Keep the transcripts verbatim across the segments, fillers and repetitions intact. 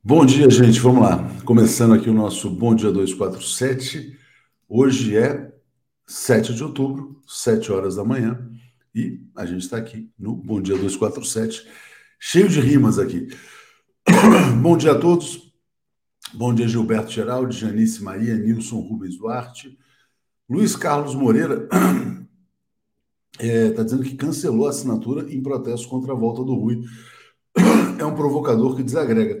Bom dia, gente. Vamos lá. Começando aqui o nosso Bom Dia duzentos e quarenta e sete. Hoje é sete de outubro, sete horas da manhã, e a gente está aqui no Bom Dia duzentos e quarenta e sete, cheio de rimas aqui. Bom dia a todos. Bom dia, Gilberto Geraldi, Janice Maria, Nilson Rubens Duarte. Luiz Carlos Moreira está dizendo que cancelou a assinatura em protesto contra a volta do Rui. É um provocador que desagrega.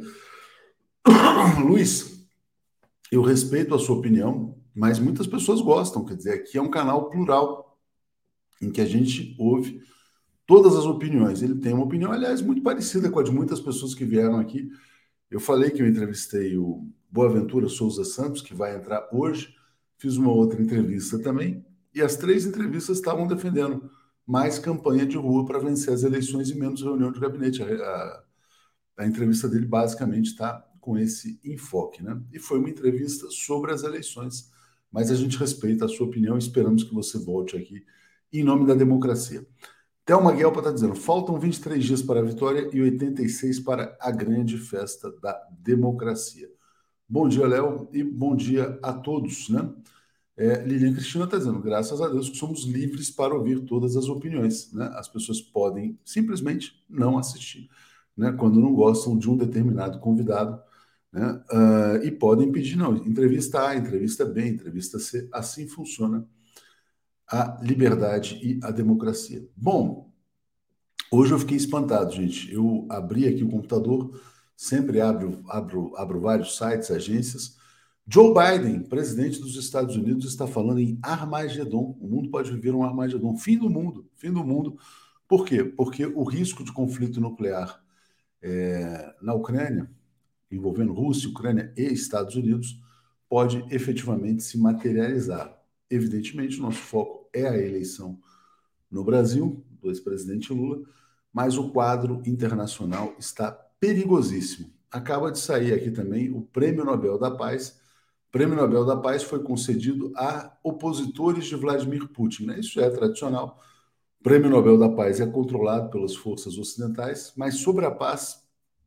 Luiz, eu respeito a sua opinião, mas muitas pessoas gostam. Quer dizer, aqui é um canal plural, em que a gente ouve todas as opiniões. Ele tem uma opinião, aliás, muito parecida com a de muitas pessoas que vieram aqui. Eu falei que eu entrevistei o Boaventura Souza Santos, que vai entrar hoje. Fiz uma outra entrevista também, e as três entrevistas estavam defendendo mais campanha de rua para vencer as eleições e menos reunião de gabinete. A, a, a entrevista dele basicamente está com esse enfoque, né? E foi uma entrevista sobre as eleições, mas a gente respeita a sua opinião e esperamos que você volte aqui em nome da democracia. Thelma Guelpa está dizendo, faltam vinte e três dias para a vitória e oitenta e seis para a grande festa da democracia. Bom dia, Léo, e bom dia a todos, né? É, Lilian Cristina está dizendo, graças a Deus que somos livres para ouvir todas as opiniões, né? As pessoas podem simplesmente não assistir, né? Quando não gostam de um determinado convidado, né? Uh, e podem pedir, não, entrevista A, entrevista B, entrevista C, assim funciona a liberdade e a democracia. Bom, hoje eu fiquei espantado, gente. Eu abri aqui o computador, sempre abro, abro, abro vários sites, agências. Joe Biden, presidente dos Estados Unidos, está falando em Armagedon. O mundo pode viver um Armagedon. Fim do mundo, fim do mundo. Por quê? Porque o risco de conflito nuclear é, na Ucrânia, envolvendo Rússia, Ucrânia e Estados Unidos, pode efetivamente se materializar. Evidentemente, nosso foco é a eleição no Brasil, do ex-presidente Lula, mas o quadro internacional está perigosíssimo. Acaba de sair aqui também o Prêmio Nobel da Paz. O Prêmio Nobel da Paz foi concedido a opositores de Vladimir Putin, né? Isso é tradicional. O Prêmio Nobel da Paz é controlado pelas forças ocidentais, mas sobre a paz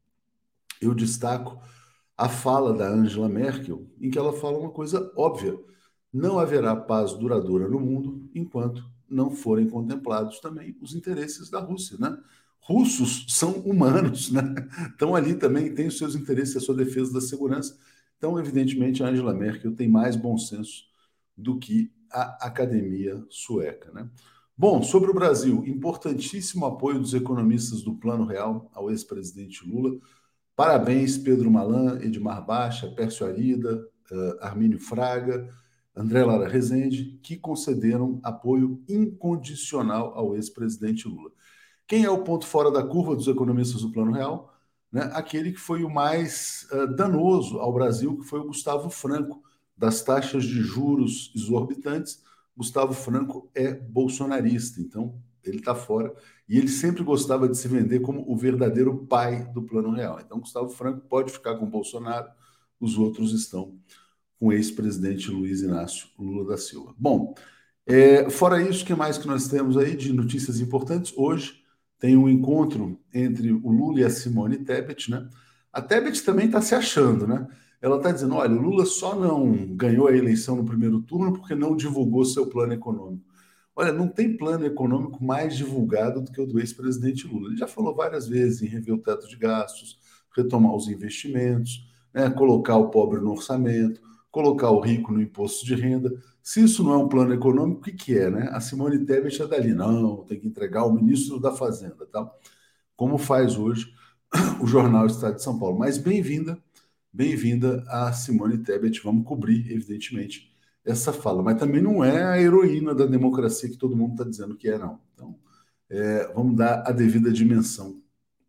eu destaco a fala da Angela Merkel, em que ela fala uma coisa óbvia: não haverá paz duradoura no mundo enquanto não forem contemplados também os interesses da Rússia, né? Russos são humanos, né? Estão ali também, têm os seus interesses, a sua defesa da segurança. Então, evidentemente, a Angela Merkel tem mais bom senso do que a academia sueca, né? Bom, sobre o Brasil, importantíssimo apoio dos economistas do Plano Real ao ex-presidente Lula. Parabéns, Pedro Malan, Edmar Baixa, Pércio Arida, uh, Armínio Fraga, André Lara Rezende, que concederam apoio incondicional ao ex-presidente Lula. Quem é o ponto fora da curva dos economistas do Plano Real? Né? Aquele que foi o mais uh, danoso ao Brasil, que foi o Gustavo Franco, das taxas de juros exorbitantes. Gustavo Franco é bolsonarista, então ele está fora. E ele sempre gostava de se vender como o verdadeiro pai do Plano Real. Então, Gustavo Franco pode ficar com Bolsonaro, os outros estão com o ex-presidente Luiz Inácio Lula da Silva. Bom, é, fora isso, o que mais que nós temos aí de notícias importantes? Hoje tem um encontro entre o Lula e a Simone Tebet, né? A Tebet também está se achando, né? Ela está dizendo, olha, o Lula só não ganhou a eleição no primeiro turno porque não divulgou seu plano econômico. Olha, não tem plano econômico mais divulgado do que o do ex-presidente Lula. Ele já falou várias vezes em rever o teto de gastos, retomar os investimentos, né, colocar o pobre no orçamento, colocar o rico no imposto de renda. Se isso não é um plano econômico, o que, que é, né? A Simone Tebet é dali, não, tem que entregar ao ministro da Fazenda, tá? Como faz hoje o jornal Estado de São Paulo. Mas bem-vinda, bem-vinda a Simone Tebet. Vamos cobrir, evidentemente, essa fala. Mas também não é a heroína da democracia que todo mundo está dizendo que é, não. Então, é, vamos dar a devida dimensão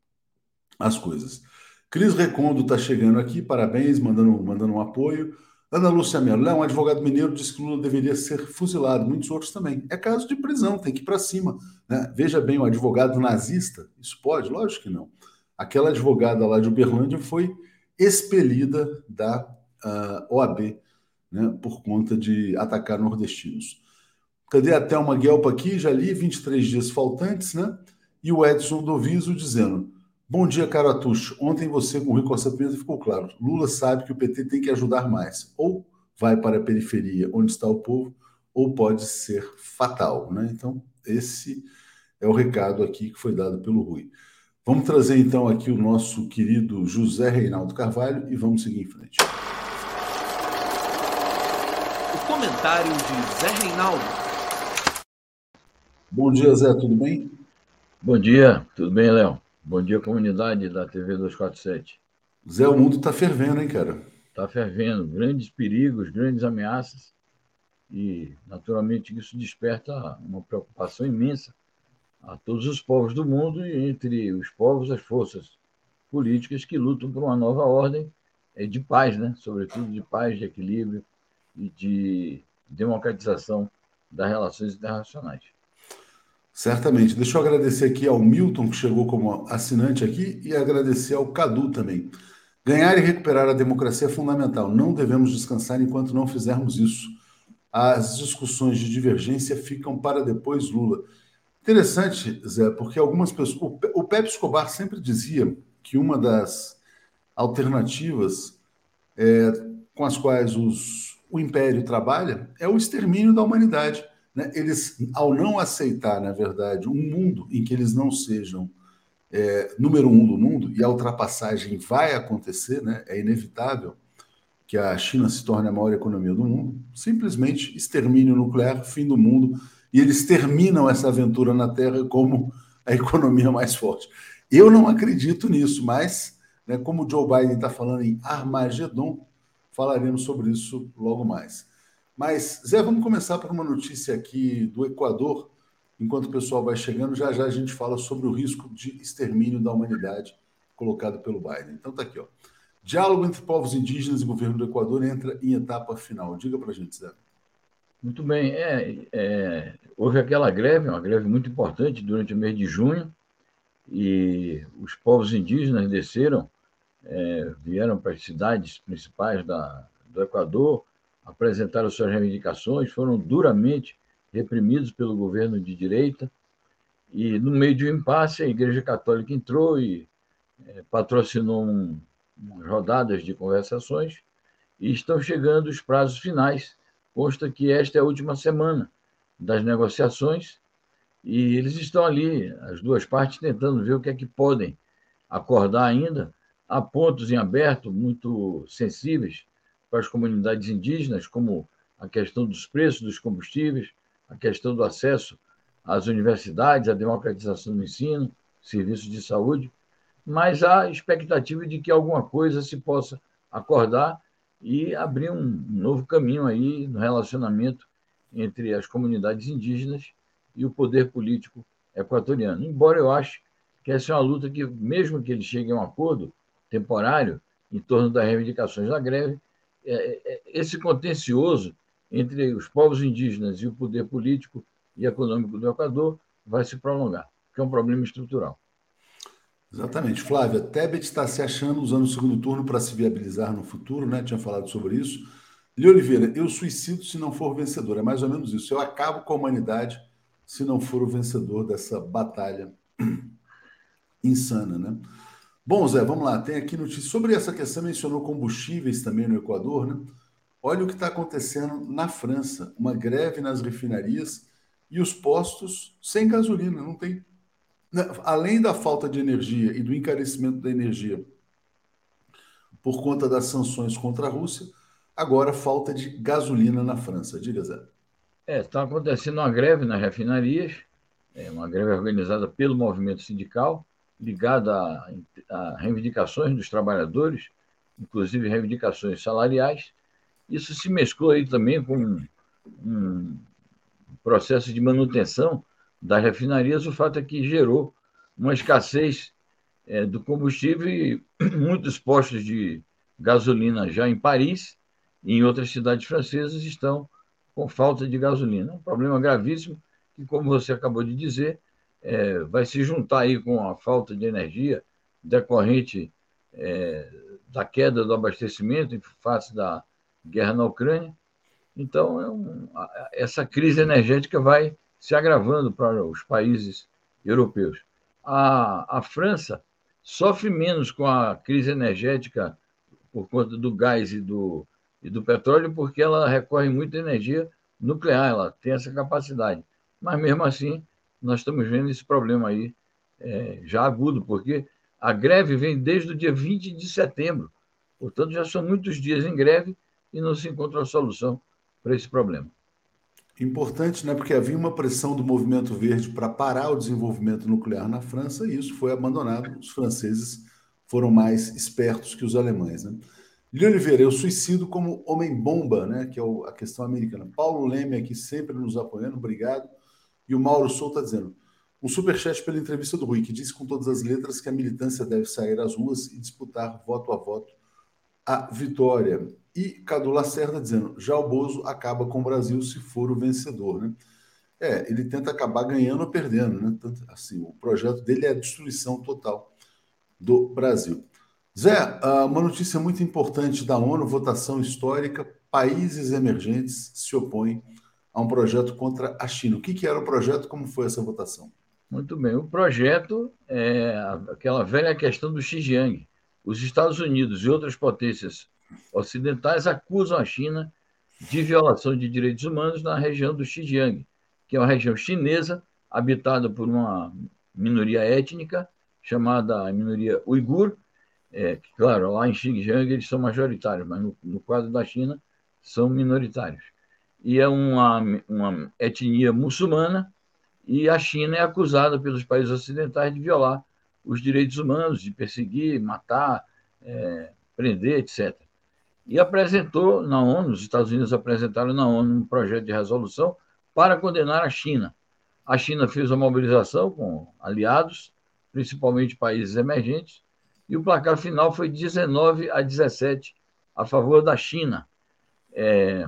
às coisas. Cris Recondo está chegando aqui, parabéns, mandando, mandando um apoio. Ana Lúcia Mello, um advogado mineiro disse que Lula deveria ser fuzilado, muitos outros também. É caso de prisão, tem que ir para cima. Né? Veja bem, o advogado nazista, isso pode? Lógico que não. Aquela advogada lá de Uberlândia foi expelida da uh, O A B, né, por conta de atacar nordestinos. Cadê a Thelma Guelpa aqui? Já li, vinte e três dias faltantes, né? E o Edson Doviso dizendo, Bom dia, caro Atush. Ontem você, com o Rui Costa Pinto, ficou claro. Lula sabe que o P T tem que ajudar mais. Ou vai para a periferia, onde está o povo, ou pode ser fatal, né? Então, esse é o recado aqui que foi dado pelo Rui. Vamos trazer, então, aqui o nosso querido José Reinaldo Carvalho e vamos seguir em frente. O comentário de Zé Reinaldo. Bom dia, Zé, tudo bem? Bom dia, tudo bem, Léo? Bom dia, comunidade da T V duzentos e quarenta e sete. Zé, o mundo está fervendo, hein, cara? Está fervendo, grandes perigos, grandes ameaças e, naturalmente, isso desperta uma preocupação imensa a todos os povos do mundo e, entre os povos, as forças políticas que lutam por uma nova ordem de paz, né? Sobretudo de paz, de equilíbrio e de democratização das relações internacionais. Certamente. Deixa eu agradecer aqui ao Milton, que chegou como assinante aqui, e agradecer ao Cadu também. Ganhar e recuperar a democracia é fundamental. Não devemos descansar enquanto não fizermos isso. As discussões de divergência ficam para depois Lula. Interessante, Zé, porque algumas pessoas. O Pepe Escobar sempre dizia que uma das alternativas é, com as quais os, o Império trabalha é o extermínio da humanidade. Né? Eles, ao não aceitar, na verdade, um mundo em que eles não sejam é, número um do mundo, e a ultrapassagem vai acontecer, né? É inevitável que a China se torne a maior economia do mundo, simplesmente extermínio nuclear, fim do mundo, e eles terminam essa aventura na Terra como a economia mais forte. Eu não acredito nisso, mas, né, como o Joe Biden está falando em Armagedon, falaremos sobre isso logo mais. Mas, Zé, vamos começar por uma notícia aqui do Equador. Enquanto o pessoal vai chegando, já já a gente fala sobre o risco de extermínio da humanidade colocado pelo Biden. Então tá aqui, ó. Diálogo entre povos indígenas e governo do Equador entra em etapa final. Diga para a gente, Zé. Muito bem. É, é, houve aquela greve, uma greve muito importante durante o mês de junho, e os povos indígenas desceram, é, vieram para as cidades principais da, do Equador, apresentaram suas reivindicações, foram duramente reprimidos pelo governo de direita, e no meio de um impasse a Igreja Católica entrou e é, patrocinou um, umas rodadas de conversações, e estão chegando os prazos finais. Consta que esta é a última semana das negociações e eles estão ali, as duas partes, tentando ver o que é que podem acordar ainda. Há pontos em aberto muito sensíveis para as comunidades indígenas, como a questão dos preços dos combustíveis, a questão do acesso às universidades, a democratização do ensino, serviços de saúde, mas há expectativa de que alguma coisa se possa acordar e abrir um novo caminho aí no relacionamento entre as comunidades indígenas e o poder político equatoriano. Embora eu ache que essa é uma luta que, mesmo que eles cheguem a um acordo temporário em torno das reivindicações da greve, esse contencioso entre os povos indígenas e o poder político e econômico do Equador vai se prolongar, que é um problema estrutural. Exatamente. Flávia, Tebet está se achando usando o segundo turno para se viabilizar no futuro, né? Tinha falado sobre isso. Li Oliveira, eu suicido se não for vencedor. É mais ou menos isso. Eu acabo com a humanidade se não for o vencedor dessa batalha insana, né? Bom, Zé, vamos lá. Tem aqui notícia sobre essa questão, mencionou combustíveis também no Equador, né? Olha o que está acontecendo na França, uma greve nas refinarias e os postos sem gasolina, não tem. Além da falta de energia e do encarecimento da energia por conta das sanções contra a Rússia, agora falta de gasolina na França. Diga, Zé. É, está acontecendo uma greve nas refinarias, é uma greve organizada pelo movimento sindical, ligada a, a reivindicações dos trabalhadores, inclusive reivindicações salariais. Isso se mesclou aí também com um, um processo de manutenção das refinarias. O fato é que gerou uma escassez é, do combustível e muitos postos de gasolina já em Paris e em outras cidades francesas estão com falta de gasolina. Um problema gravíssimo que, como você acabou de dizer, é, vai se juntar aí com a falta de energia decorrente é, da queda do abastecimento em face da guerra na Ucrânia. Então, é um, essa crise energética vai se agravando para os países europeus. A, a França sofre menos com a crise energética por conta do gás e do, e do petróleo, porque ela recorre muito à energia nuclear, ela tem essa capacidade. Mas, mesmo assim, nós estamos vendo esse problema aí é, já agudo, porque a greve vem desde o dia vinte de setembro. Portanto, já são muitos dias em greve e não se encontra uma solução para esse problema. Importante, né? Porque havia uma pressão do movimento verde para parar o desenvolvimento nuclear na França e isso foi abandonado. Os franceses foram mais espertos que os alemães, né? Lili Oliveira, eu suicido como homem-bomba, né? Que é a questão americana. Paulo Leme aqui sempre nos apoiando, obrigado. E o Mauro Souto está dizendo: um superchat pela entrevista do Rui, que disse com todas as letras que a militância deve sair às ruas e disputar voto a voto a vitória. E Cadu Lacerda dizendo: já o Bozo acaba com o Brasil se for o vencedor, né? É, ele tenta acabar ganhando ou perdendo, né? Tanto, assim, o projeto dele é a destruição total do Brasil. Zé, uma notícia muito importante da ONU, votação histórica: países emergentes se opõem a um projeto contra a China. O que, que era o projeto? Como foi essa votação? Muito bem. O projeto é aquela velha questão do Xinjiang. Os Estados Unidos e outras potências ocidentais acusam a China de violação de direitos humanos na região do Xinjiang, que é uma região chinesa habitada por uma minoria étnica chamada minoria uigur, é, que, claro, lá em Xinjiang eles são majoritários, mas no, no quadro da China são minoritários. E é uma, uma etnia muçulmana, e a China é acusada pelos países ocidentais de violar os direitos humanos, de perseguir, matar, é, prender, etcétera. E apresentou na ONU, os Estados Unidos apresentaram na ONU um projeto de resolução para condenar a China. A China fez uma mobilização com aliados, principalmente países emergentes, e o placar final foi dezenove a dezessete a favor da China. É,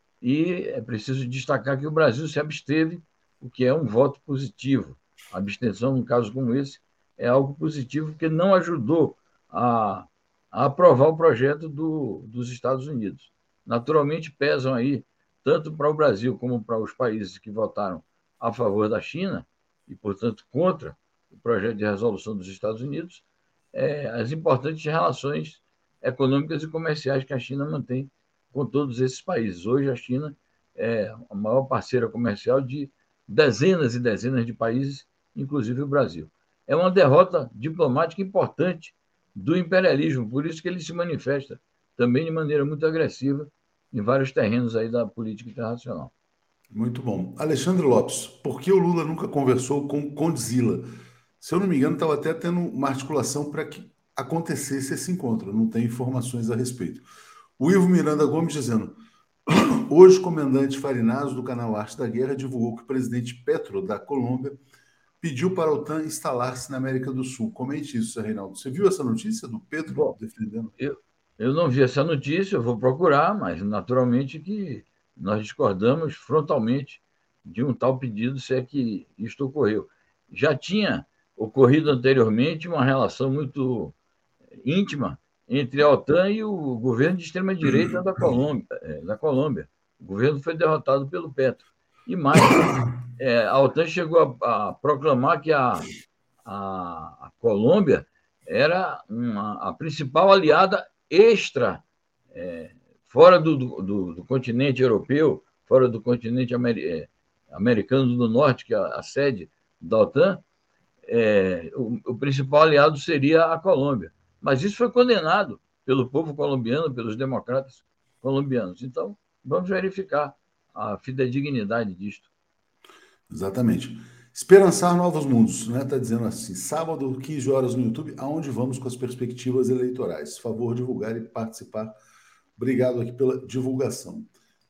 e é preciso destacar que o Brasil se absteve, o que é um voto positivo. A abstenção, num caso como esse, é algo positivo, porque não ajudou a, a aprovar o projeto do, dos Estados Unidos. Naturalmente, pesam aí, tanto para o Brasil como para os países que votaram a favor da China, e, portanto, contra o projeto de resolução dos Estados Unidos, é, as importantes relações econômicas e comerciais que a China mantém com todos esses países. Hoje, a China é a maior parceira comercial de dezenas e dezenas de países, inclusive o Brasil. É uma derrota diplomática importante do imperialismo, por isso que ele se manifesta também de maneira muito agressiva em vários terrenos aí da política internacional. Muito bom. Alexandre Lopes, por que o Lula nunca conversou com Condzilla? Se eu não me engano, estava até tendo uma articulação para que acontecesse esse encontro. Não tem informações a respeito. O Ivo Miranda Gomes dizendo: hoje, o comandante Farinazo, do canal Arte da Guerra, divulgou que o presidente Petro, da Colômbia, pediu para a OTAN instalar-se na América do Sul. Comente isso, Reinaldo. Você viu essa notícia do Petro Bom, defendendo? Eu, eu não vi essa notícia, eu vou procurar, mas naturalmente que nós discordamos frontalmente de um tal pedido, se é que isto ocorreu. Já tinha ocorrido anteriormente uma relação muito íntima entre a OTAN e o governo de extrema-direita da Colômbia, da Colômbia. O governo foi derrotado pelo Petro. E mais, é, a OTAN chegou a, a proclamar que a, a, a Colômbia era uma, a principal aliada extra, é, fora do, do, do continente europeu, fora do continente amer, é, americano do norte, que é a, a sede da OTAN, é, o, o principal aliado seria a Colômbia. Mas isso foi condenado pelo povo colombiano, pelos democratas colombianos. Então, vamos verificar a fidedignidade disto. Exatamente. Esperançar novos mundos, né? Está dizendo assim: sábado, quinze horas no YouTube, aonde vamos com as perspectivas eleitorais. Favor divulgar e participar. Obrigado aqui pela divulgação.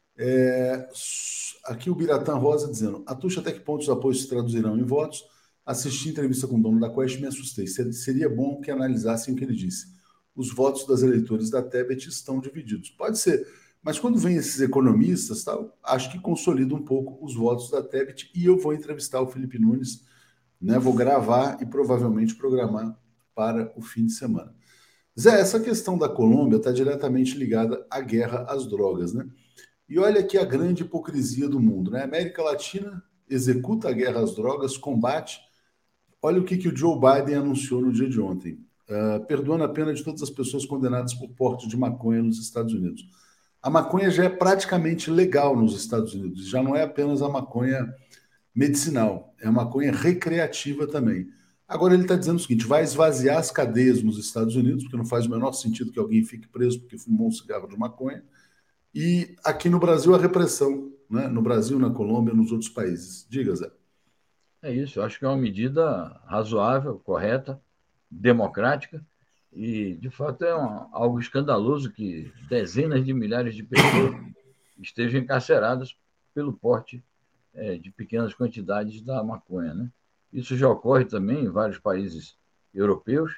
É, aqui o Biratã Rosa dizendo: Atuxa, até que ponto os apoios se traduzirão em votos? Assisti a entrevista com o dono da Quest e me assustei. Seria bom que analisassem o que ele disse. Os votos das eleitores da Tebet estão divididos. Pode ser, mas quando vem esses economistas, tá, acho que consolida um pouco os votos da Tebet e eu vou entrevistar o Felipe Nunes, né, vou gravar e provavelmente programar para o fim de semana. Zé, essa questão da Colômbia está diretamente ligada à guerra às drogas, né? E olha aqui a grande hipocrisia do mundo, né? A América Latina executa a guerra às drogas, combate. Olha o que, que o Joe Biden anunciou no dia de ontem. uh, perdoando a pena de todas as pessoas condenadas por porte de maconha nos Estados Unidos. A maconha já é praticamente legal nos Estados Unidos, já não é apenas a maconha medicinal, é a maconha recreativa também. Agora ele está dizendo o seguinte, vai esvaziar as cadeias nos Estados Unidos, porque não faz o menor sentido que alguém fique preso porque fumou um cigarro de maconha, e aqui no Brasil a repressão, né? No Brasil, na Colômbia, nos outros países. Diga, Zé. É isso, eu acho que é uma medida razoável, correta, democrática, e, de fato, é uma, algo escandaloso que dezenas de milhares de pessoas estejam encarceradas pelo porte é, de pequenas quantidades da maconha, né? Isso já ocorre também em vários países europeus,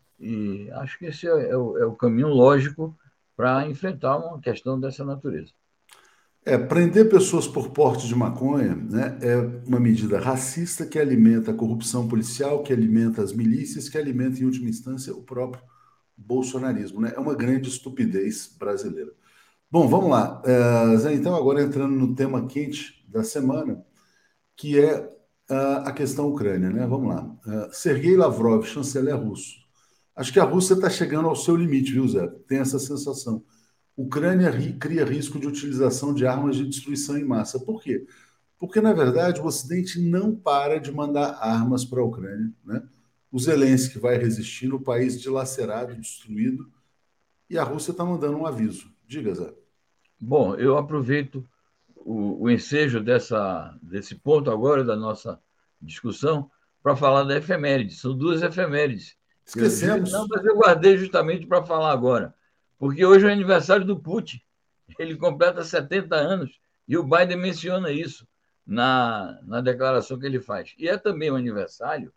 e acho que esse é, é, o, é o caminho lógico para enfrentar uma questão dessa natureza. É, prender pessoas por porte de maconha, né, é uma medida racista que alimenta a corrupção policial, que alimenta as milícias, que alimenta, em última instância, o próprio bolsonarismo. Né? É uma grande estupidez brasileira. Bom, vamos lá. É, Zé, então, agora entrando no tema quente da semana, que é uh, a questão Ucrânia. Né? Vamos lá. Uh, Sergei Lavrov, chanceler russo. Acho que a Rússia está chegando ao seu limite, viu, Zé? Tem essa sensação. Ucrânia cria risco de utilização de armas de destruição em massa. Por quê? Porque, na verdade, o Ocidente não para de mandar armas para a Ucrânia. Né? O Zelensky vai resistir no país dilacerado, destruído, e a Rússia está mandando um aviso. Diga, Zé. Bom, eu aproveito o, o ensejo dessa, desse ponto agora da nossa discussão para falar da efeméride. São duas efemérides. Eu, Esquecemos. não, mas eu guardei justamente para falar agora, porque hoje é o aniversário do Putin. Ele completa setenta anos e o Biden menciona isso na, na declaração que ele faz. E é também o aniversário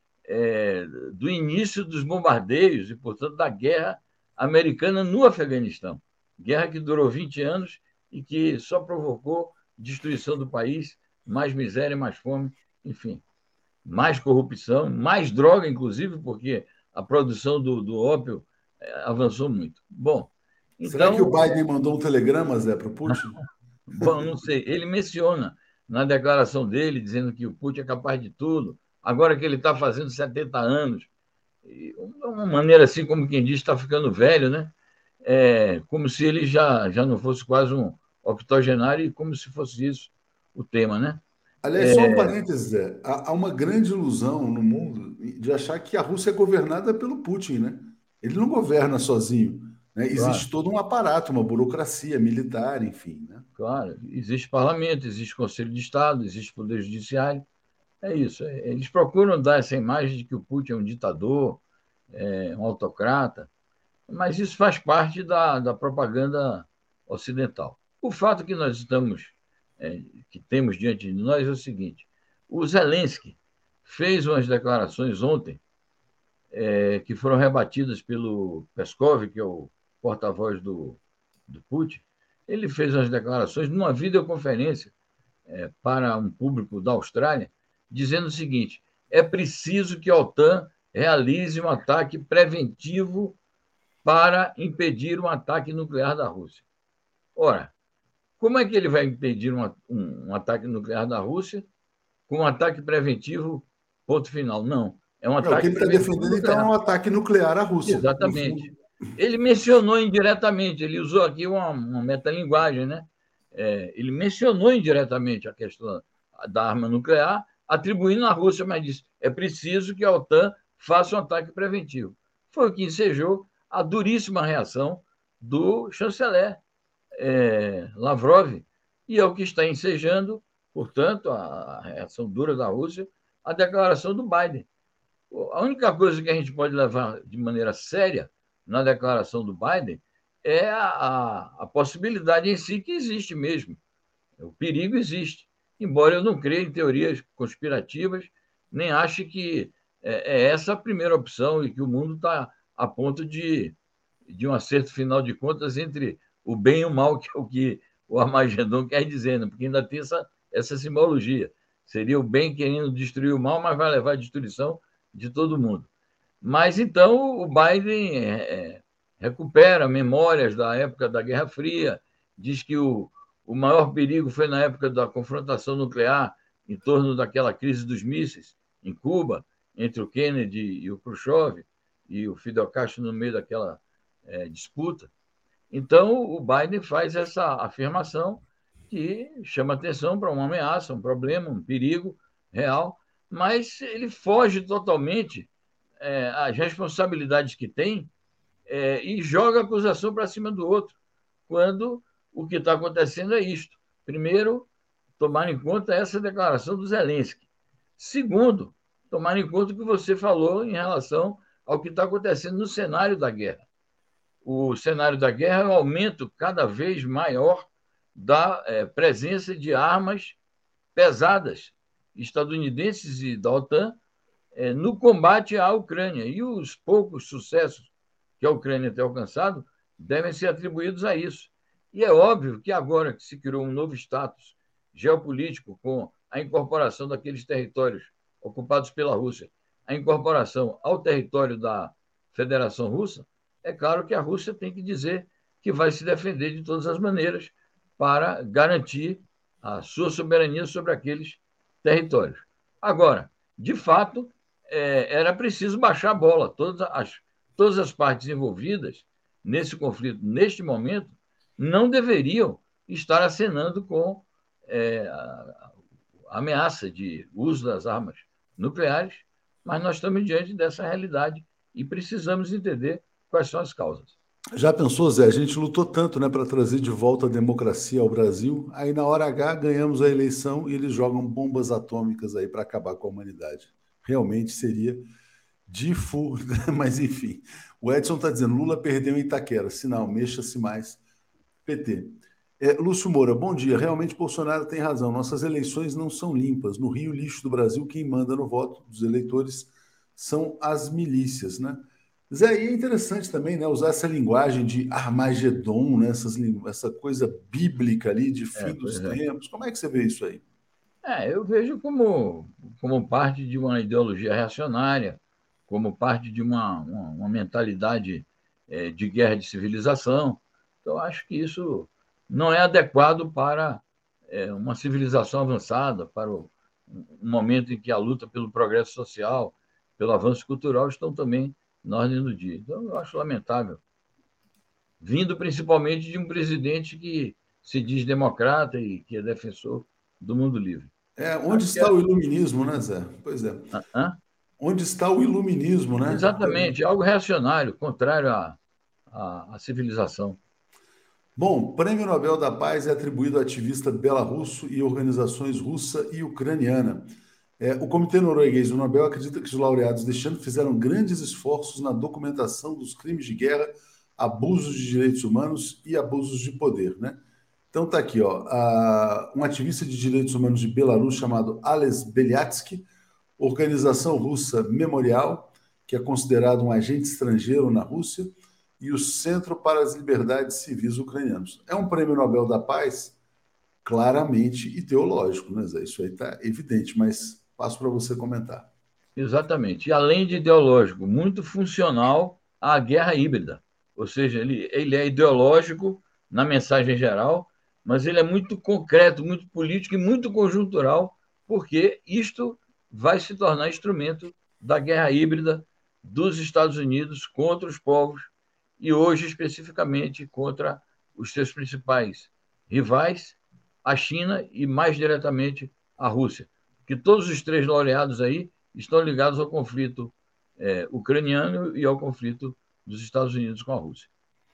é, do início dos bombardeios e, portanto, da guerra americana no Afeganistão. Guerra que durou vinte anos e que só provocou destruição do país, mais miséria, mais fome, enfim, mais corrupção, mais droga, inclusive, porque a produção do, do ópio avançou muito. Bom, então... Será que o Biden mandou um telegrama, Zé, para o Putin? Bom, não sei. Ele menciona na declaração dele, dizendo que o Putin é capaz de tudo, agora que ele está fazendo setenta anos, de uma maneira assim, como quem diz, está ficando velho, né? É, como se ele já, já não fosse quase um octogenário e como se fosse isso o tema, né? Aliás, só um parênteses, Zé. Há uma grande ilusão no mundo de achar que a Rússia é governada pelo Putin, né? Ele não governa sozinho, né? Existe Claro. todo um aparato, uma burocracia militar, enfim, né? Claro, existe parlamento, existe Conselho de Estado, existe Poder Judiciário, é isso. Eles procuram dar essa imagem de que o Putin é um ditador, é um autocrata, mas isso faz parte da, da propaganda ocidental. O fato que nós estamos, é, que temos diante de nós é o seguinte: o Zelensky fez umas declarações ontem é, que foram rebatidas pelo Peskov, que é o porta-voz do, do Putin. Ele fez umas declarações numa videoconferência é, para um público da Austrália, dizendo o seguinte: é preciso que a OTAN realize um ataque preventivo para impedir um ataque nuclear da Rússia. Ora, como é que ele vai impedir um, um, um ataque nuclear da Rússia com um ataque preventivo, ponto final? Não. É um É, o que ataque ele está preventivo defendendo, nuclear. então, é um ataque nuclear à Rússia. Exatamente. Ele mencionou indiretamente, ele usou aqui uma, uma metalinguagem, né? É, ele mencionou indiretamente a questão da arma nuclear, atribuindo à Rússia, mas disse: é preciso que a OTAN faça um ataque preventivo. Foi o que ensejou a duríssima reação do chanceler é, Lavrov, e é o que está ensejando, portanto, a reação dura da Rússia, a declaração do Biden. A única coisa que a gente pode levar de maneira séria na declaração do Biden é a, a, a possibilidade em si que existe mesmo. O perigo existe. Embora eu não creia em teorias conspirativas, nem ache que é, é essa a primeira opção e que o mundo está a ponto de, de um acerto final de contas entre o bem e o mal, que é o que o Armagedon quer dizer, né? Porque ainda tem essa, essa simbologia. Seria o bem querendo destruir o mal, mas vai levar à destruição de todo mundo. Mas então o Biden é, recupera memórias da época da Guerra Fria, diz que o, o maior perigo foi na época da confrontação nuclear, em torno daquela crise dos mísseis em Cuba, entre o Kennedy e o Khrushchev. e o Fidel Castro no meio daquela é, disputa. Então, o Biden faz essa afirmação que chama atenção para uma ameaça, um problema, um perigo real, mas ele foge totalmente é, às responsabilidades que tem é, e joga a acusação para cima do outro, quando o que está acontecendo é isto. Primeiro, tomar em conta essa declaração do Zelensky. Segundo, tomar em conta o que você falou em relação ao que está acontecendo no cenário da guerra. O cenário da guerra é um aumento cada vez maior da é, presença de armas pesadas estadunidenses e da OTAN é, no combate à Ucrânia. E os poucos sucessos que a Ucrânia tem alcançado devem ser atribuídos a isso. E é óbvio que agora que se criou um novo status geopolítico com a incorporação daqueles territórios ocupados pela Rússia, a incorporação ao território da Federação Russa, é claro que a Rússia tem que dizer que vai se defender de todas as maneiras para garantir a sua soberania sobre aqueles territórios. Agora, de fato, é, era preciso baixar a bola. Todas as, todas as partes envolvidas nesse conflito, neste momento, não deveriam estar acenando com é, a, a ameaça de uso das armas nucleares, mas nós estamos diante dessa realidade e precisamos entender quais são as causas. Já pensou, Zé? A gente lutou tanto, né, para trazer de volta a democracia ao Brasil. Aí, na hora H, ganhamos a eleição e eles jogam bombas atômicas aí para acabar com a humanidade. Realmente seria de full, mas enfim. O Edson está dizendo: Lula perdeu em Itaquera. Sinal, mexa-se mais. P T. É, Lúcio Moura, bom dia. Realmente Bolsonaro tem razão. Nossas eleições não são limpas. No Rio Lixo do Brasil, quem manda no voto dos eleitores são as milícias, né? Zé, e é interessante também, né, usar essa linguagem de Armagedon, né, essas, essa coisa bíblica ali de fim É, dos pois é. tempos. Como é que você vê isso aí? É, eu vejo como, como parte de uma ideologia reacionária, como parte de uma, uma, uma mentalidade é, de guerra de civilização. Então, acho que isso não é adequado para é, uma civilização avançada, para o um momento em que a luta pelo progresso social, pelo avanço cultural estão também na ordem do dia. Então, eu acho lamentável, vindo principalmente de um presidente que se diz democrata e que é defensor do mundo livre. É, onde Acho que está é... o iluminismo, né, Zé? Pois é. Hã? Onde está o iluminismo, né? Exatamente, é algo reacionário, contrário à, à, à civilização. Bom, o Prêmio Nobel da Paz é atribuído a ativista belarrusso e organizações russa e ucraniana. É, o Comitê Norueguês do Nobel acredita que os laureados deste ano fizeram grandes esforços na documentação dos crimes de guerra, abusos de direitos humanos e abusos de poder, né? Então tá aqui, ó, a, um ativista de direitos humanos de Belarus chamado Ales Belyatsky, organização russa Memorial, que é considerado um agente estrangeiro na Rússia, e o Centro para as Liberdades Civis Ucranianos. É um prêmio Nobel da Paz claramente ideológico, né, Zé? Isso aí está evidente, mas passo para você comentar. Exatamente. E além de ideológico, muito funcional à guerra híbrida. Ou seja, ele, ele é ideológico na mensagem geral, mas ele é muito concreto, muito político e muito conjuntural, porque isto vai se tornar instrumento da guerra híbrida dos Estados Unidos contra os povos e hoje especificamente contra os seus principais rivais, a China e mais diretamente a Rússia. Que todos os três laureados aí estão ligados ao conflito é, ucraniano e ao conflito dos Estados Unidos com a Rússia.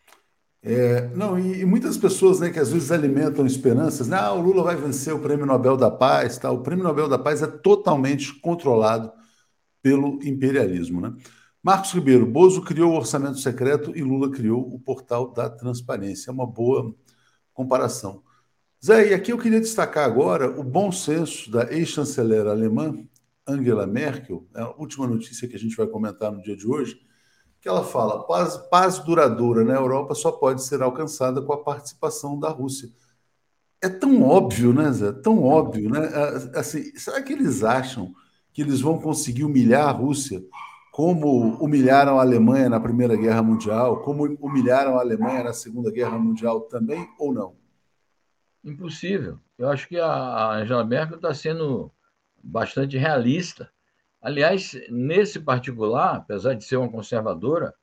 É, não, e, e, muitas pessoas, né, que às vezes alimentam esperanças, né, ah, o Lula vai vencer o Prêmio Nobel da Paz, tá? O Prêmio Nobel da Paz é totalmente controlado pelo imperialismo, né? Marcos Ribeiro, Bozo criou o orçamento secreto e Lula criou o portal da transparência. É uma boa comparação. Zé, e aqui eu queria destacar agora o bom senso da ex-chanceler alemã Angela Merkel, é a última notícia que a gente vai comentar no dia de hoje, que ela fala: paz, paz duradoura na Europa só pode ser alcançada com a participação da Rússia. É tão óbvio, né, Zé? Tão óbvio, né? Assim, será que eles acham que eles vão conseguir humilhar a Rússia como humilharam a Alemanha na Primeira Guerra Mundial, como humilharam a Alemanha na Segunda Guerra Mundial também, ou não? Impossível. Eu acho que a Angela Merkel está sendo bastante realista Aliás, nesse particular, apesar de ser uma conservadora,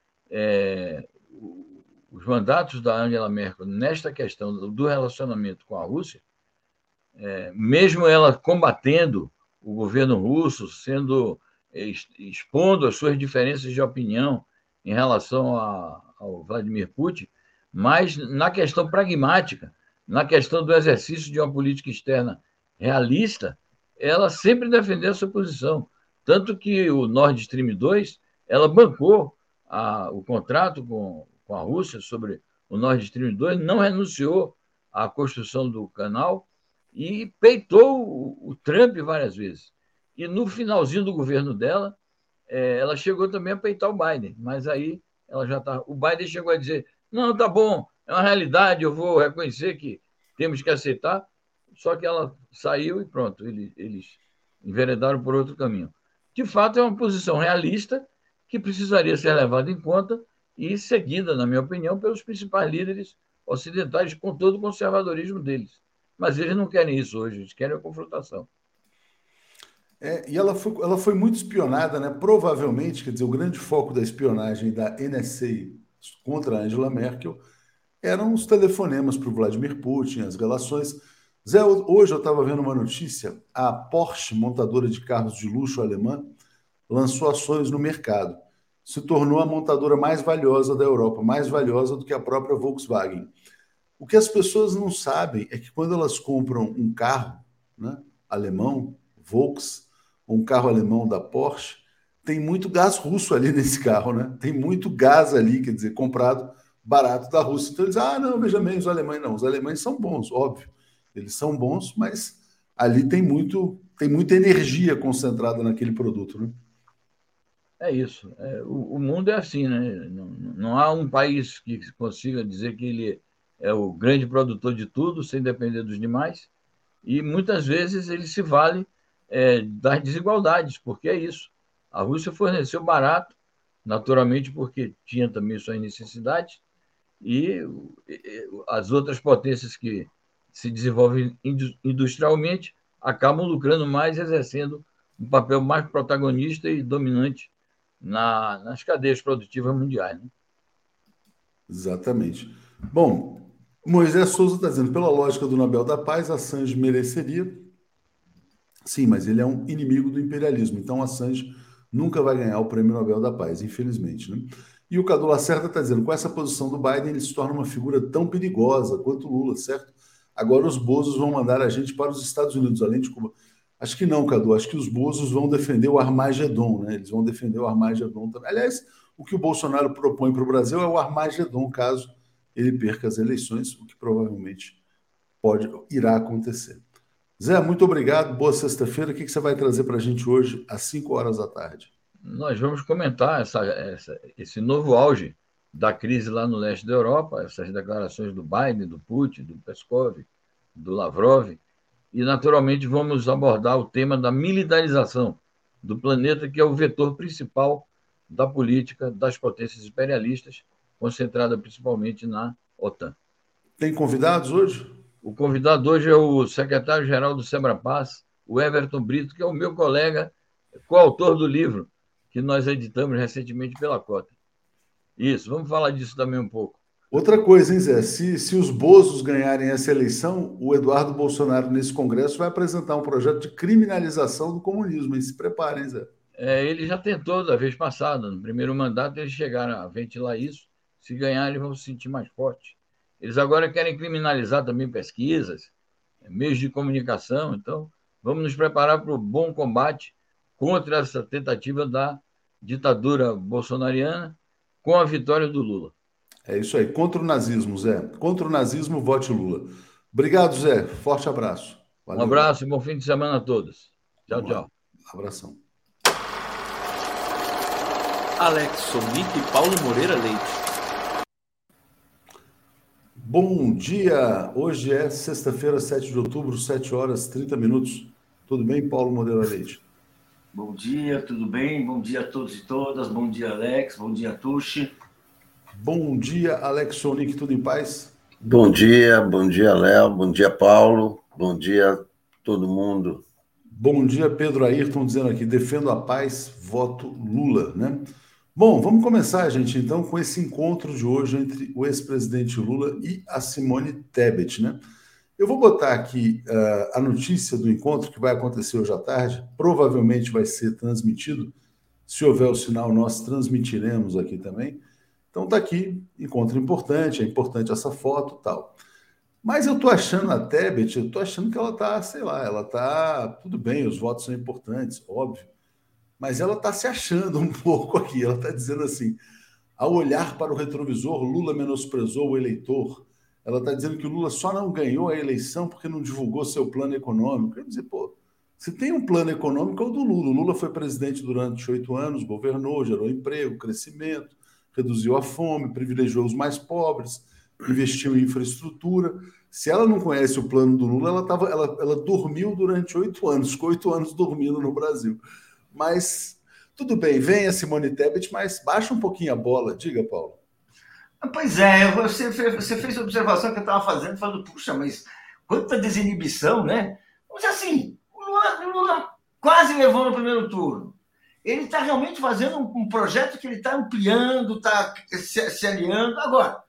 é, os mandatos da Angela Merkel nesta questão do relacionamento com a Rússia, é, mesmo ela combatendo o governo russo, sendo expondo as suas diferenças de opinião em relação a, ao Vladimir Putin, mas na questão pragmática, na questão do exercício de uma política externa realista, ela sempre defendeu a sua posição. Tanto que o Nord Stream dois, ela bancou a, o contrato com, com a Rússia sobre o Nord Stream dois, não renunciou à construção do canal e peitou o, o Trump várias vezes. E no finalzinho do governo dela, é, ela chegou também a peitar o Biden, mas aí ela já tá. O Biden chegou a dizer: não, tá bom, é uma realidade, eu vou reconhecer que temos que aceitar. Só que ela saiu e pronto, eles, eles enveredaram por outro caminho. De fato, é uma posição realista que precisaria ser levada em conta e seguida, na minha opinião, pelos principais líderes ocidentais, com todo o conservadorismo deles. Mas eles não querem isso hoje, eles querem a confrontação. É, e ela foi, ela foi muito espionada, né? Provavelmente, quer dizer, o grande foco da espionagem da N S A contra a Angela Merkel eram os telefonemas para o Vladimir Putin, as relações. Zé, hoje eu estava vendo uma notícia, a Porsche, montadora de carros de luxo alemã, lançou ações no mercado. Se tornou a montadora mais valiosa da Europa, mais valiosa do que a própria Volkswagen. O que as pessoas não sabem é que quando elas compram um carro, né, alemão, Volks, um carro alemão da Porsche, tem muito gás russo ali nesse carro, né? Tem muito gás ali, quer dizer, comprado barato da Rússia. Então eles, ah, não, veja bem, os alemães não. Os alemães são bons, óbvio. Eles são bons, mas ali tem muito, tem muita energia concentrada naquele produto, né? É isso. É, o, o mundo é assim, né? Não, não há um país que consiga dizer que ele é o grande produtor de tudo, sem depender dos demais. E muitas vezes ele se vale é, das desigualdades, porque é isso. A Rússia forneceu barato, naturalmente, porque tinha também suas necessidades, e as outras potências que se desenvolvem industrialmente acabam lucrando mais, exercendo um papel mais protagonista e dominante na, nas cadeias produtivas mundiais. Né? Exatamente. Bom, Moisés Souza está dizendo, pela lógica do Nobel da Paz, Assange mereceria. Sim, mas ele é um inimigo do imperialismo. Então, Assange nunca vai ganhar o Prêmio Nobel da Paz, infelizmente. Né? E o Cadu Lacerda está dizendo, com essa posição do Biden, ele se torna uma figura tão perigosa quanto Lula, certo? Agora os bozos vão mandar a gente para os Estados Unidos, além de Cuba. Acho que não, Cadu. Acho que os bozos vão defender o Armagedon, né? Eles vão defender o Armagedon também. Aliás, o que o Bolsonaro propõe para o Brasil é o Armagedon, caso ele perca as eleições, o que provavelmente pode, irá acontecer. Zé, muito obrigado. Boa sexta-feira. O que você vai trazer para a gente hoje, às cinco horas da tarde? Nós vamos comentar essa, essa, esse novo auge da crise lá no leste da Europa, essas declarações do Biden, do Putin, do Peskov, do Lavrov, e naturalmente vamos abordar o tema da militarização do planeta, que é o vetor principal da política das potências imperialistas, concentrada principalmente na OTAN. Tem convidados hoje? O convidado hoje é o secretário-geral do Sebrapaz, o Everton Brito, que é o meu colega, coautor do livro que nós editamos recentemente pela Cota. Isso, vamos falar disso também um pouco. Outra coisa, hein, Zé? Se, se os bozos ganharem essa eleição, o Eduardo Bolsonaro, nesse Congresso, vai apresentar um projeto de criminalização do comunismo. E se preparem, Zé. É, ele já tentou da vez passada, no primeiro mandato, eles chegaram a ventilar isso. Se ganhar, eles vão se sentir mais fortes. Eles agora querem criminalizar também pesquisas, meios de comunicação. Então, vamos nos preparar para o bom combate contra essa tentativa da ditadura bolsonariana com a vitória do Lula. É isso aí. Contra o nazismo, Zé. Contra o nazismo, vote Lula. Obrigado, Zé. Forte abraço. Valeu. Um abraço e bom fim de semana a todos. Tchau, tchau. Abração. Alex Sonic e Paulo Moreira Leite. Bom dia. Hoje é sexta-feira, sete de outubro, sete horas e trinta minutos. Tudo bem, Paulo Moreira Leite? Bom dia, tudo bem? Bom dia a todos e todas. Bom dia, Alex. Bom dia, Tuxi. Bom dia, Alex Sonic. Tudo em paz? Bom dia, bom dia, Léo. Bom dia, Paulo. Bom dia, todo mundo. Bom dia, Pedro Ayrton, dizendo aqui, defendo a paz, voto Lula, né? Bom, vamos começar, gente, então, com esse encontro de hoje entre o ex-presidente Lula e a Simone Tebet, né? Eu vou botar aqui uh, a notícia do encontro que vai acontecer hoje à tarde, provavelmente vai ser transmitido, se houver o sinal, nós transmitiremos aqui também. Então tá aqui, encontro importante, é importante essa foto e tal. Mas eu tô achando a Tebet, eu tô achando que ela tá, sei lá, ela tá, tudo bem, os votos são importantes, óbvio, mas ela tá se achando um pouco aqui, ela tá dizendo assim, ao olhar para o retrovisor, Lula menosprezou o eleitor. Ela está dizendo que o Lula só não ganhou a eleição porque não divulgou seu plano econômico. Quer dizer, pô, se tem um plano econômico, é o do Lula. O Lula foi presidente durante oito anos, governou, gerou emprego, crescimento, reduziu a fome, privilegiou os mais pobres, investiu em infraestrutura. Se ela não conhece o plano do Lula, ela, tava, ela, ela dormiu durante oito anos, ficou oito anos dormindo no Brasil. Mas tudo bem, vem a Simone Tebet, mas baixa um pouquinho a bola. Diga, Paulo. Pois é, você fez, você fez a observação que eu estava fazendo, falando, puxa, mas quanta desinibição, né? Mas assim, o Lula, o Lula quase levou no primeiro turno. Ele está realmente fazendo um, um projeto que ele está ampliando, está se, se aliando. Agora,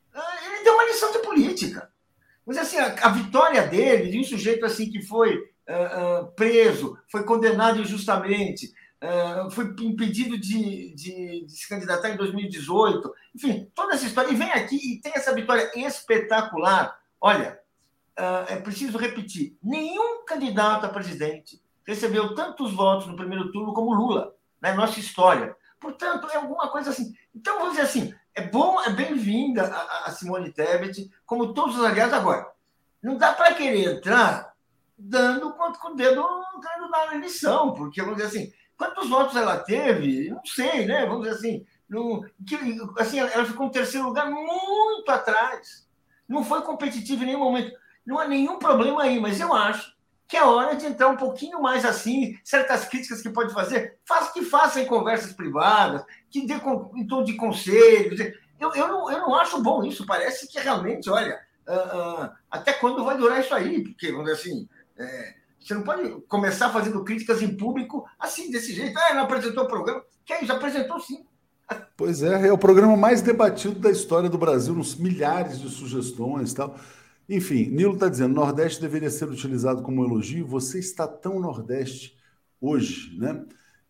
ele deu uma lição de política. Mas assim, a, a vitória dele, de um sujeito assim que foi uh, uh, preso, foi condenado injustamente, uh, foi impedido de, de, de se candidatar em dois mil e dezoito, enfim, toda essa história. E vem aqui e tem essa vitória espetacular. Olha, uh, é preciso repetir, nenhum candidato a presidente recebeu tantos votos no primeiro turno como Lula, na nossa história. Portanto, é alguma coisa assim. Então, vamos dizer assim, é bom, é bem-vinda a, a Simone Tebet, como todos os aliados. Agora, não dá para querer entrar dando quanto com o dedo na eleição, porque, vamos dizer assim, quantos votos ela teve? Não sei, né? Vamos dizer assim, não, que, assim ela ficou em terceiro lugar muito atrás. Não foi competitiva em nenhum momento. Não há nenhum problema aí, mas eu acho que é hora de entrar um pouquinho mais assim, certas críticas que pode fazer, faça que faça em conversas privadas, que dê com, em tom de conselhos. Eu, eu, não, eu não acho bom isso, parece que realmente, olha, uh, uh, até quando vai durar isso aí? Porque, vamos dizer assim, é, você não pode começar fazendo críticas em público assim, desse jeito. Ah, não apresentou o programa. Que é isso? Apresentou sim. Pois é, é o programa mais debatido da história do Brasil, nos milhares de sugestões e tal. Enfim, Nilo está dizendo, Nordeste deveria ser utilizado como elogio, você está tão Nordeste hoje, né?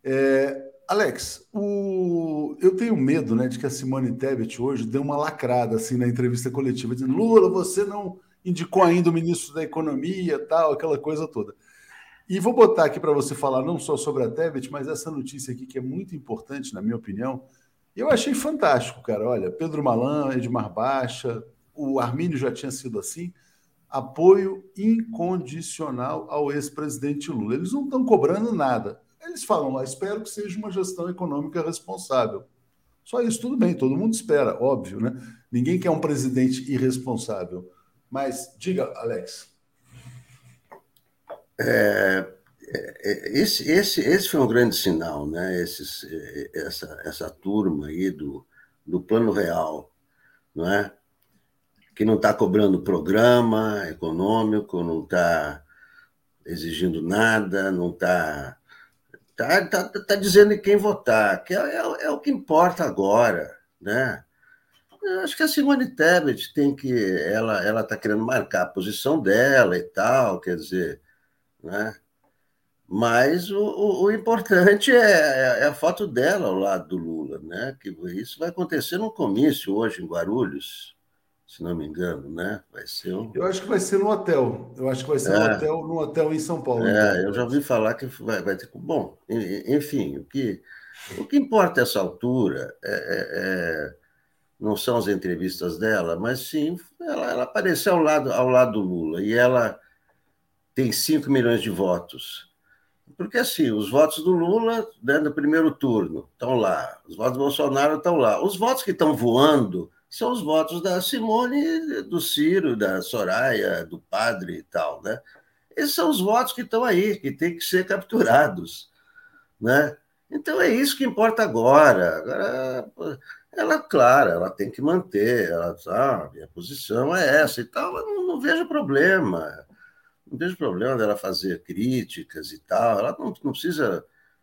É, Alex, o... eu tenho medo, né, de que a Simone Tebet hoje dê uma lacrada assim na entrevista coletiva, dizendo, Lula, você não indicou ainda o ministro da Economia, tal, aquela coisa toda. E vou botar aqui para você falar não só sobre a Tebet, mas essa notícia aqui que é muito importante, na minha opinião. E eu achei fantástico, cara. Olha, Pedro Malan, Edmar Baixa, o Armínio já tinha sido assim. Apoio incondicional ao ex-presidente Lula. Eles não estão cobrando nada. Eles falam lá, espero que seja uma gestão econômica responsável. Só isso, tudo bem, todo mundo espera, óbvio, né? Ninguém quer um presidente irresponsável. Mas, diga, Alex. É, esse, esse, esse foi um grande sinal, né? Esses, essa, essa turma aí do, do Plano Real, não é? Que não está cobrando programa econômico, não está exigindo nada, não está tá, tá, tá dizendo em quem votar, que é, é, é o que importa agora, né? Eu acho que a Simone Tebet tem que, ela ela está querendo marcar a posição dela e tal, quer dizer, né? Mas o, o, o importante é, é a foto dela ao lado do Lula, né? Que isso vai acontecer num comício hoje em Guarulhos, se não me engano, né? Vai ser um... Eu acho que vai ser no hotel. Eu acho que vai ser no É, hotel, no hotel em São Paulo, então. é, eu já ouvi falar que vai, vai ter. Bom, enfim, o que, o que importa essa altura é, é, é, não são as entrevistas dela, mas sim ela, ela apareceu ao lado, ao lado do Lula e ela tem cinco milhões de votos. Porque, assim, os votos do Lula, né, no primeiro turno, estão lá. Os votos do Bolsonaro estão lá. Os votos que estão voando são os votos da Simone, do Ciro, da Soraya, do Padre e tal, né? Esses são os votos que estão aí, que têm que ser capturados, né? Então, é isso que importa agora. Agora, ela, claro, ela tem que manter, ela sabe, a posição é essa e tal, eu não, não vejo problema. Não vejo problema dela fazer críticas e tal. Ela não, não precisa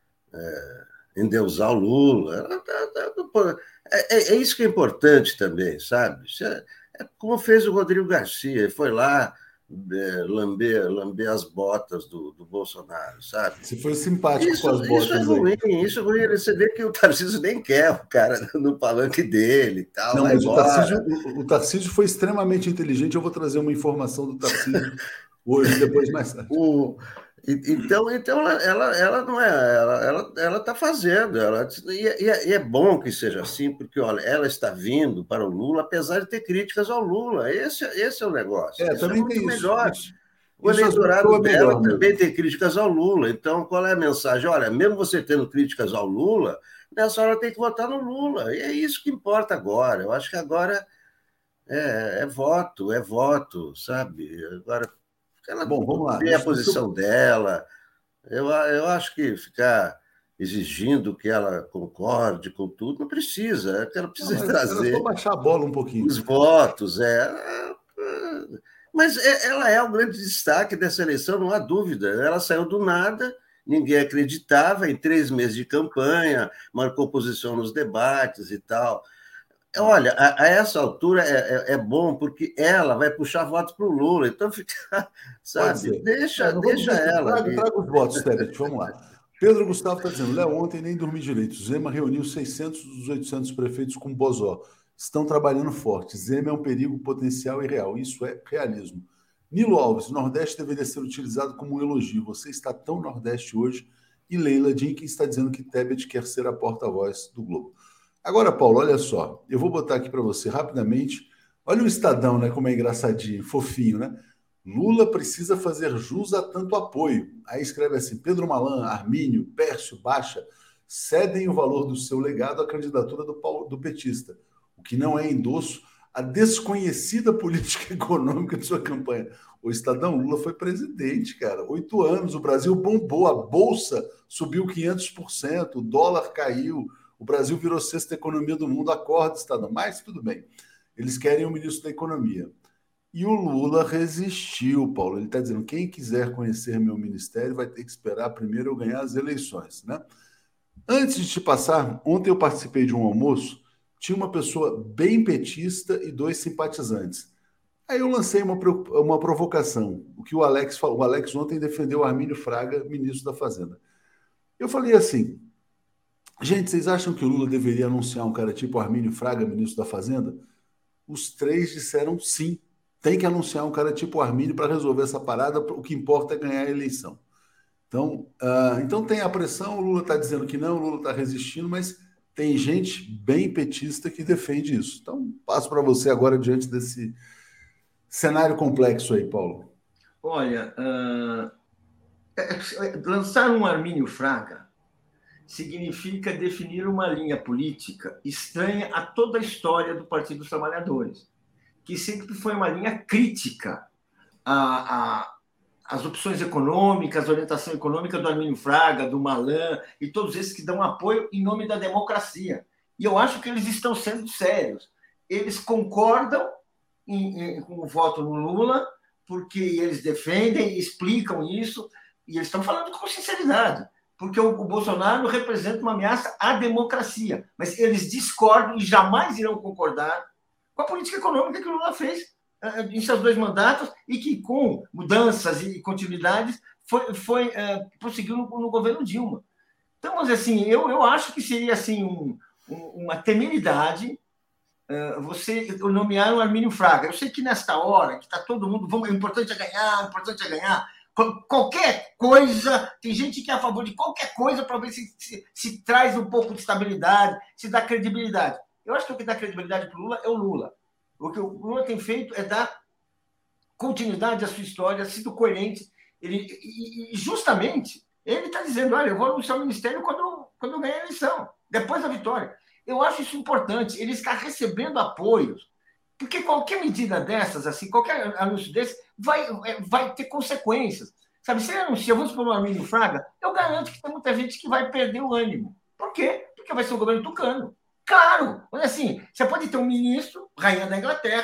é, endeusar o Lula. Ela tá, tá, é, é isso que é importante também, sabe? Isso é, é como fez o Rodrigo Garcia. Ele foi lá é, lamber, lamber as botas do, do Bolsonaro, sabe? Você foi simpático Isso, com as botas isso é ruim, aí. isso é ruim. Você vê que o Tarcísio nem quer o cara no palanque dele e tal. Não, vai mas o embora. Tarcísio, o, o Tarcísio foi extremamente inteligente. Eu vou trazer uma informação do Tarcísio hoje, depois mais tarde. O, então, então ela, ela, ela não é, ela ela ela está fazendo, ela, e, é, e é bom que seja assim, porque olha, ela está vindo para o Lula, apesar de ter críticas ao Lula. Esse, esse é o negócio. É, isso também é muito tem isso. melhor. Isso, o isso eleitorado dela melhor, também mesmo. tem críticas ao Lula. Então, qual é a mensagem? Olha, mesmo você tendo críticas ao Lula, nessa hora tem que votar no Lula. E é isso que importa agora. Eu acho que agora é, é voto, é voto, sabe? Agora ela Bom, vamos lá. tem a Deixa, deixa posição eu... dela. Eu, eu acho que ficar exigindo que ela concorde com tudo não precisa. É que ela precisa Não, era só trazer baixar a bola um pouquinho. os votos. É, mas ela é o grande destaque dessa eleição, não há dúvida. Ela saiu do nada, ninguém acreditava, em três meses de campanha, marcou posição nos debates e tal. Olha, a, a essa altura é, é, é bom, porque ela vai puxar votos para o Lula, então fica, sabe, deixa, é, deixa ela. Traga, traga os votos, Tebet, vamos lá. Pedro Gustavo está dizendo, Léo, ontem nem dormi direito. Zema reuniu seiscentos dos oitocentos prefeitos com Bozó. Estão trabalhando forte. Zema é um perigo potencial e real. Isso é realismo. Nilo Alves, Nordeste deveria ser utilizado como um elogio. Você está tão Nordeste hoje. E Leila Jenkins está dizendo que Tebet quer ser a porta-voz do Globo. Agora, Paulo, olha só. Eu vou botar aqui para você rapidamente. Olha o Estadão, né? Como é engraçadinho, fofinho, né? Lula precisa fazer jus a tanto apoio. Aí escreve assim, Pedro Malan, Armínio, Pércio, Baixa, cedem o valor do seu legado à candidatura do, Paulo, do petista, o que não é endosso à desconhecida política econômica de sua campanha. O Estadão, Lula foi presidente, cara. Oito anos, o Brasil bombou, a Bolsa subiu quinhentos por cento, o dólar caiu, o Brasil virou sexta economia do mundo, acorda, Estadão. Mas tudo bem, eles querem o ministro da Economia. E o Lula resistiu, Paulo. Ele está dizendo, quem quiser conhecer meu ministério vai ter que esperar primeiro eu ganhar as eleições, né? Antes de te passar, ontem eu participei de um almoço, tinha uma pessoa bem petista e dois simpatizantes. Aí eu lancei uma, uma provocação, o que o Alex falou. O Alex ontem defendeu o Armínio Fraga, ministro da Fazenda. Eu falei assim, gente, vocês acham que o Lula deveria anunciar um cara tipo Armínio Fraga, ministro da Fazenda? Os três disseram sim. Tem que anunciar um cara tipo Armínio para resolver essa parada, o que importa é ganhar a eleição. Então, uh, então tem a pressão, o Lula está dizendo que não, o Lula está resistindo, mas tem gente bem petista que defende isso. Então, passo para você agora diante desse cenário complexo aí, Paulo. Olha, uh, lançar um Armínio Fraga significa definir uma linha política estranha a toda a história do Partido dos Trabalhadores, que sempre foi uma linha crítica às opções econômicas, a orientação econômica do Armínio Fraga, do Malan e todos esses que dão apoio em nome da democracia. E eu acho que eles estão sendo sérios. Eles concordam em, em, com o voto no Lula, porque eles defendem e explicam isso, e eles estão falando com sinceridade, porque o, o Bolsonaro representa uma ameaça à democracia, mas eles discordam e jamais irão concordar com a política econômica que o Lula fez uh, em seus dois mandatos e que, com mudanças e continuidades, foi, foi, uh, prosseguiu no, no governo Dilma. Então, mas, assim, eu, eu acho que seria assim, um, um, uma temeridade uh, você nomear o Armínio Fraga. Eu sei que nesta hora, que está todo mundo, vamos, o importante é ganhar, o importante é ganhar, qualquer coisa, tem gente que é a favor de qualquer coisa para ver se, se, se traz um pouco de estabilidade, se dá credibilidade. Eu acho que o que dá credibilidade para o Lula é o Lula. O que o Lula tem feito é dar continuidade à sua história, sido coerente. Ele, e, e justamente, ele está dizendo, olha, eu vou anunciar o ministério quando, quando eu ganhar a eleição, depois da vitória. Eu acho isso importante. Ele está recebendo apoios, porque qualquer medida dessas, assim, qualquer anúncio desse, vai, vai ter consequências. Sabe, se ele anuncia, vamos para o Armínio Fraga, eu garanto que tem muita gente que vai perder o ânimo. Por quê? Porque vai ser um governo tucano. Claro, olha assim, você pode ter um ministro, rainha da Inglaterra, e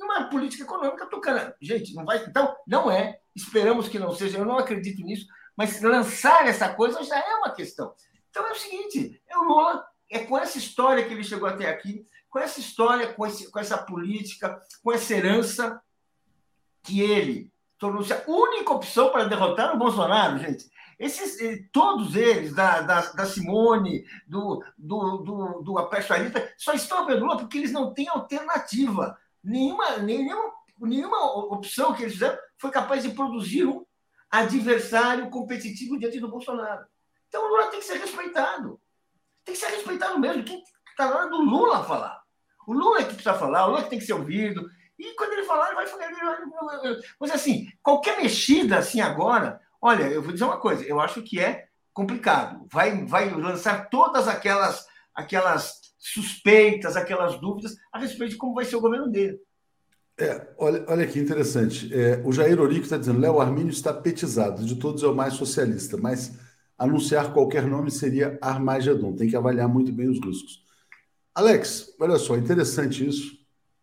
uma política econômica tocando. Gente, não vai. Então, não é. Esperamos que não seja. Eu não acredito nisso. Mas lançar essa coisa já é uma questão. Então é o seguinte: é o Lula, é com essa história que ele chegou até aqui, com essa história, com, esse, com essa política, com essa herança, que ele tornou-se a única opção para derrotar o Bolsonaro, gente. Esses, todos eles, da, da, da Simone, do, do, do, do Aperto Arista, só estão apoiando Lula porque eles não têm alternativa. Nenhuma, nenhuma, nenhuma opção que eles fizeram foi capaz de produzir um adversário competitivo diante do Bolsonaro. Então o Lula tem que ser respeitado. Tem que ser respeitado mesmo. Está na hora do Lula falar. O Lula é que precisa falar, o Lula é que tem que ser ouvido. E quando ele falar, ele vai falar. Mas assim, qualquer mexida assim agora, olha, eu vou dizer uma coisa, eu acho que é complicado. Vai, vai lançar todas aquelas, aquelas suspeitas, aquelas dúvidas a respeito de como vai ser o governo dele. É, olha, olha que interessante. É, o Jair Orico está dizendo: Léo Arminio está petizado, de todos é o mais socialista, mas anunciar qualquer nome seria Armagedon. Tem que avaliar muito bem os riscos. Alex, olha só, interessante isso,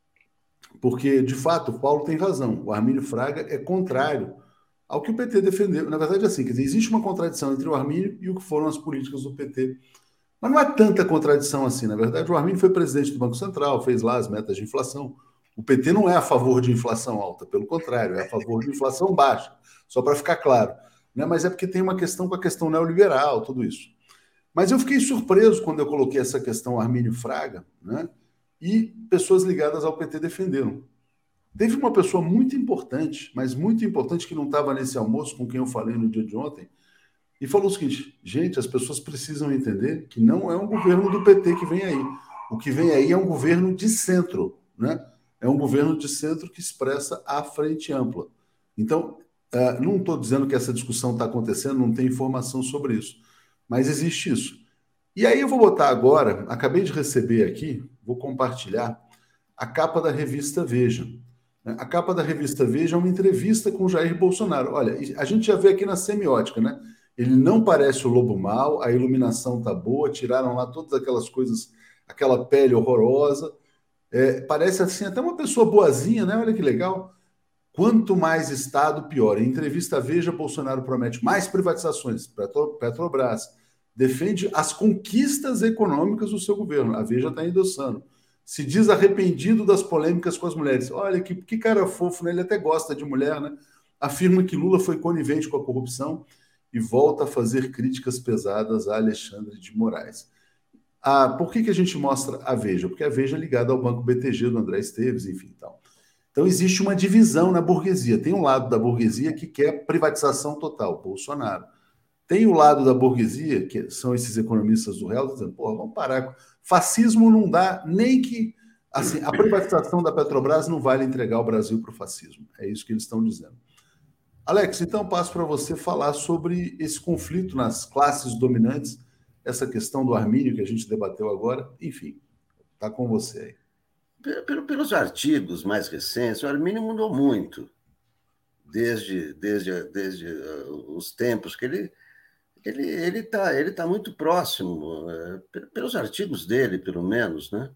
porque, de fato, o Paulo tem razão. O Armínio Fraga é contrário ao que o P T defendeu. Na verdade, é assim, quer dizer, existe uma contradição entre o Armínio e o que foram as políticas do P T. Mas não é tanta contradição assim. Na verdade, o Armínio foi presidente do Banco Central, fez lá as metas de inflação. O P T não é a favor de inflação alta, pelo contrário, é a favor de inflação baixa, só para ficar claro. Né? Mas é porque tem uma questão com a questão neoliberal, tudo isso. Mas eu fiquei surpreso quando eu coloquei essa questão Armínio Fraga, né? E pessoas ligadas ao P T defenderam. Teve uma pessoa muito importante, mas muito importante, que não estava nesse almoço com quem eu falei no dia de ontem, e falou o seguinte: gente, as pessoas precisam entender que não é um governo do P T que vem aí. O que vem aí é um governo de centro, né? É um governo de centro que expressa a frente ampla. Então, uh, não estou dizendo que essa discussão está acontecendo, não tem informação sobre isso, mas existe isso. E aí eu vou botar agora, acabei de receber aqui, vou compartilhar a capa da revista Veja. A capa da revista Veja é uma entrevista com o Jair Bolsonaro. Olha, a gente já vê aqui na semiótica, né? Ele não parece o lobo mau, a iluminação tá boa, tiraram lá todas aquelas coisas, aquela pele horrorosa. É, parece assim até uma pessoa boazinha, né? Olha que legal. Quanto mais Estado, pior. Em entrevista Veja, Bolsonaro promete mais privatizações, Petro, Petrobras, defende as conquistas econômicas do seu governo. A Veja está endossando. Se diz arrependido das polêmicas com as mulheres. Olha, que, que cara fofo, né? Ele até gosta de mulher, né? Afirma que Lula foi conivente com a corrupção e volta a fazer críticas pesadas a Alexandre de Moraes. Ah, por que, que a gente mostra a Veja? Porque a Veja é ligada ao Banco B T G, do André Esteves, enfim, tal. Então, existe uma divisão na burguesia. Tem um lado da burguesia que quer privatização total, Bolsonaro. Tem o lado da burguesia, que são esses economistas do Real, dizendo: porra, vamos parar. Fascismo não dá nem que... Assim, a privatização da Petrobras não vale entregar o Brasil para o fascismo. É isso que eles estão dizendo. Alex, então passo para você falar sobre esse conflito nas classes dominantes, essa questão do Armínio que a gente debateu agora. Enfim, está com você aí. Pelos artigos mais recentes, o Armínio mudou muito, desde, desde, desde os tempos que ele ele ele está ele tá muito próximo, pelos artigos dele, pelo menos, né?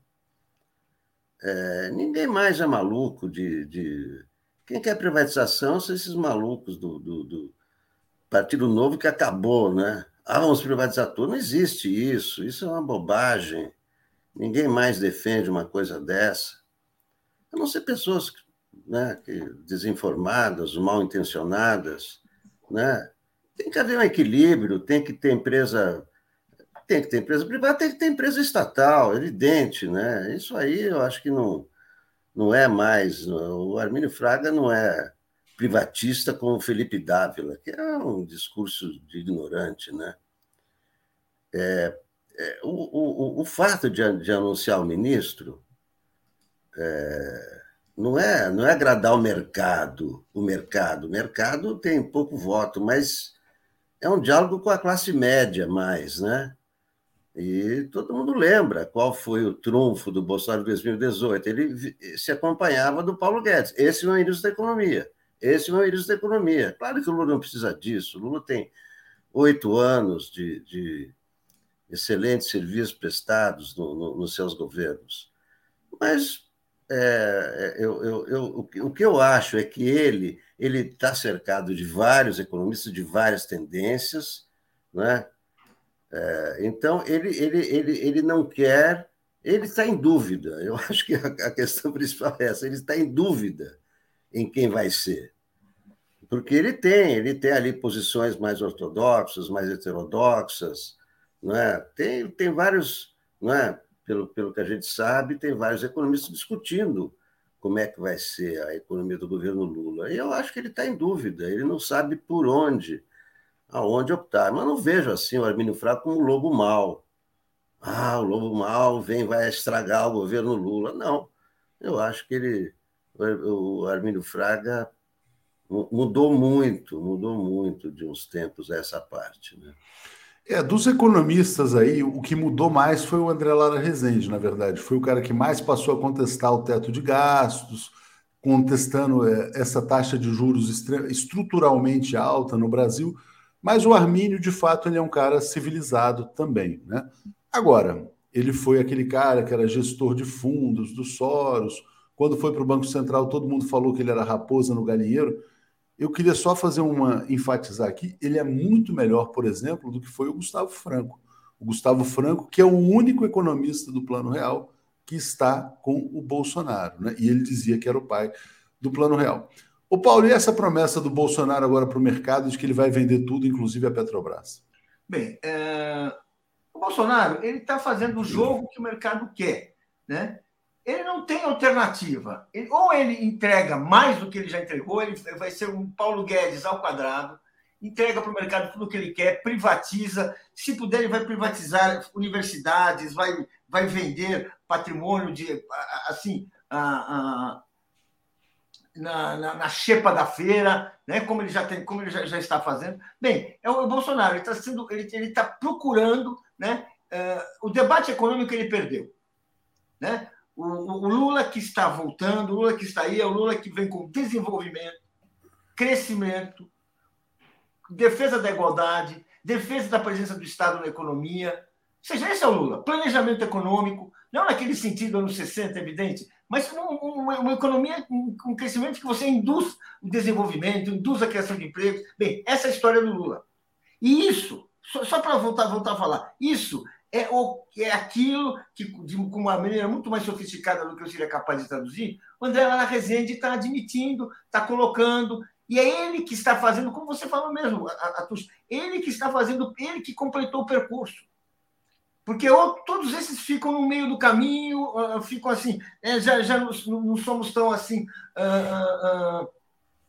É, ninguém mais é maluco de, de... Quem quer privatização são esses malucos do, do, do Partido Novo que acabou, né? Ah, vamos privatizar tudo. Não existe isso, isso é uma bobagem. Ninguém mais defende uma coisa dessa. A não ser pessoas, né, que, desinformadas, mal intencionadas, né? Tem que haver um equilíbrio, tem que ter empresa, tem que ter empresa privada, tem que ter empresa estatal, evidente, né? Isso aí eu acho que não, não é mais. O Armínio Fraga não é privatista como o Felipe Dávila, que é um discurso de ignorante, né? É, é, o, o, o fato de, de anunciar o ministro é, não, é, não é agradar o mercado, o mercado. O mercado tem pouco voto, mas é um diálogo com a classe média mais, né? E todo mundo lembra qual foi o trunfo do Bolsonaro em dois mil e dezoito. Ele se acompanhava do Paulo Guedes. Esse é o ministro da Economia. Esse é o ministro da Economia. Claro que o Lula não precisa disso. O Lula tem oito anos de, de excelentes serviços prestados no, no, nos seus governos. Mas é, eu, eu, eu, o, que, o que eu acho é que ele ele está cercado de vários economistas, de várias tendências, né? É, então, ele, ele, ele, ele não quer, ele está em dúvida. Eu acho que a, a questão principal é essa, ele está em dúvida em quem vai ser. Porque ele tem, ele tem ali posições mais ortodoxas, mais heterodoxas, não é? Tem, tem vários, não é? Pelo, pelo que a gente sabe, tem vários economistas discutindo como é que vai ser a economia do governo Lula. E eu acho que ele está em dúvida, ele não sabe por onde, aonde optar. Mas não vejo assim o Armínio Fraga como um lobo mau. Ah, o lobo mau vem, vai estragar o governo Lula. Não, eu acho que ele, o Armínio Fraga mudou muito, mudou muito de uns tempos a essa parte, né? É, dos economistas aí, o que mudou mais foi o André Lara Rezende, na verdade. Foi o cara que mais passou a contestar o teto de gastos, contestando é, essa taxa de juros estruturalmente alta no Brasil. Mas o Armínio, de fato, ele é um cara civilizado também, né? Agora, ele foi aquele cara que era gestor de fundos, do Soros. Quando foi para o Banco Central, todo mundo falou que ele era raposa no galinheiro. Eu queria só fazer uma, enfatizar aqui, ele é muito melhor, por exemplo, do que foi o Gustavo Franco. O Gustavo Franco, que é o único economista do Plano Real que está com o Bolsonaro, né? E ele dizia que era o pai do Plano Real. Ô Paulo, e essa promessa do Bolsonaro agora para o mercado de que ele vai vender tudo, inclusive a Petrobras? Bem, é... o Bolsonaro ele está fazendo o jogo que o mercado quer, né? Ele não tem alternativa. Ele, ou ele entrega mais do que ele já entregou, ele vai ser um Paulo Guedes ao quadrado, entrega para o mercado tudo o que ele quer, privatiza. Se puder, ele vai privatizar universidades, vai, vai vender patrimônio de, assim, a, a, na, na, na xepa da feira, né? Como ele já tem, como ele já, já está fazendo. Bem, é o, o Bolsonaro, ele está sendo, ele, ele está procurando, né? Uh, o debate econômico ele perdeu, né? O, o Lula que está voltando, o Lula que está aí, é o Lula que vem com desenvolvimento, crescimento, defesa da igualdade, defesa da presença do Estado na economia. Ou seja, esse é o Lula. Planejamento econômico, não naquele sentido anos sessenta, evidente, mas uma, uma economia com um crescimento que você induz o desenvolvimento, induz a criação de empregos. Bem, essa é a história do Lula. E isso, só, só para voltar, voltar a falar, isso É, o, é aquilo que, de com uma maneira muito mais sofisticada do que eu seria capaz de traduzir, o André Lara Rezende está admitindo, está colocando, e é ele que está fazendo, como você falou mesmo, Atush, ele que está fazendo, ele que completou o percurso. Porque ou, todos esses ficam no meio do caminho, uh, ficam assim, é, já, já não, não somos tão assim... Uh, uh, uh,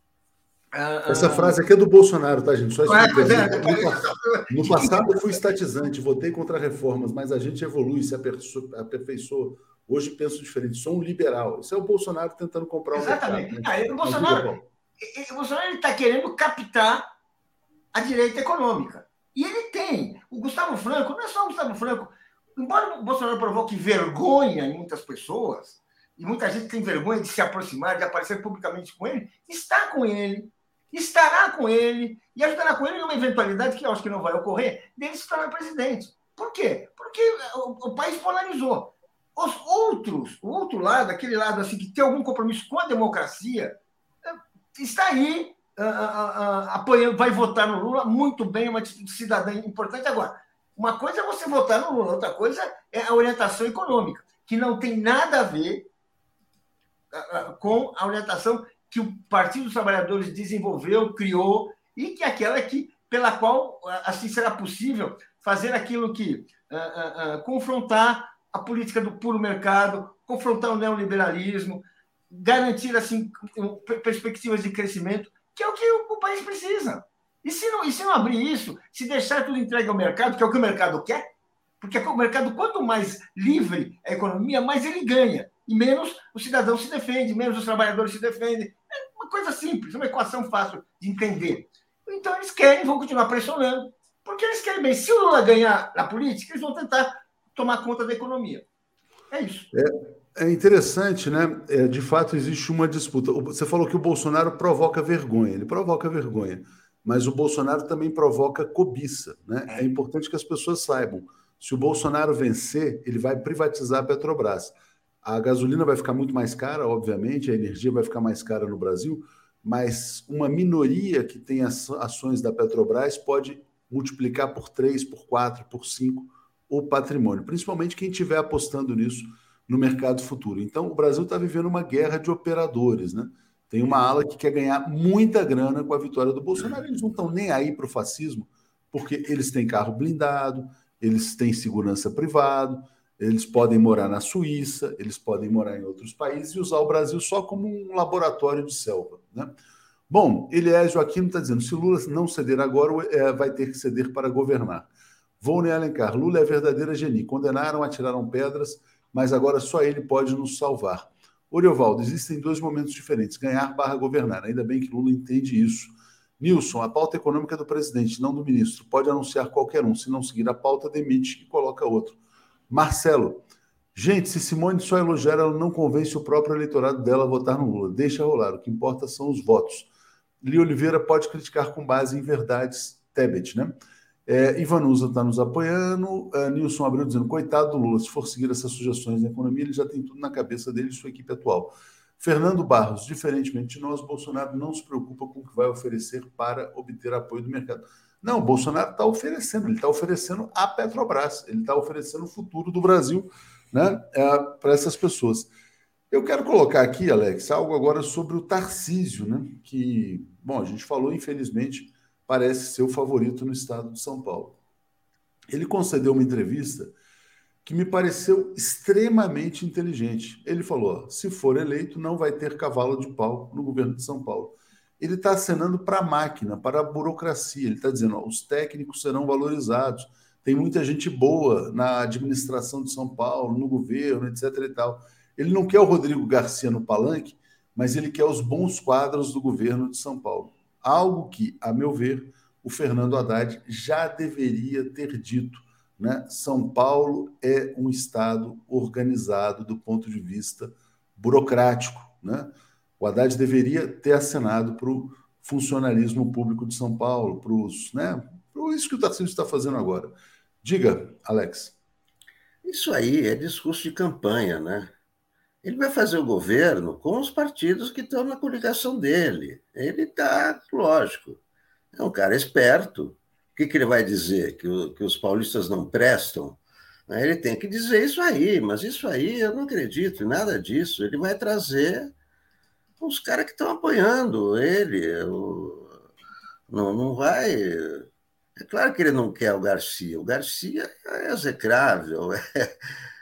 Essa frase aqui é do Bolsonaro, tá, gente? Só é, explicando. é, No passado eu fui estatizante, votei contra reformas, mas a gente evolui, se aperfeiçoou. Hoje penso diferente, sou um liberal. Isso é o Bolsonaro tentando comprar o Exatamente. mercado. Né? Ah, o Bolsonaro o Bolsonaro está querendo captar a direita econômica. E ele tem. O Gustavo Franco, não é só o Gustavo Franco. Embora o Bolsonaro provoque vergonha em muitas pessoas, e muita gente tem vergonha de se aproximar, de aparecer publicamente com ele, está com ele. Estará com ele e ajudará com ele numa eventualidade que eu acho que não vai ocorrer, dele se tornar presidente. Por quê? Porque o, o país polarizou. Os outros, o outro lado, aquele lado assim que tem algum compromisso com a democracia, está aí uh, uh, uh, apoiando, vai votar no Lula muito bem, uma atitude cidadã importante. Agora, uma coisa é você votar no Lula, outra coisa é a orientação econômica, que não tem nada a ver uh, uh, com a orientação que o Partido dos Trabalhadores desenvolveu, criou, e que é aquela que, pela qual assim será possível fazer aquilo que uh, uh, uh, confrontar a política do puro mercado, confrontar o neoliberalismo, garantir assim perspectivas de crescimento, que é o que o, o país precisa. E se, não, e se não abrir isso, se deixar tudo entregue ao mercado, que é o que o mercado quer, porque o mercado, quanto mais livre a economia, mais ele ganha. E menos o cidadão se defende, menos os trabalhadores se defendem. É uma coisa simples, uma equação fácil de entender. Então, eles querem, vão continuar pressionando, porque eles querem bem. Se o Lula ganhar na política, eles vão tentar tomar conta da economia. É isso. É, é interessante, né? É, de fato, existe uma disputa. Você falou que o Bolsonaro provoca vergonha. Ele provoca vergonha. Mas o Bolsonaro também provoca cobiça, né? É, é importante que as pessoas saibam. Se o Bolsonaro vencer, ele vai privatizar a Petrobras. A gasolina vai ficar muito mais cara, obviamente, a energia vai ficar mais cara no Brasil, mas uma minoria que tem as ações da Petrobras pode multiplicar por três, por quatro, por cinco o patrimônio, principalmente quem estiver apostando nisso no mercado futuro. Então, o Brasil está vivendo uma guerra de operadores, né? Tem uma ala que quer ganhar muita grana com a vitória do Bolsonaro, eles não estão nem aí para o fascismo, porque eles têm carro blindado, eles têm segurança privada, eles podem morar na Suíça, eles podem morar em outros países e usar o Brasil só como um laboratório de selva, né? Bom, Eliésio Aquino está dizendo, se Lula não ceder agora, é, vai ter que ceder para governar. Volney Alencar, Lula é a verdadeira geni. Condenaram, atiraram pedras, mas agora só ele pode nos salvar. Oriovaldo, existem dois momentos diferentes, ganhar barra governar. Ainda bem que Lula entende isso. Nilson, a pauta econômica é do presidente, não do ministro. Pode anunciar qualquer um. Se não seguir a pauta, demite e coloca outro. Marcelo, gente, se Simone só elogiar, ela não convence o próprio eleitorado dela a votar no Lula. Deixa rolar, o que importa são os votos. Li Oliveira pode criticar com base em verdades. Tebet, né? É, Ivanusa está nos apoiando. É, Nilson Abreu dizendo, coitado do Lula, se for seguir essas sugestões da economia, ele já tem tudo na cabeça dele e sua equipe atual. Fernando Barros, diferentemente de nós, Bolsonaro não se preocupa com o que vai oferecer para obter apoio do mercado. Não, o Bolsonaro está oferecendo, ele está oferecendo a Petrobras, ele está oferecendo o futuro do Brasil, né, é, para essas pessoas. Eu quero colocar aqui, Alex, algo agora sobre o Tarcísio, né, que, bom, a gente falou, infelizmente, parece ser o favorito no estado de São Paulo. Ele concedeu uma entrevista que me pareceu extremamente inteligente. Ele falou, ó, se for eleito, não vai ter cavalo de pau no governo de São Paulo. Ele está acenando para a máquina, para a burocracia. Ele está dizendo, ó, os técnicos serão valorizados. Tem muita gente boa na administração de São Paulo, no governo, etc e tal. Ele não quer o Rodrigo Garcia no palanque, mas ele quer os bons quadros do governo de São Paulo. Algo que, a meu ver, o Fernando Haddad já deveria ter dito, né? São Paulo é um estado organizado do ponto de vista burocrático, né? O Haddad deveria ter acenado para o funcionalismo público de São Paulo, para os, né? Por isso que o Tarcísio está fazendo agora. Diga, Alex. Isso aí é discurso de campanha, né? Ele vai fazer o governo com os partidos que estão na coligação dele. Ele está, lógico, é um cara esperto. O que, que ele vai dizer? Que, o, que os paulistas não prestam? Ele tem que dizer isso aí, mas isso aí eu não acredito em nada disso. Ele vai trazer os caras que estão apoiando ele. O, não, não vai... É claro que ele não quer o Garcia. O Garcia é execrável, é...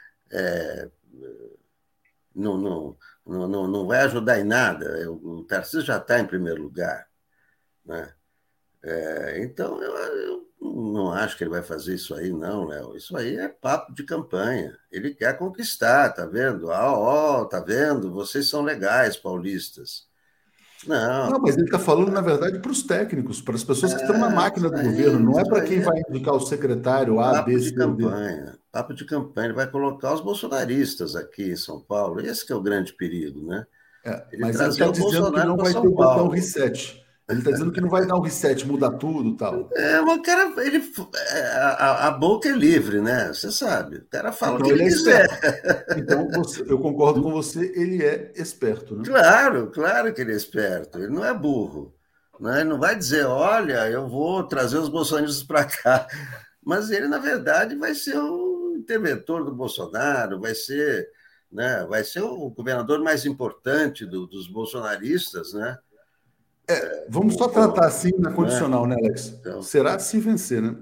é Não, não, não, não vai ajudar em nada. O Tarcísio já está em primeiro lugar, né? É, então, eu, eu não acho que ele vai fazer isso aí, não, Léo. Isso aí é papo de campanha. Ele quer conquistar, tá vendo? Ah, ó, tá vendo? Vocês são legais, paulistas. Não. Não, mas ele está falando, na verdade, para os técnicos, para as pessoas que estão na máquina do aí, governo, não é para quem vai indicar o secretário A, papo B, C, C, de campanha, D. Papo de campanha, ele vai colocar os bolsonaristas aqui em São Paulo, esse que é o grande perigo, né? É, ele mas ele está dizendo que não vai ter o botão reset. Ele está dizendo que não vai dar um reset, mudar tudo e tal. É, mas o cara, ele, a, a boca é livre, né? Você sabe, o cara fala então, o que ele, ele é quiser. Esperto. Então, você, eu concordo com você, ele é esperto, né? Claro, claro que ele é esperto, ele não é burro. Né? Ele não vai dizer, olha, eu vou trazer os bolsonaristas para cá. Mas ele, na verdade, vai ser o interventor do Bolsonaro, vai ser, né, vai ser o governador mais importante do, dos bolsonaristas, né? É, vamos só tratar assim na condicional, né, Alex? Então, será se vencer, né?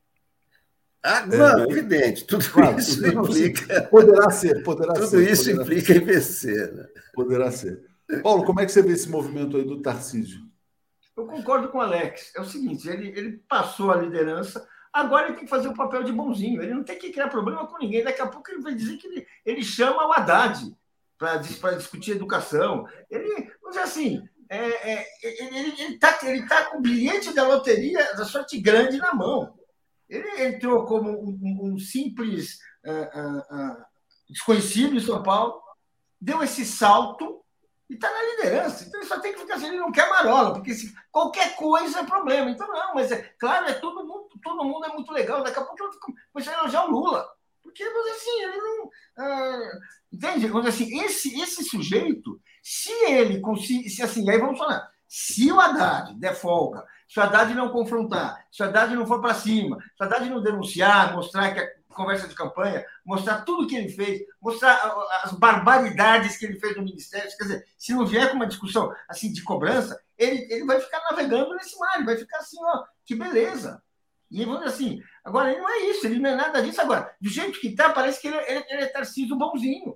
Ah, não, é, evidente. Tudo claro, isso não, implica. Poderá ser, poderá tudo ser. Tudo isso poderá implica ser. em vencer. Né? Poderá ser. Paulo, como é que você vê esse movimento aí do Tarcísio? Eu concordo com o Alex. É o seguinte, ele, ele passou a liderança, agora ele tem que fazer o papel de bonzinho. Ele não tem que criar problema com ninguém. Daqui a pouco ele vai dizer que ele, ele chama o Haddad para discutir educação. Ele, vamos dizer assim, é, é, ele está ele tá com o bilhete da loteria da sorte grande na mão. Ele entrou como um, um simples uh, uh, uh, desconhecido em São Paulo, deu esse salto e está na liderança. Então ele só tem que ficar assim, ele não quer marola, porque se, qualquer coisa é problema. Então, não, mas é claro, é todo mundo, todo mundo é muito legal. Daqui a pouco eu fico começando a elogiar o Lula. Porque, mas assim, ele não. Ah, entende? Quando, assim, esse, esse sujeito, se ele conseguir, se assim, aí vamos falar, se o Haddad der folga, se o Haddad não confrontar, se o Haddad não for para cima, se o Haddad não denunciar, mostrar que a conversa de campanha, mostrar tudo que ele fez, mostrar as barbaridades que ele fez no Ministério, quer dizer, se não vier com uma discussão assim de cobrança, ele, ele vai ficar navegando nesse mar, ele vai ficar assim, ó, que beleza. E vamos dizer assim, agora ele não é isso, ele não é nada disso. Agora, do jeito que está, parece que ele, ele, ele é Tarcísio bonzinho.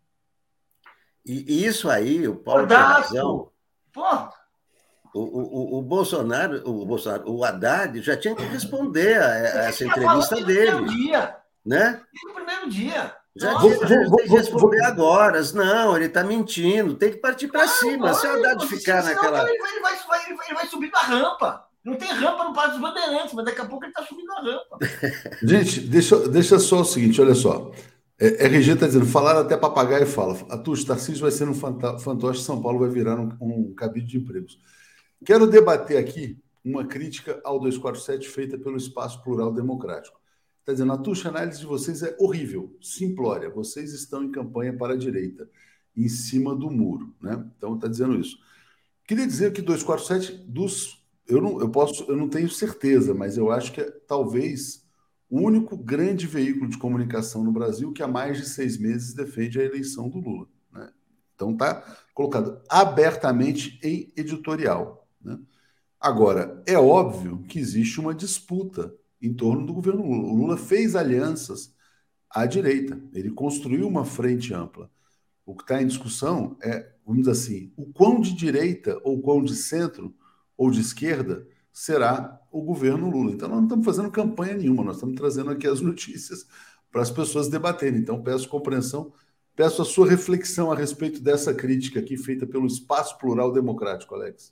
E isso aí, o Paulo tem razão. Pô. O, o, o, Bolsonaro, o Bolsonaro, o Haddad já tinha que responder a, a essa entrevista dele. No primeiro dia. Né? No primeiro dia. Já tinha que responder agora. Não, ele está mentindo, tem que partir para cima. Se o Haddad ficar naquela. Ele vai, ele, vai, ele vai subir na rampa. Não tem rampa no Parque dos Bandeirantes, mas daqui a pouco ele está subindo a rampa. Gente, deixa, deixa só o seguinte, olha só. É, R G está dizendo, falaram até papagaio e fala. Atush, Tarcísio vai ser um fantoche, São Paulo vai virar um, um cabide de empregos. Quero debater aqui uma crítica ao duzentos e quarenta e sete feita pelo Espaço Plural Democrático. Está dizendo, Atush, a análise de vocês é horrível, simplória. Vocês estão em campanha para a direita, em cima do muro. Né? Então, está dizendo isso. Queria dizer que duzentos e quarenta e sete dos... Eu não, eu, posso, eu não tenho certeza, mas eu acho que é talvez o único grande veículo de comunicação no Brasil que há mais de seis meses defende a eleição do Lula. Né? Então está colocado abertamente em editorial. Né? Agora, é óbvio que existe uma disputa em torno do governo Lula. O Lula fez alianças à direita, ele construiu uma frente ampla. O que está em discussão é, vamos dizer assim, o quão de direita ou quão de centro ou de esquerda será o governo Lula. Então, nós não estamos fazendo campanha nenhuma, nós estamos trazendo aqui as notícias para as pessoas debaterem. Então, peço compreensão, peço a sua reflexão a respeito dessa crítica aqui feita pelo Espaço Plural Democrático, Alex.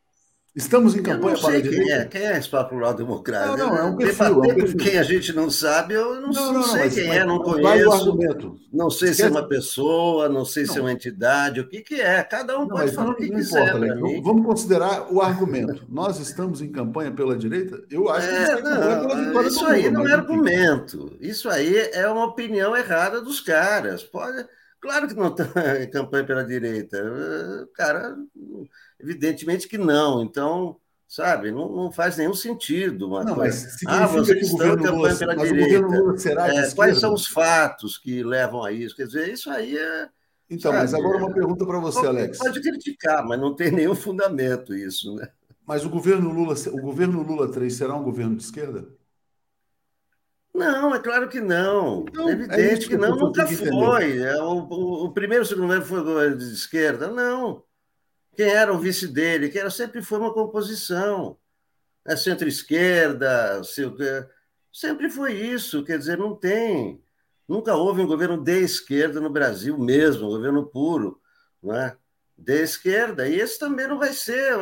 Estamos em campanha para a direita? Quem é, quem é Espaço Plural Democrático? Não, não, é um perfil. É um perfil. Quem a gente não sabe, eu não, não, não, não sei mas, quem mas, é, não conheço. Não sei se é uma pessoa, não sei não. se é uma entidade, o que, que é. Cada um não, pode falar o que quiser. Importa, Alex, vamos considerar o argumento. Nós estamos em campanha pela direita? Eu acho que é, não, pela vitória isso do aí Lula, não é argumento. Isso aí é uma opinião errada dos caras. Pode... Claro que não está em campanha pela direita. Cara, evidentemente que não. Então... Sabe, não, não faz nenhum sentido. Uma não, coisa. Mas ah, vocês estão em campanha Lula, pela direita. Lula será é, quais são os fatos que levam a isso? Quer dizer, isso aí é... Então, sabe, mas agora uma pergunta para você, Alex. Pode criticar, mas não tem nenhum fundamento isso, né? Mas o governo Lula, o governo Lula três será um governo de esquerda? Não, é claro que não. Então, é evidente é que, que não, nunca foi. É, o, o, o primeiro e o segundo governo foi governo de esquerda? Não. Quem era o vice dele? Que era, sempre foi uma composição. É centro-esquerda, sempre foi isso. Quer dizer, não tem. Nunca houve um governo de esquerda no Brasil mesmo, um governo puro, não é? De esquerda. E esse também não vai ser.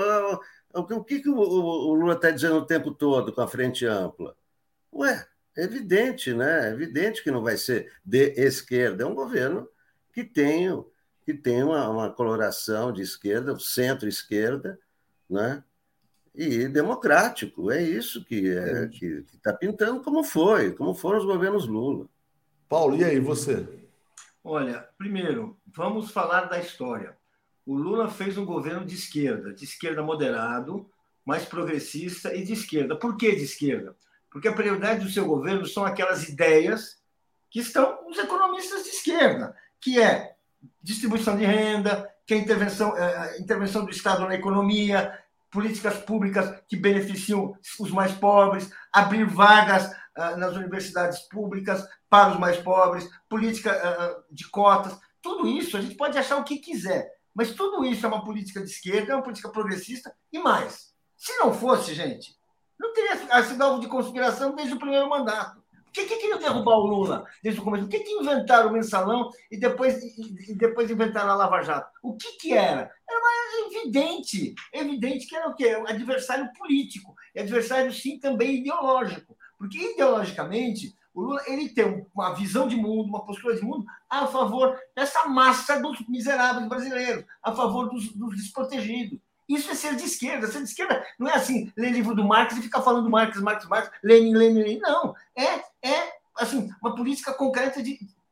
O que, que o Lula está dizendo o tempo todo com a frente ampla? Ué, é evidente, né? É evidente que não vai ser de esquerda. É um governo que tem... que tem uma, uma coloração de esquerda, centro-esquerda, né? E democrático. É isso que é, que está pintando como foi, como foram os governos Lula. Paulo, e aí, você? Olha, primeiro, vamos falar da história. O Lula fez um governo de esquerda, de esquerda moderado, mais progressista e de esquerda. Por que de esquerda? Porque a prioridade do seu governo são aquelas ideias que estão os economistas de esquerda, que é distribuição de renda, que é intervenção, é, intervenção do Estado na economia, políticas públicas que beneficiam os mais pobres, abrir vagas uh, nas universidades públicas para os mais pobres, política uh, de cotas, tudo isso a gente pode achar o que quiser, mas tudo isso é uma política de esquerda, é uma política progressista e mais. Se não fosse, gente, não teria sido alvo de conspiração desde o primeiro mandato. Por que, que queriam derrubar o Lula desde o começo? Por que, que inventaram o mensalão e depois, e, e depois inventaram a Lava Jato? O que, que era? Era mais evidente. Evidente que era o quê? Adversário político. E adversário, sim, também ideológico. Porque, ideologicamente, o Lula ele tem uma visão de mundo, uma postura de mundo a favor dessa massa dos miseráveis brasileiros, a favor dos, dos desprotegidos. Isso é ser de esquerda. Ser de esquerda não é assim, ler livro do Marx e ficar falando Marx, Marx, Marx, Lenin, Lenin, Lenin. Não. É, é assim, uma política concreta de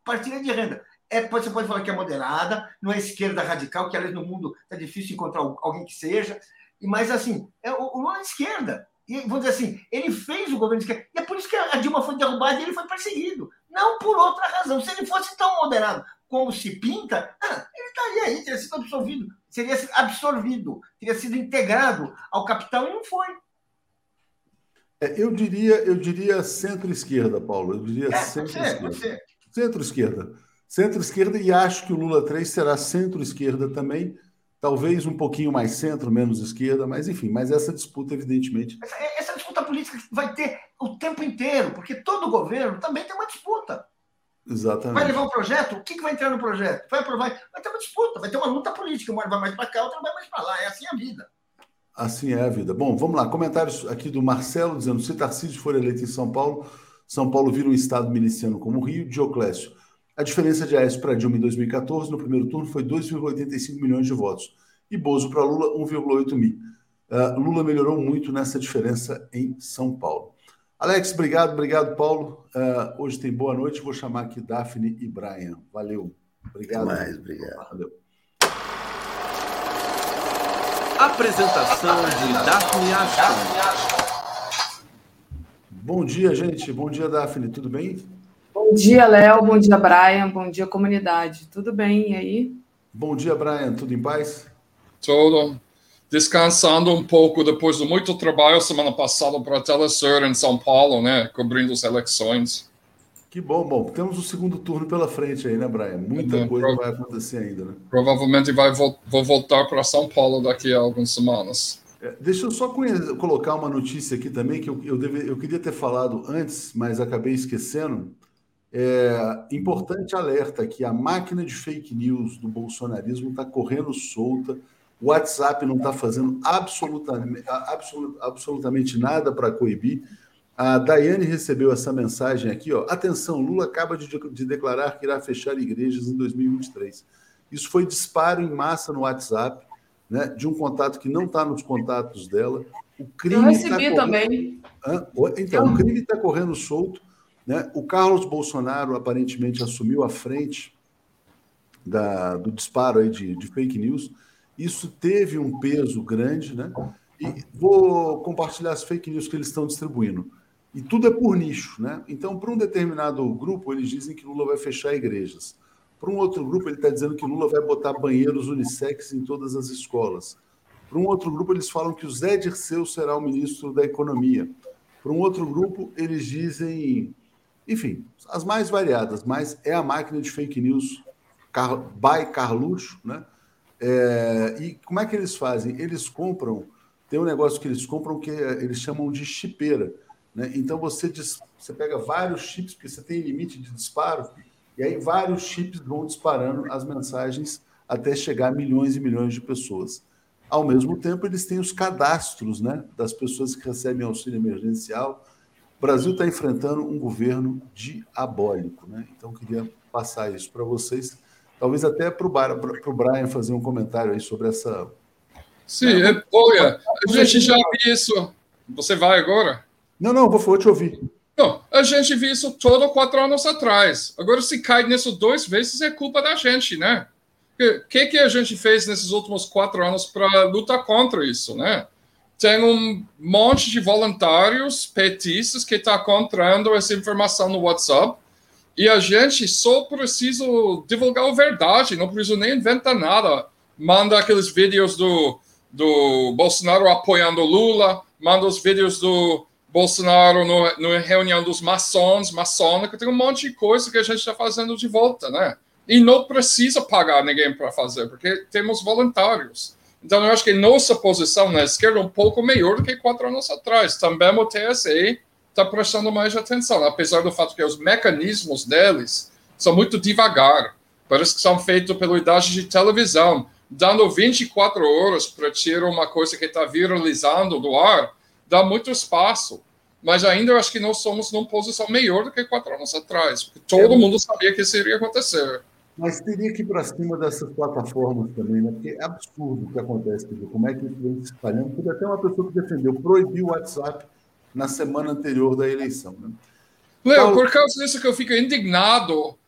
partilha de renda. É, você pode falar que é moderada, não é esquerda radical, que aliás no mundo está difícil encontrar alguém que seja, mas assim, é, o, o Lula é esquerda. E vamos dizer assim, ele fez o governo de esquerda, e é por isso que a Dilma foi derrubada e ele foi perseguido. Não por outra razão. Se ele fosse tão moderado como se pinta, ah, ele estaria aí, teria sido absorvido, seria absorvido, teria sido integrado ao capital e não foi. É, eu diria, eu diria centro-esquerda, Paulo. Eu diria é, centro-esquerda. Centro-esquerda. Centro-esquerda, e acho que o Lula três será centro-esquerda também, talvez um pouquinho mais centro, menos esquerda, mas enfim, mas essa disputa, evidentemente... Essa, essa disputa política vai ter o tempo inteiro, porque todo governo também tem uma disputa. Exatamente. Vai levar um projeto, o que, que vai entrar no projeto? Vai aprovar, vai ter uma disputa, vai ter uma luta política, uma vai mais para cá, outra vai mais para lá, é assim a vida. Assim é a vida. Bom, vamos lá, comentários aqui do Marcelo, dizendo, se Tarcísio for eleito em São Paulo, São Paulo vira um estado miliciano como o Rio. Dioclésio, a diferença de Aécio para Dilma em dois mil e quatorze, no primeiro turno, foi dois vírgula oitenta e cinco milhões de votos. E Bozo para Lula, um vírgula oito mil. Uh, Lula melhorou muito nessa diferença em São Paulo. Alex, obrigado, obrigado, Paulo. Uh, hoje tem boa noite, vou chamar aqui Daphne e Brian. Valeu. Obrigado. Até mais, obrigado. Valeu. Apresentação de Daphne Ashton. Bom dia, gente. Bom dia, Daphne. Tudo bem? Bom dia, Léo. Bom dia, Brian. Bom dia, comunidade. Tudo bem? E aí? Bom dia, Brian. Tudo em paz? Tudo. Descansando um pouco depois de muito trabalho semana passada para a Telesur em São Paulo, né? Cobrindo as eleições. Que bom, bom. Temos o segundo turno pela frente aí, né, Brian? Muita é, coisa prova- vai acontecer ainda, né? Provavelmente vai vo- vou voltar para São Paulo daqui a algumas semanas. É, deixa eu só conhe- colocar uma notícia aqui também, que eu, eu, deve, eu queria ter falado antes, mas acabei esquecendo. É, importante alerta aqui, a máquina de fake news do bolsonarismo está correndo solta, o WhatsApp não está fazendo absolutamente, absolut, absolutamente nada para coibir. A Daiane recebeu essa mensagem aqui, ó. Atenção, Lula acaba de, de declarar que irá fechar igrejas em dois mil e vinte e três. Isso foi disparo em massa no WhatsApp, né, de um contato que não está nos contatos dela. O crime Eu recebi tá correndo... também. Hã? Então, o crime está correndo solto, né? O Carlos Bolsonaro aparentemente assumiu a frente da, do disparo aí de, de fake news. Isso teve um peso grande, né? E vou compartilhar as fake news que eles estão distribuindo. E tudo é por nicho, né? Então, para um determinado grupo, eles dizem que Lula vai fechar igrejas. Para um outro grupo, ele está dizendo que Lula vai botar banheiros unissex em todas as escolas. Para um outro grupo, eles falam que o Zé Dirceu será o ministro da Economia. Para um outro grupo, eles dizem... Enfim, as mais variadas, mas é a máquina de fake news Car... by Carluxo, né? É... E como é que eles fazem? Eles compram... Tem um negócio que eles compram que eles chamam de chipeira, né? Então, você, diz... você pega vários chips, porque você tem limite de disparo, e aí vários chips vão disparando as mensagens até chegar a milhões e milhões de pessoas. Ao mesmo tempo, eles têm os cadastros, né, das pessoas que recebem auxílio emergencial. O Brasil está enfrentando um governo diabólico, né? Então, queria passar isso para vocês. Talvez até para o Brian fazer um comentário aí sobre essa... Sim, é, olha, a gente já viu isso. Você vai agora? Não, não, vou, vou te ouvir. Não, a gente viu isso todo quatro anos atrás. Agora, se cai nisso duas vezes, é culpa da gente, né? O que, que a gente fez nesses últimos quatro anos para lutar contra isso, né? Tem um monte de voluntários petistas que estão encontrando essa informação no WhatsApp e a gente só precisa divulgar a verdade, não precisa nem inventar nada. Manda aqueles vídeos do, do Bolsonaro apoiando Lula, manda os vídeos do Bolsonaro no, no reunião dos maçons, maçônica, tem um monte de coisa que a gente está fazendo de volta, né? E não precisa pagar ninguém para fazer, porque temos voluntários. Então, eu acho que nossa posição na esquerda é um pouco melhor do que quatro anos atrás. Também o T S E está prestando mais atenção, apesar do fato que os mecanismos deles são muito devagar. Parece que são feitos pela unidade de televisão, dando vinte e quatro horas para tirar uma coisa que está viralizando do ar, dá muito espaço. Mas ainda eu acho que nós somos numa posição melhor do que quatro anos atrás, porque todo é, mundo sabia que isso iria acontecer. Mas teria que ir para cima dessas plataformas também, né? Porque é absurdo o que acontece, dizer, como é que isso vem se espalhando. Teve até uma pessoa que defendeu, proibiu o WhatsApp na semana anterior da eleição. Né? Léo, Paulo... por causa disso que eu fico indignado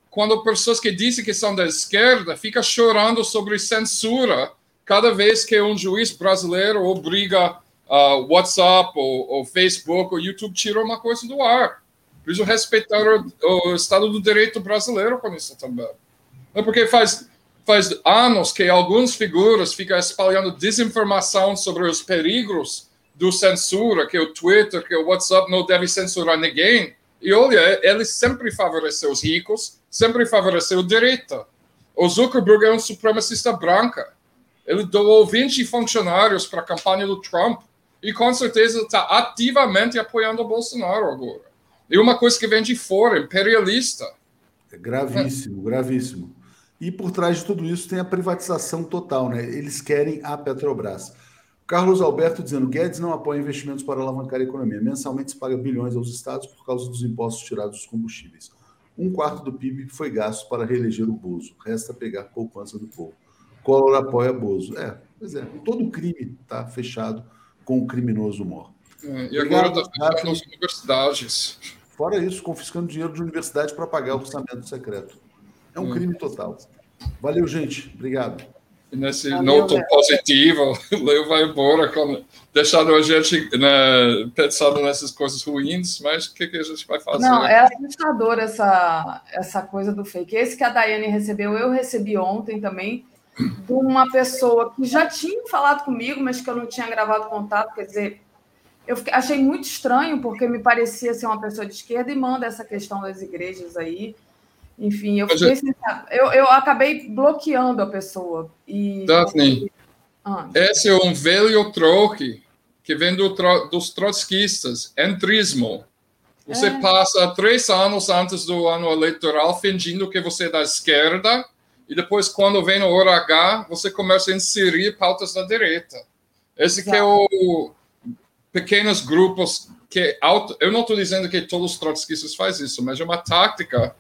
quando pessoas que dizem que são da esquerda ficam chorando sobre censura cada vez que um juiz brasileiro obriga uh, WhatsApp, ou, ou Facebook, ou YouTube tira uma coisa do ar. Preciso respeitar o, o Estado do Direito brasileiro com isso também. É porque faz, faz anos que algumas figuras ficam espalhando desinformação sobre os perigos do censura, que o Twitter, que o WhatsApp não deve censurar ninguém. E olha, ele sempre favoreceu os ricos, sempre favoreceu o direito. O Zuckerberg é um supremacista branco. Ele doou vinte funcionários para a campanha do Trump e com certeza está ativamente apoiando o Bolsonaro agora. E uma coisa que vem de fora, imperialista. É gravíssimo, é. gravíssimo. E por trás de tudo isso tem a privatização total, né? Eles querem a Petrobras. Carlos Alberto dizendo, Guedes não apoia investimentos para alavancar a economia. Mensalmente se paga bilhões aos estados por causa dos impostos tirados dos combustíveis. Um quarto do P I B foi gasto para reeleger o Bozo. Resta pegar poupança do povo. Collor apoia Bozo. É, pois é. Todo crime está fechado com o criminoso mor. É, e agora está fechado nas universidades. Fora isso, confiscando dinheiro de universidade para pagar o orçamento secreto. É um é. crime total. Valeu, gente. Obrigado. E nesse noto positivo, o Leo vai embora, com, deixando a gente né, pensando nessas coisas ruins, mas o que, que a gente vai fazer? Não, é assustador essa, essa coisa do fake. Esse que a Daiane recebeu, eu recebi ontem também, de uma pessoa que já tinha falado comigo, mas que eu não tinha gravado contato, quer dizer, eu fiquei, achei muito estranho, porque me parecia ser uma pessoa de esquerda e manda essa questão das igrejas aí. Enfim, eu, fiquei, eu, eu acabei bloqueando a pessoa. E... Daphne, ah. esse é um velho troque que vem do, dos trotskistas, entrismo. Você é. passa três anos antes do ano eleitoral fingindo que você é da esquerda e depois, quando vem o hora H, você começa a inserir pautas da direita. Esse Exato. que é o pequenos grupos que... Auto, eu não estou dizendo que todos os trotskistas fazem isso, mas é uma tática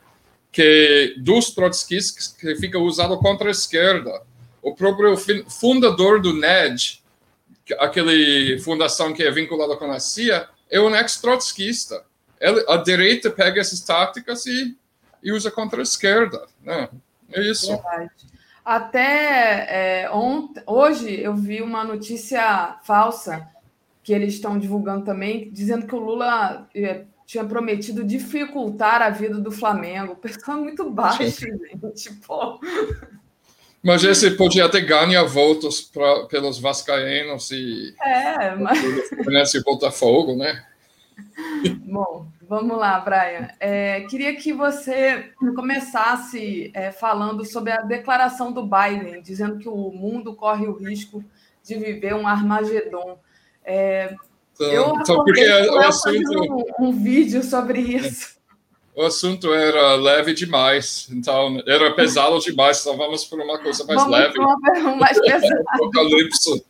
que dos trotskistas que fica usado contra a esquerda. O próprio fundador do N E D, aquele fundação que é vinculada com a C I A, é um ex-trotskista. A direita pega essas táticas e, e usa contra a esquerda. Né? É isso. Verdade. Até é, ontem, hoje eu vi uma notícia falsa que eles estão divulgando também, dizendo que o Lula... É, tinha prometido dificultar a vida do Flamengo. O pessoal é muito baixo, gente. Pô. Mas esse podia até ganhar votos pra, pelos vascaínos e... É, mas... e Botafogo, né? Bom, vamos lá, Brian. É, queria que você começasse é, falando sobre a declaração do Biden, dizendo que o mundo corre o risco de viver um Armagedon. É, Então, eu então porque o assunto um, um vídeo sobre isso. O assunto era leve demais, então era pesado demais, então vamos por uma coisa mais vamos leve. Uma, mais pesada. Apocalipse.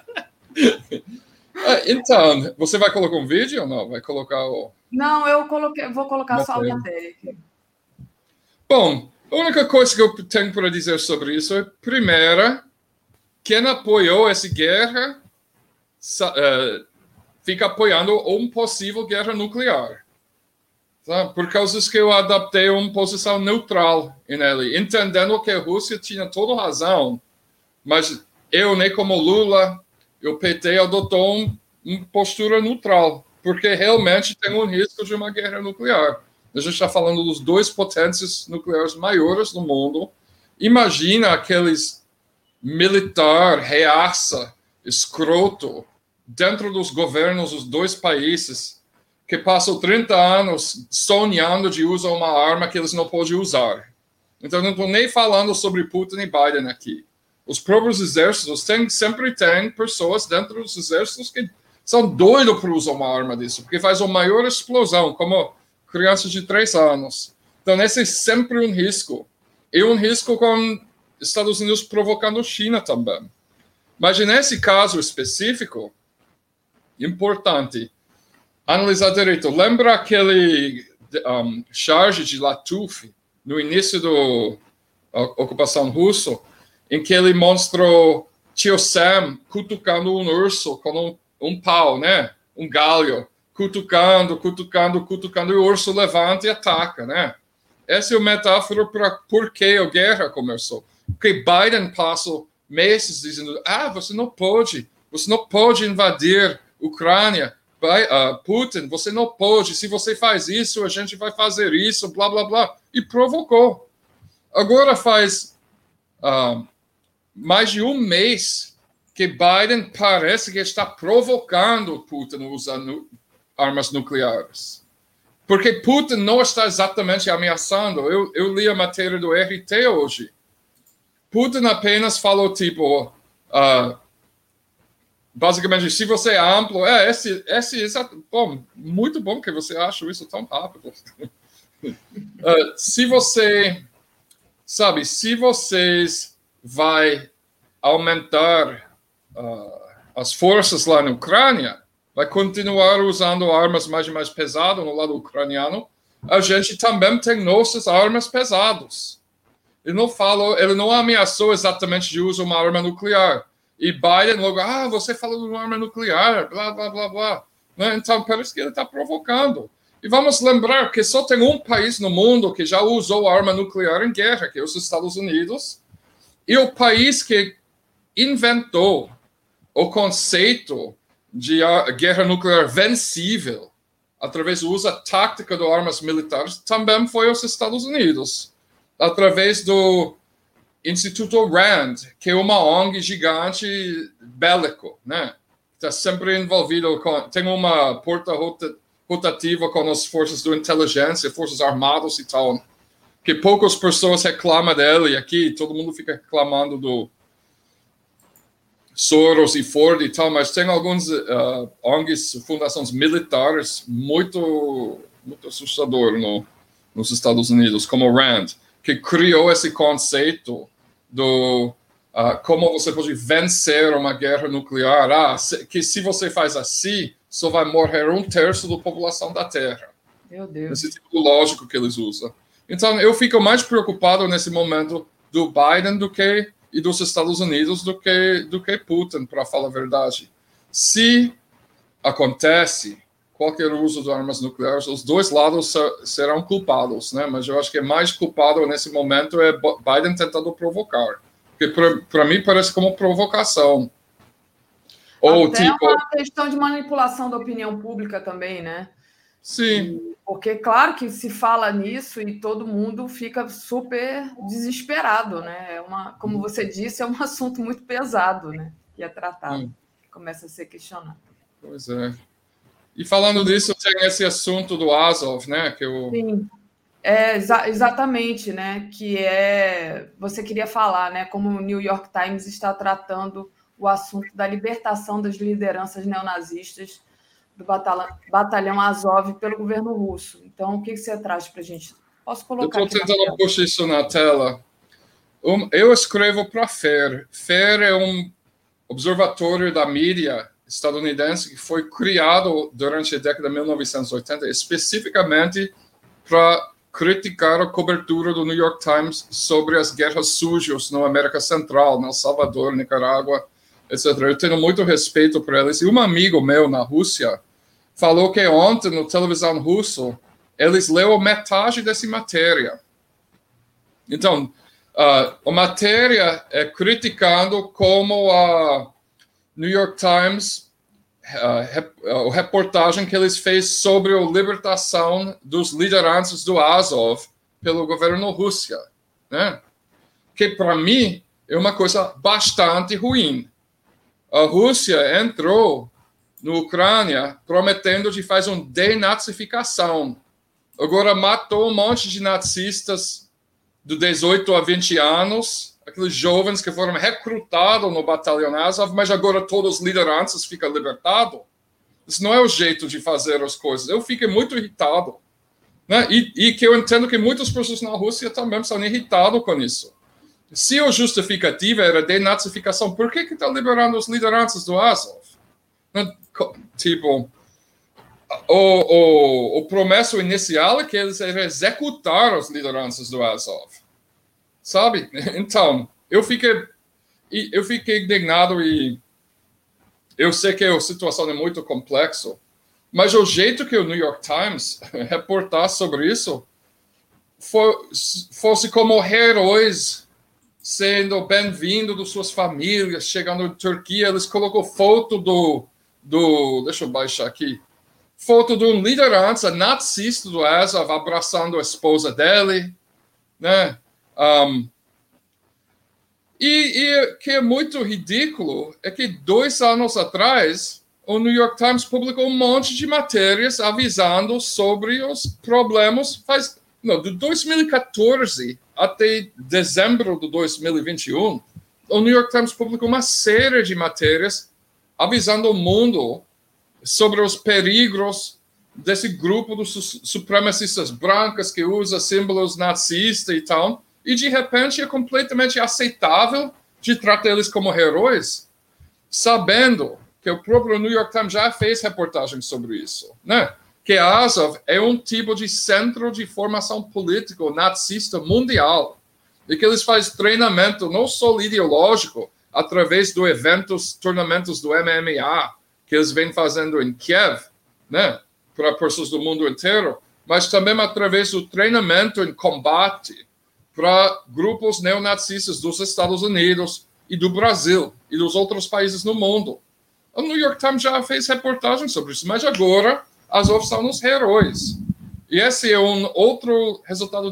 Então, você vai colocar um vídeo ou não? Vai colocar o... Não, eu coloquei, vou colocar só a matéria aqui. Bom, a única coisa que eu tenho para dizer sobre isso é, primeiro, quem apoiou essa guerra uh, fica apoiando uma possível guerra nuclear. Tá? Por causa que eu adaptei uma posição neutral nele, entendendo que a Rússia tinha toda razão, mas eu, nem como Lula, o P T adotou um, uma postura neutral, porque realmente tem um risco de uma guerra nuclear. A gente está falando dos dois potências nucleares maiores do mundo. Imagina aqueles militar, reaça, escroto, dentro dos governos dos dois países, que passam trinta anos sonhando de usar uma arma que eles não podem usar. Então, não estou nem falando sobre Putin e Biden aqui. Os próprios exércitos têm, sempre tem pessoas dentro dos exércitos que são doidos por usar uma arma disso, porque faz uma maior explosão, como crianças de três anos. Então, esse é sempre um risco. E um risco com Estados Unidos provocando a China também. Mas, nesse caso específico, importante analisar direito. Lembra aquele um, charge de Latuf no início da ocupação russa, em que ele mostrou tio Sam cutucando um urso com um, um pau, né? Um galho, cutucando, cutucando, cutucando, e o urso levanta e ataca, né? essa é a metáfora para por que a guerra começou. Porque Biden passou meses dizendo, ah, você não pode, você não pode invadir a Ucrânia, uh, Putin, você não pode, se você faz isso, a gente vai fazer isso, blá, blá, blá, e provocou. Agora faz uh, mais de um mês que Biden parece que está provocando Putin usando armas nucleares. Porque Putin não está exatamente ameaçando. Eu, eu li a matéria do R T hoje. Putin apenas falou, tipo, uh, basicamente, se você é amplo, é, esse, esse, exato, bom, muito bom que você acha isso tão rápido. uh, se você, sabe, se vocês vai aumentar uh, as forças lá na Ucrânia, vai continuar usando armas mais e mais pesadas no lado ucraniano, a gente também tem nossas armas pesadas. Ele não falou, ele não ameaçou exatamente de usar uma arma nuclear. E Biden logo, ah, você falou de uma arma nuclear, blá, blá, blá, blá. Então, parece que ele está provocando. E vamos lembrar que só tem um país no mundo que já usou arma nuclear em guerra, que é os Estados Unidos. E o país que inventou o conceito de guerra nuclear vencível, através do uso tático de armas militares, também foi os Estados Unidos, através do Instituto Rand, que é uma O N G gigante bélico, né? Está sempre envolvido com... Tem uma porta rotativa com as forças de inteligência, forças armadas e tal, que poucas pessoas reclamam dele, e aqui todo mundo fica reclamando do Soros e Ford e tal, mas tem alguns uh, O N Gs, fundações militares, muito, muito assustador no, nos Estados Unidos, como Rand, que criou esse conceito do uh, como você pode vencer uma guerra nuclear, ah, se, que se você faz assim, só vai morrer um terço da população da Terra. Meu Deus. Esse tipo de lógico que eles usam. Então, eu fico mais preocupado nesse momento do Biden do que e dos Estados Unidos do que do que Putin, para falar a verdade. Se acontece qualquer uso de armas nucleares, os dois lados serão culpados, né? Mas eu acho que é mais culpado nesse momento é Biden tentando provocar, porque para mim parece como provocação. Ou Até tipo uma questão de manipulação da opinião pública também, né? Sim. Porque, claro que se fala nisso e todo mundo fica super desesperado, né? É uma, como você disse, é um assunto muito pesado, né? Que é tratado, hum. começa a ser questionado. Pois é. E falando disso, tem esse assunto do Azov, né? Que eu... Sim, é, exa exatamente, né? Que é... Você queria falar, né? Como o New York Times está tratando o assunto da libertação das lideranças neonazistas do batalhão Azov pelo governo russo. Então, o que você traz para a gente? Posso colocar Eu estou tentando puxar isso na tela. Um, eu escrevo para a F E R. F E R é um observatório da mídia estadunidense que foi criado durante a década de mil novecentos e oitenta, especificamente para criticar a cobertura do New York Times sobre as guerras sujas na América Central, no El Salvador, Nicarágua, etcétera. Eu tenho muito respeito por eles. E um amigo meu na Rússia falou que ontem, na televisão russa, eles leram metade dessa matéria. Então, uh, a matéria é criticando como a New York Times, uh, rep, uh, a reportagem que eles fez sobre a libertação dos lideranças do Azov pelo governo Rússia, né? Que, para mim, é uma coisa bastante ruim. A Rússia entrou na Ucrânia prometendo de fazer uma denazificação. Agora matou um monte de nazistas de dezoito a vinte anos, aqueles jovens que foram recrutados no batalhão Azov, mas agora todas as lideranças ficam libertados. Isso não é o jeito de fazer as coisas. Eu fiquei muito irritado, né? E, e que eu entendo que muitas pessoas na Rússia também estão irritadas com isso. Se a justificativa era denazificação, por que que está liberando as lideranças do Azov? Tipo, o, o, o promesso inicial é que eles iam executar as lideranças do Azov. Sabe? Então, eu fiquei, eu fiquei indignado e eu sei que a situação é muito complexa, mas o jeito que o New York Times reportar sobre isso for, fosse como heróis sendo bem-vindos das suas famílias, chegando em Turquia, eles colocam foto do, do deixa eu baixar aqui, foto de um liderança nazista do Azov abraçando a esposa dele, né? Um, e, e que é muito ridículo é que dois anos atrás o New York Times publicou um monte de matérias avisando sobre os problemas. Faz, não, de dois mil e quatorze até dezembro de dois mil e vinte e um, o New York Times publicou uma série de matérias avisando o mundo sobre os perigos desse grupo dos supremacistas brancos que usa símbolos nazistas e tal. E, de repente, é completamente aceitável de tratar eles como heróis, sabendo que o próprio New York Times já fez reportagens sobre isso, né? Que a Azov é um tipo de centro de formação político nazista mundial e que eles fazem treinamento não só ideológico, através dos eventos, tornamentos do M M A, que eles vêm fazendo em Kiev, né? Para pessoas do mundo inteiro, mas também através do treinamento em combate para grupos neonazistas dos Estados Unidos e do Brasil e dos outros países no mundo. O New York Times já fez reportagens sobre isso, mas agora as Azov são os heróis. E esse é um outro resultado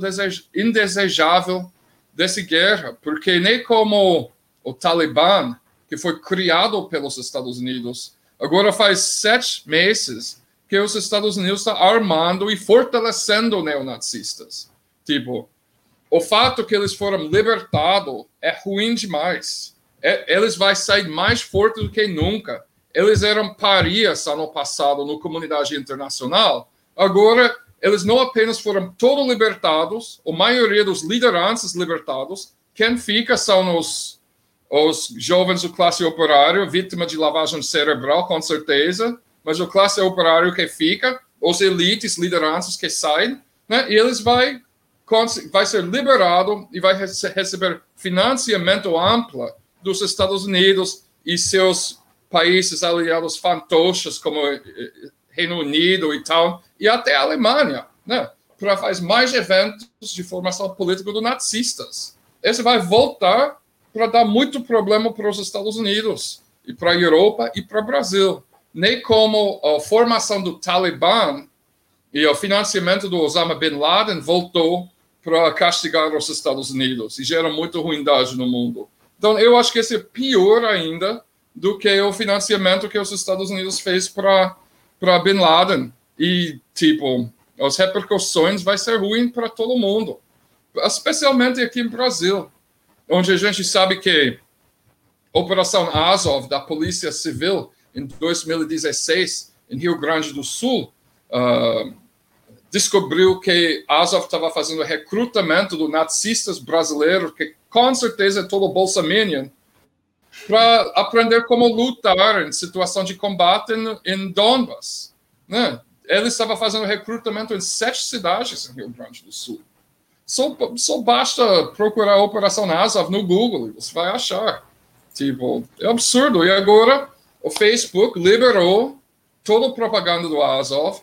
indesejável dessa guerra, porque nem como o Talibã, que foi criado pelos Estados Unidos, agora faz sete meses que os Estados Unidos estão armando e fortalecendo neonazistas. Tipo, o fato que eles foram libertados é ruim demais. É, eles vão sair mais fortes do que nunca. Eles eram parias ano passado na comunidade internacional. Agora, eles não apenas foram todos libertados, a maioria dos lideranças libertados, quem fica são os, os jovens da classe operária, vítima de lavagem cerebral, com certeza, mas a classe operária que fica, os elites, lideranças que saem, né, e eles vão vai ser liberado e vai receber financiamento amplo dos Estados Unidos e seus países aliados fantoches, como Reino Unido e tal, e até a Alemanha, né, para fazer mais eventos de formação política do nazistas. Esse vai voltar para dar muito problema para os Estados Unidos, e para a Europa e para o Brasil. Nem como a formação do Talibã e o financiamento do Osama Bin Laden voltou para castigar os Estados Unidos e gera muita ruindade no mundo. Então, eu acho que esse é pior ainda do que o financiamento que os Estados Unidos fez para para Bin Laden. E, tipo, as repercussões vai ser ruim para todo mundo, especialmente aqui no Brasil, onde a gente sabe que a Operação Azov da Polícia Civil em dois mil e dezesseis, em Rio Grande do Sul, uh, descobriu que Azov estava fazendo recrutamento de nazistas brasileiros, que com certeza é todo bolsominion, para aprender como lutar em situação de combate em, em Donbass, né? Ele estava fazendo recrutamento em sete cidades em Rio Grande do Sul. Só, só basta procurar a Operação Azov no Google e você vai achar. Tipo, é absurdo. E agora o Facebook liberou toda a propaganda do Azov.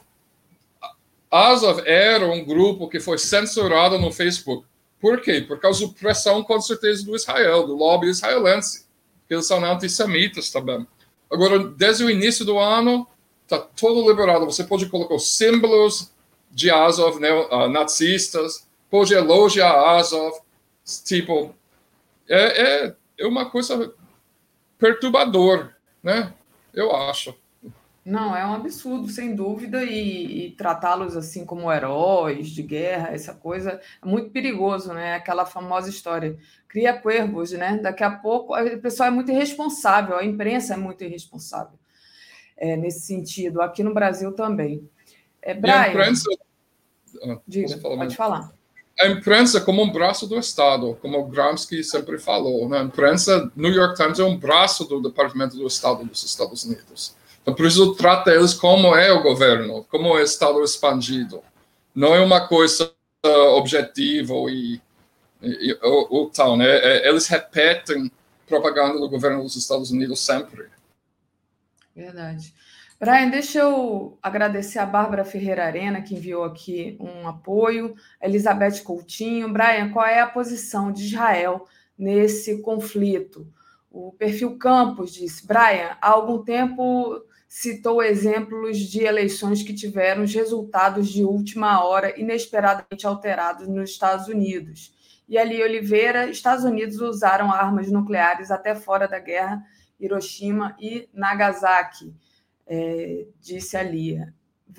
Azov era um grupo que foi censurado no Facebook. Por quê? Por causa da pressão, com certeza, do Israel, do lobby israelense. Eles são antissemitas também. Agora, desde o início do ano, está todo liberado. Você pode colocar os símbolos de Azov, né, uh, nazistas, pode elogiar Azov. Tipo, é, é, é uma coisa perturbadora, né? Eu acho. Não, é um absurdo, sem dúvida, e, e tratá-los assim como heróis de guerra, essa coisa é muito perigoso, né? Aquela famosa história, cria cuervos, né? Daqui a pouco, o pessoal é muito irresponsável, a imprensa é muito irresponsável é, nesse sentido, aqui no Brasil também. É, Brian, a imprensa, diga, falar pode falar. A imprensa como um braço do Estado, como o Gramsci sempre falou, né? A imprensa, New York Times é um braço do Departamento do Estado dos Estados Unidos. Então, por isso, trata eles como é o governo, como é o Estado expandido. Não é uma coisa uh, objetiva e, e, e ou, ou tal, né? É, eles repetem propaganda do governo dos Estados Unidos sempre. Verdade. Brian, deixa eu agradecer a Bárbara Ferreira Arena, que enviou aqui um apoio, a Elizabeth Coutinho. Brian, qual é a posição de Israel nesse conflito? O perfil Campos disse, Brian, há algum tempo citou exemplos de eleições que tiveram os resultados de última hora inesperadamente alterados nos Estados Unidos. E ali, Oliveira, Estados Unidos usaram armas nucleares até fora da guerra, Hiroshima e Nagasaki. É, disse a Lia.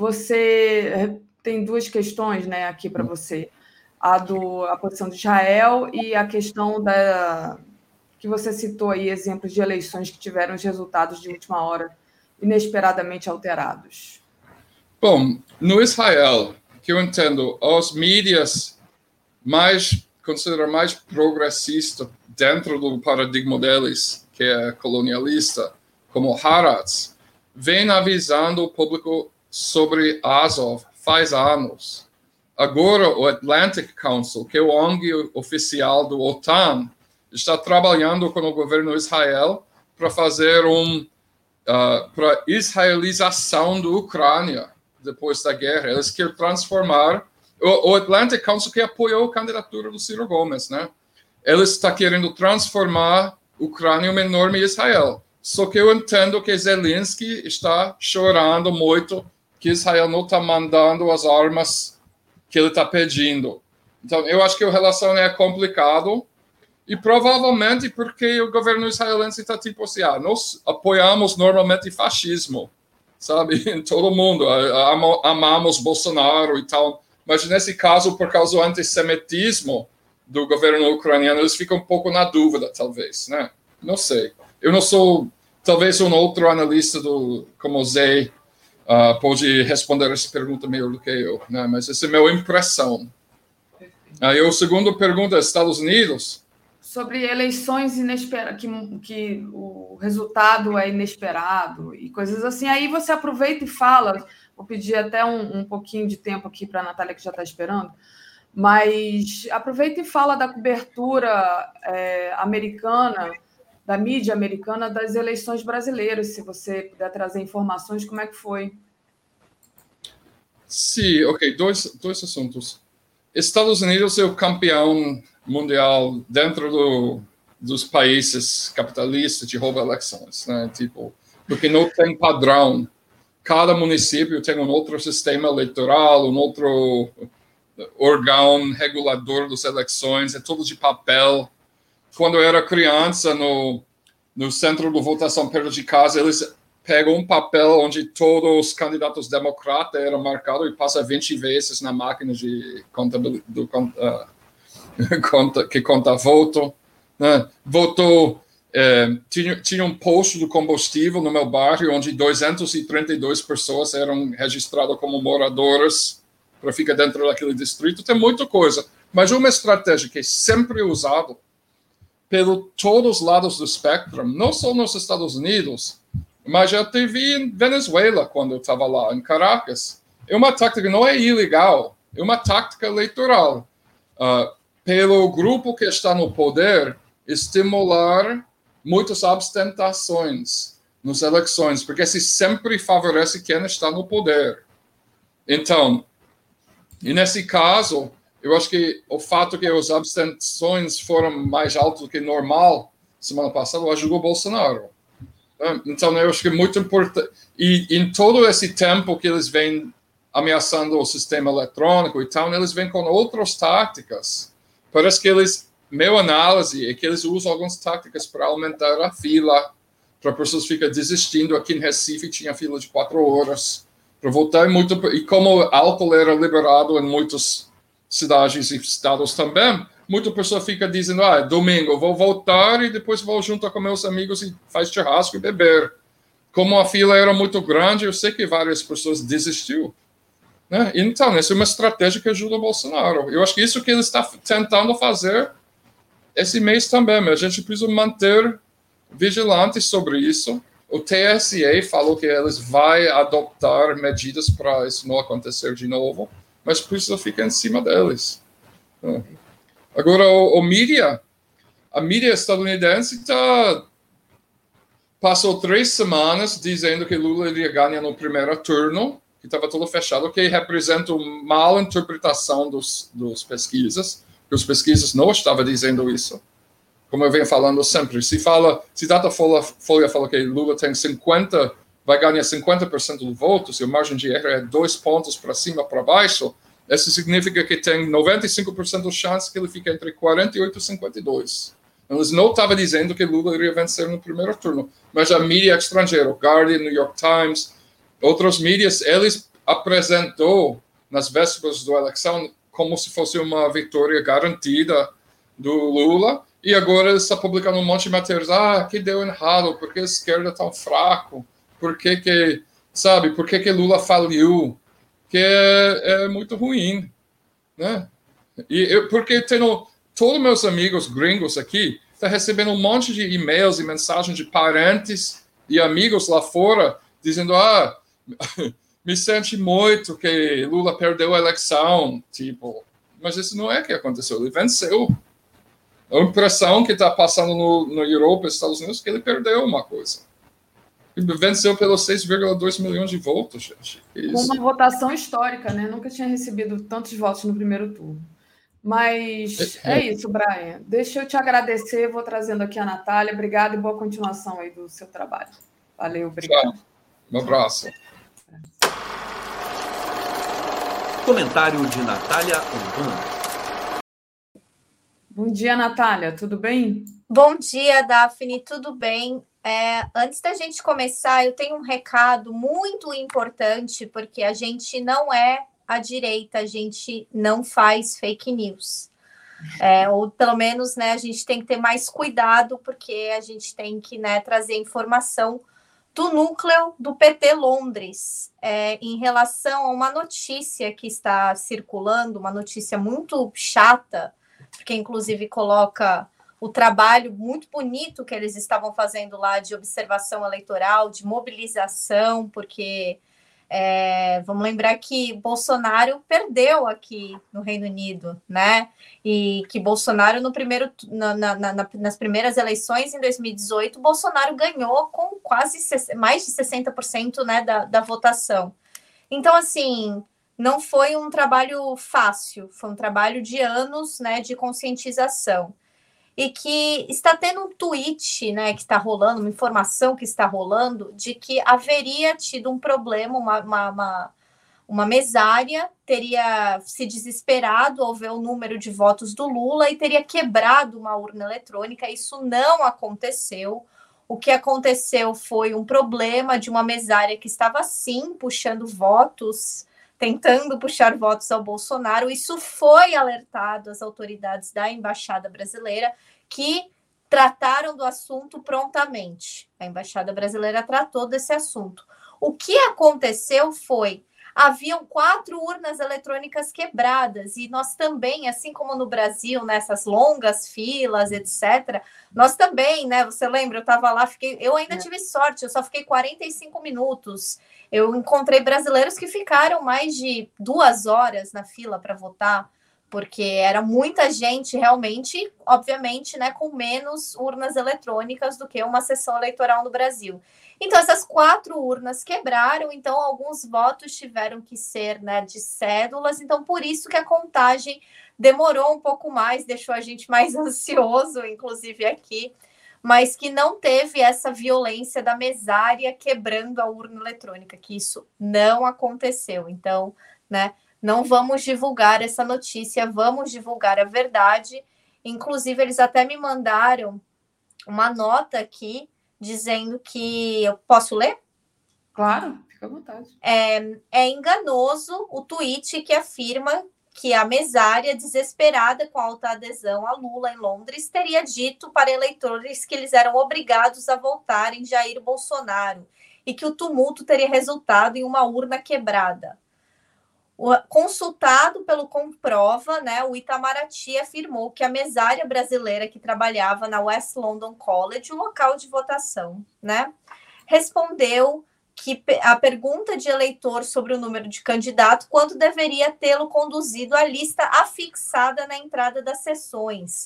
Você tem duas questões, né, aqui para você. A, do, a posição de Israel e a questão da que você citou aí, exemplos de eleições que tiveram os resultados de última hora inesperadamente alterados. Bom, no Israel, que eu entendo, os mídias mais, considero mais progressistas dentro do paradigma deles, que é colonialista, como Haaretz, vem avisando o público sobre Azov faz anos. Agora, o Atlantic Council, que é o O N G oficial do OTAN, está trabalhando com o governo de Israel para fazer um uh, para israelização da Ucrânia depois da guerra. Eles querem transformar o, o Atlantic Council, que apoiou a candidatura do Ciro Gomes, né? Eles estão querendo transformar a Ucrânia em uma enorme Israel. Só que eu entendo que Zelensky está chorando muito que Israel não está mandando as armas que ele está pedindo. Então, eu acho que a relação é complicada e provavelmente porque o governo israelense está tipo assim, ah, nós apoiamos normalmente fascismo, sabe, em todo mundo, amamos Bolsonaro e tal, mas nesse caso, por causa do antissemitismo do governo ucraniano, eles ficam um pouco na dúvida, talvez, né? Não sei. Eu não sou, talvez um outro analista do, como o Zé uh, pode responder essa pergunta melhor do que eu, né? Mas essa é a minha impressão. Aí uh, a segunda pergunta, Estados Unidos. Sobre eleições inesperadas, que, que o resultado é inesperado e coisas assim. Aí você aproveita e fala, vou pedir até um, um pouquinho de tempo aqui para a Natália, que já está esperando, mas aproveita e fala da cobertura é, americana, da mídia americana das eleições brasileiras, se você puder trazer informações, como é que foi? Sim, ok, dois, dois assuntos. Estados Unidos é o campeão mundial dentro do, dos países capitalistas de roubar eleições, né? Tipo, porque não tem padrão. Cada município tem um outro sistema eleitoral, um outro órgão regulador das eleições, é tudo de papel. Quando eu era criança, no, no centro de votação perto de casa, eles pegam um papel onde todos os candidatos democratas eram marcados e passa vinte vezes na máquina de contabilidade, do, uh, conta, que conta voto. Né? Votou, eh, tinha, tinha um posto de combustível no meu bairro, onde duzentas e trinta e duas pessoas eram registradas como moradoras para ficar dentro daquele distrito. Tem muita coisa. Mas uma estratégia que é sempre usada pelo todos os lados do espectro, não só nos Estados Unidos, mas já teve em Venezuela, quando eu estava lá, em Caracas. É uma tática, não é ilegal, é uma tática eleitoral. Uh, pelo grupo que está no poder, estimular muitas abstenções nas eleições, porque isso sempre favorece quem está no poder. Então, e nesse caso, eu acho que o fato que as abstenções foram mais altas do que normal semana passada ajudou o Bolsonaro. Então, eu acho que é muito importante. E em todo esse tempo que eles vêm ameaçando o sistema eletrônico e tal, eles vêm com outras táticas. Parece que eles, minha análise é que eles usam algumas táticas para aumentar a fila, para pessoas ficarem desistindo. Aqui em Recife tinha fila de quatro horas para votar. Muito, e como álcool era liberado em muitas cidades e estados também, muita pessoa fica dizendo, ah, domingo vou voltar e depois vou junto com meus amigos e faz churrasco e beber. Como a fila era muito grande, eu sei que várias pessoas desistiu. Né? Então, essa é uma estratégia que ajuda o Bolsonaro. Eu acho que isso que ele está tentando fazer esse mês também, mas a gente precisa manter vigilante sobre isso. O T S E falou que eles vão adotar medidas para isso não acontecer de novo, mas precisa ficar em cima deles. Né? Agora, o, o mídia, a mídia estadunidense está passou três semanas dizendo que Lula iria ganhar no primeiro turno, que estava tudo fechado, o que representa uma mal interpretação dos, dos pesquisas, que os pesquisas não estavam dizendo isso. Como eu venho falando sempre, se fala, se Datafolha Folha fala que Lula tem cinquenta, vai ganhar cinquenta por cento dos votos, e a margem de erro é dois pontos para cima, para baixo, isso significa que tem noventa e cinco por cento de chance que ele fique entre quarenta e oito e cinquenta e dois. Eles não estavam dizendo que Lula iria vencer no primeiro turno, mas a mídia estrangeira, Guardian, New York Times, outras mídias, eles apresentou nas vésperas da eleição como se fosse uma vitória garantida do Lula, e agora eles estão publicando um monte de matérias, ah, que deu errado, por que a esquerda é tão fraco, por que que, sabe, por que que Lula faliu, que é, é muito ruim, né? E eu, porque tenho todos meus amigos gringos aqui estão recebendo um monte de e-mails e mensagens de parentes e amigos lá fora dizendo, ah, me sente muito que Lula perdeu a eleição, tipo, mas isso não é o que aconteceu, ele venceu. A impressão que está passando no, no Europa e Estados Unidos é que ele perdeu uma coisa. Ele venceu pelos seis vírgula dois milhões de votos, gente. Com uma votação histórica, né? Nunca tinha recebido tantos votos no primeiro turno. Mas é, é isso, Brian. Deixa eu te agradecer, vou trazendo aqui a Natália. Obrigada e boa continuação aí do seu trabalho. Valeu, obrigado. Um abraço. Comentário de Natália Urbano. Bom dia, Natália, tudo bem? Bom dia, Daphne, tudo bem? É, antes da gente começar, eu tenho um recado muito importante, porque a gente não é a direita, a gente não faz fake news. É, ou pelo menos, né, a gente tem que ter mais cuidado, porque a gente tem que, né, trazer informação do núcleo do P T Londres, é, em relação a uma notícia que está circulando, uma notícia muito chata, porque inclusive coloca o trabalho muito bonito que eles estavam fazendo lá de observação eleitoral, de mobilização, porque é, vamos lembrar que Bolsonaro perdeu aqui no Reino Unido, né? E que Bolsonaro, no primeiro, na, na, na, nas primeiras eleições, em dois mil e dezoito, Bolsonaro ganhou com quase mais de sessenta por cento, né, da, da votação. Então, assim, não foi um trabalho fácil, foi um trabalho de anos, né, de conscientização. E que está tendo um tweet, né, que está rolando, uma informação que está rolando, de que haveria tido um problema, uma, uma, uma, uma mesária teria se desesperado ao ver o número de votos do Lula e teria quebrado uma urna eletrônica. Isso não aconteceu. O que aconteceu foi um problema de uma mesária que estava, sim, puxando votos, tentando puxar votos ao Bolsonaro. Isso foi alertado às autoridades da Embaixada Brasileira, que trataram do assunto prontamente. A Embaixada Brasileira tratou desse assunto. O que aconteceu foi, haviam quatro urnas eletrônicas quebradas, e nós também, assim como no Brasil, nessas longas filas, etcétera, nós também, né, você lembra, eu estava lá, fiquei, eu ainda tive sorte, eu só fiquei quarenta e cinco minutos, eu encontrei brasileiros que ficaram mais de duas horas na fila para votar, porque era muita gente realmente, obviamente, né, com menos urnas eletrônicas do que uma sessão eleitoral no Brasil. Então, essas quatro urnas quebraram, então alguns votos tiveram que ser, né, de cédulas, então por isso que a contagem demorou um pouco mais, deixou a gente mais ansioso, inclusive aqui, mas que não teve essa violência da mesária quebrando a urna eletrônica, que isso não aconteceu. Então, né, não vamos divulgar essa notícia, vamos divulgar a verdade. Inclusive, eles até me mandaram uma nota aqui, dizendo que... Eu posso ler? Claro, fica à vontade. É, é enganoso o tweet que afirma que a mesária, desesperada com a alta adesão a Lula em Londres, teria dito para eleitores que eles eram obrigados a votar em Jair Bolsonaro e que o tumulto teria resultado em uma urna quebrada. O, consultado pelo Comprova, né, o Itamaraty afirmou que a mesária brasileira que trabalhava na West London College, o local de votação, né, respondeu que a pergunta de eleitor sobre o número de candidato, quando deveria tê-lo conduzido à lista afixada na entrada das sessões,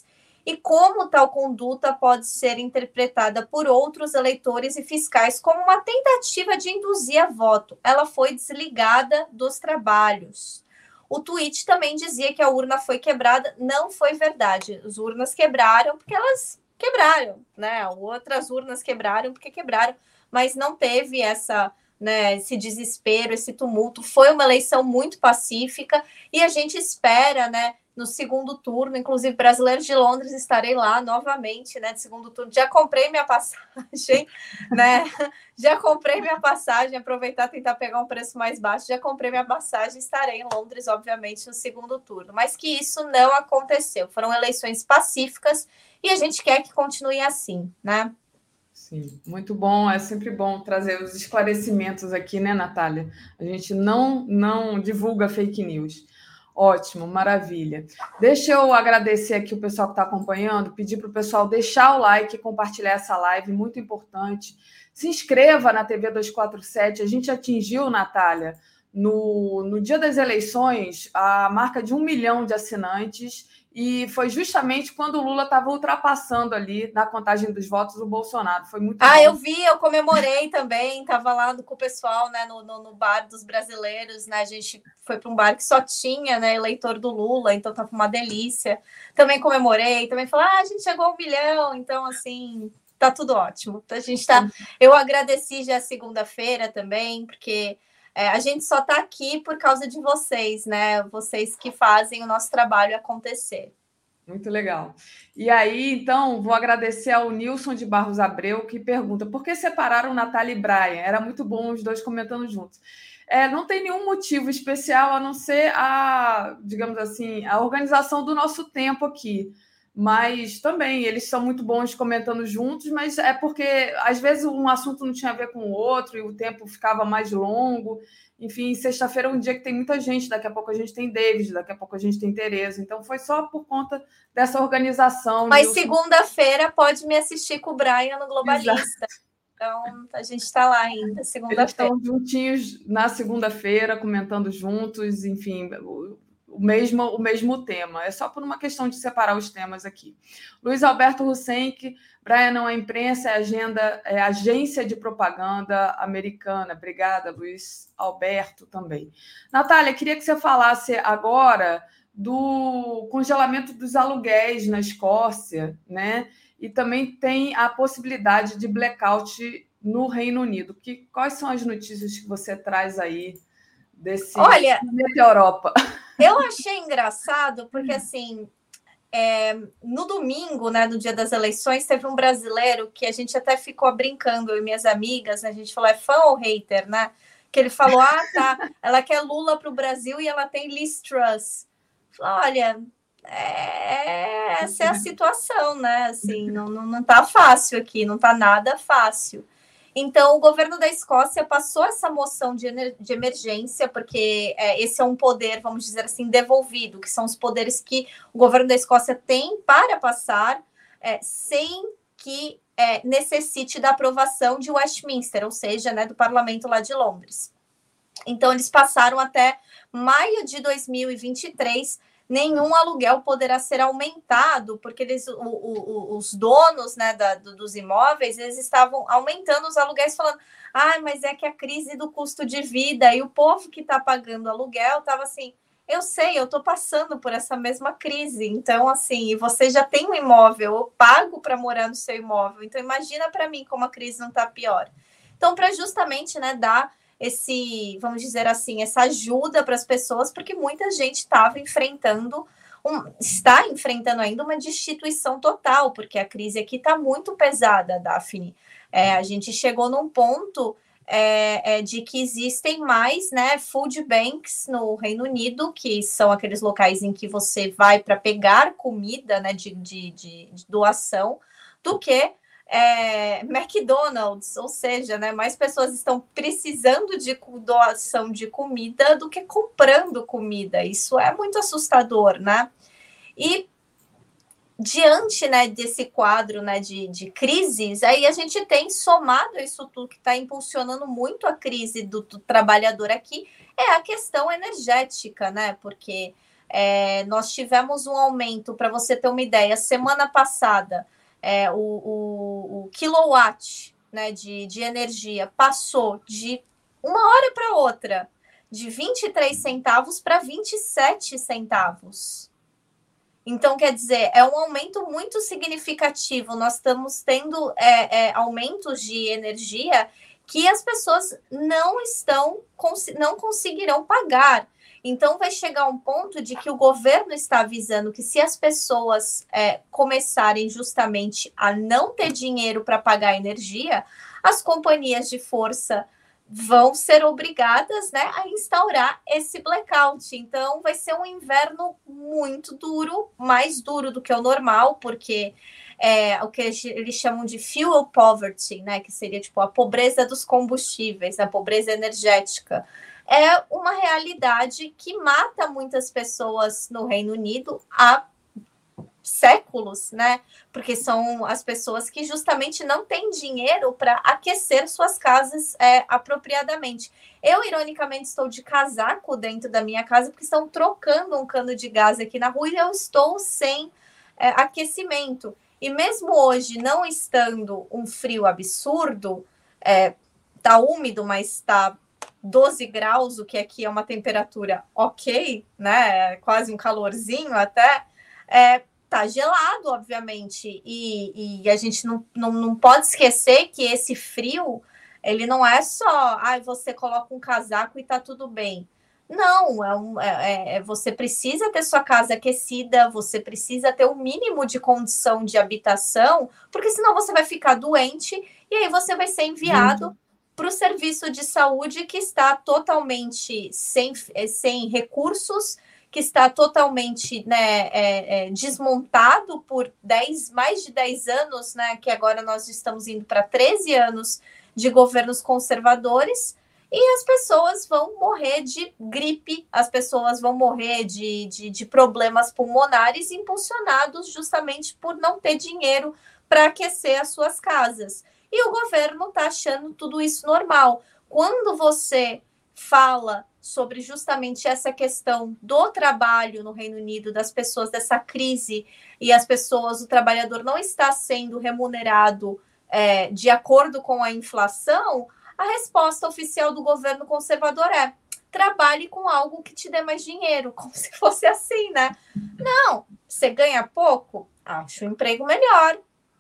e como tal conduta pode ser interpretada por outros eleitores e fiscais como uma tentativa de induzir a voto. Ela foi desligada dos trabalhos. O tweet também dizia que a urna foi quebrada. Não foi verdade. As urnas quebraram porque elas quebraram, né? Outras urnas quebraram porque quebraram, mas não teve essa, né, esse desespero, esse tumulto. Foi uma eleição muito pacífica e a gente espera, né, no segundo turno, inclusive Brasileiros de Londres, estarei lá novamente, né, de segundo turno. Já comprei minha passagem, né? Já comprei minha passagem, aproveitar tentar pegar um preço mais baixo. Já comprei minha passagem, estarei em Londres, obviamente, no segundo turno. Mas que isso não aconteceu. Foram eleições pacíficas e a gente quer que continue assim, né? Sim, muito bom. É sempre bom trazer os esclarecimentos aqui, né, Natália? A gente não, não divulga fake news. Ótimo, maravilha. Deixa eu agradecer aqui o pessoal que está acompanhando, pedir para o pessoal deixar o like e compartilhar essa live, muito importante. Se inscreva na T V duzentos e quarenta e sete. A gente atingiu, Natália, no, no dia das eleições, a marca de um milhão de assinantes, e foi justamente quando o Lula estava ultrapassando ali na contagem dos votos o Bolsonaro. Foi muito Ah, bom. eu vi, eu comemorei também, estava lá com o pessoal, né, no, no, no bar dos brasileiros, né, a gente foi para um bar que só tinha, né, eleitor do Lula, então estava uma delícia. Também comemorei, também falei, ah, a gente chegou a um milhão, então, assim, tá tudo ótimo. Então, a gente tá... Eu agradeci já segunda-feira também, porque... É, a gente só está aqui por causa de vocês, né? Vocês que fazem o nosso trabalho acontecer. Muito legal. E aí, então, vou agradecer ao Nilson de Barros Abreu, que pergunta por que separaram Natália e Brian? Era muito bom os dois comentando juntos. É, não tem nenhum motivo especial a não ser a, digamos assim, a organização do nosso tempo aqui. Mas também eles são muito bons comentando juntos, mas é porque às vezes um assunto não tinha a ver com o outro e o tempo ficava mais longo. Enfim, sexta-feira é um dia que tem muita gente, daqui a pouco a gente tem David, daqui a pouco a gente tem Tereza. Então foi só por conta dessa organização. Mas Nilson... segunda-feira pode me assistir com o Brian no Globalista. Exato. Então a gente está lá ainda, segunda-feira. Eles estão juntinhos na segunda-feira, comentando juntos, enfim... O mesmo, o mesmo tema, é só por uma questão de separar os temas aqui. Luiz Alberto Hussenck, Brian não é imprensa, é, agenda, é agência de propaganda americana. Obrigada, Luiz Alberto, também. Natália, queria que você falasse agora do congelamento dos aluguéis na Escócia, né? E também tem a possibilidade de blackout no Reino Unido. Que, quais são as notícias que você traz aí desse Olha, da Europa? Eu achei engraçado, porque assim, é, no domingo, né, no dia das eleições, teve um brasileiro que a gente até ficou brincando, eu e minhas amigas, né, a gente falou, é fã ou hater, né? Que ele falou, ah, tá, ela quer Lula para o Brasil e ela tem Liz Truss. Olha, é, essa é a situação, né? Assim, não, não, não tá fácil aqui, não tá nada fácil. Então, o governo da Escócia passou essa moção de, de emergência, porque é, esse é um poder, vamos dizer assim, devolvido, que são os poderes que o governo da Escócia tem para passar é, sem que é, necessite da aprovação de Westminster, ou seja, né, do parlamento lá de Londres. Então, eles passaram até maio de dois mil e vinte e três, nenhum aluguel poderá ser aumentado, porque eles, o, o, os donos, né, da, dos imóveis, eles estavam aumentando os aluguéis, falando, ah, mas é que a crise do custo de vida, e o povo que está pagando aluguel estava assim, eu sei, eu estou passando por essa mesma crise, então, assim, você já tem um imóvel, eu pago para morar no seu imóvel, então imagina para mim como a crise não está pior. Então, para justamente, né, dar esse, vamos dizer assim, essa ajuda para as pessoas, porque muita gente estava enfrentando, um, está enfrentando ainda uma destituição total, porque a crise aqui está muito pesada, Daphne. É, a gente chegou num ponto é, é, de que existem mais, né, food banks no Reino Unido, que são aqueles locais em que você vai para pegar comida, né, de, de, de, de doação, do que É, McDonald's, ou seja, né, mais pessoas estão precisando de doação de comida do que comprando comida. Isso é muito assustador, né? E diante, né, desse quadro, né, de, de crises, aí a gente tem somado isso tudo que está impulsionando muito a crise do, do trabalhador aqui, é a questão energética, né? Porque É, nós tivemos um aumento, para você ter uma ideia, semana passada, é, o, o, o quilowatt, né, de, de energia passou de uma hora para outra, de vinte e três centavos para vinte e sete centavos. Então, quer dizer, é um aumento muito significativo. Nós estamos tendo é, é, aumentos de energia que as pessoas não estão, não conseguirão pagar. Então, vai chegar um ponto de que o governo está avisando que se as pessoas é, começarem justamente a não ter dinheiro para pagar a energia, as companhias de força vão ser obrigadas, né, a instaurar esse blackout. Então, vai ser um inverno muito duro, mais duro do que o normal, porque é o que eles chamam de fuel poverty, né, que seria tipo a pobreza dos combustíveis, a pobreza energética. É uma realidade que mata muitas pessoas no Reino Unido há séculos, né? Porque são as pessoas que justamente não têm dinheiro para aquecer suas casas é, apropriadamente. Eu, ironicamente, estou de casaco dentro da minha casa porque estão trocando um cano de gás aqui na rua e eu estou sem é, aquecimento. E mesmo hoje, não estando um frio absurdo, é, tá úmido, mas está doze graus, o que aqui é uma temperatura ok, né? Quase um calorzinho até. É, tá gelado, obviamente, e, e a gente não, não, não pode esquecer que esse frio, ele não é só, ah, você coloca um casaco e tá tudo bem. Não, é um, é, é, você precisa ter sua casa aquecida, você precisa ter o um mínimo de condição de habitação, porque senão você vai ficar doente e aí você vai ser enviado para o serviço de saúde que está totalmente sem, sem recursos, que está totalmente, né, é, é, desmontado por dez, mais de dez anos, né, que agora nós estamos indo para treze anos de governos conservadores, e as pessoas vão morrer de gripe, as pessoas vão morrer de, de, de problemas pulmonares impulsionados justamente por não ter dinheiro para aquecer as suas casas. E o governo está achando tudo isso normal. Quando você fala sobre justamente essa questão do trabalho no Reino Unido, das pessoas, dessa crise, e as pessoas, o trabalhador não está sendo remunerado é, de acordo com a inflação, a resposta oficial do governo conservador é: trabalhe com algo que te dê mais dinheiro, como se fosse assim, né? Não, você ganha pouco, acha um emprego melhor.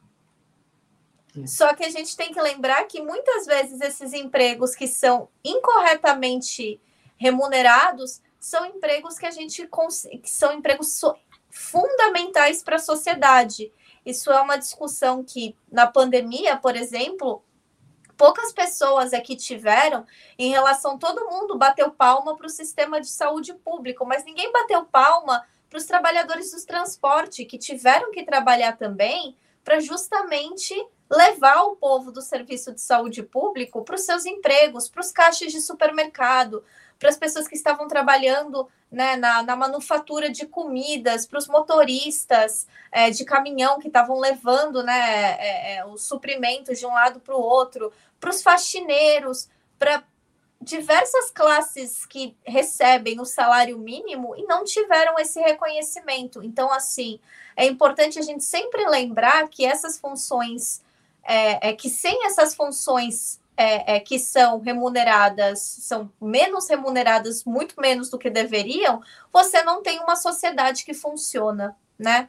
Só que a gente tem que lembrar que muitas vezes esses empregos que são incorretamente remunerados são empregos que a gente que são empregos so, fundamentais para a sociedade. Isso é uma discussão que na pandemia, por exemplo, poucas pessoas aqui tiveram em relação, todo mundo bateu palma para o sistema de saúde público, mas ninguém bateu palma para os trabalhadores do transporte, que tiveram que trabalhar também para justamente levar o povo do serviço de saúde público para os seus empregos, para os caixas de supermercado, para as pessoas que estavam trabalhando, né, na, na manufatura de comidas, para os motoristas é, de caminhão que estavam levando, né, é, é, os suprimentos de um lado para o outro, para os faxineiros, para diversas classes que recebem o salário mínimo e não tiveram esse reconhecimento. Então, assim, é importante a gente sempre lembrar que essas funções, é, é, que sem essas funções é, é, que são remuneradas, são menos remuneradas, muito menos do que deveriam, você não tem uma sociedade que funciona, né?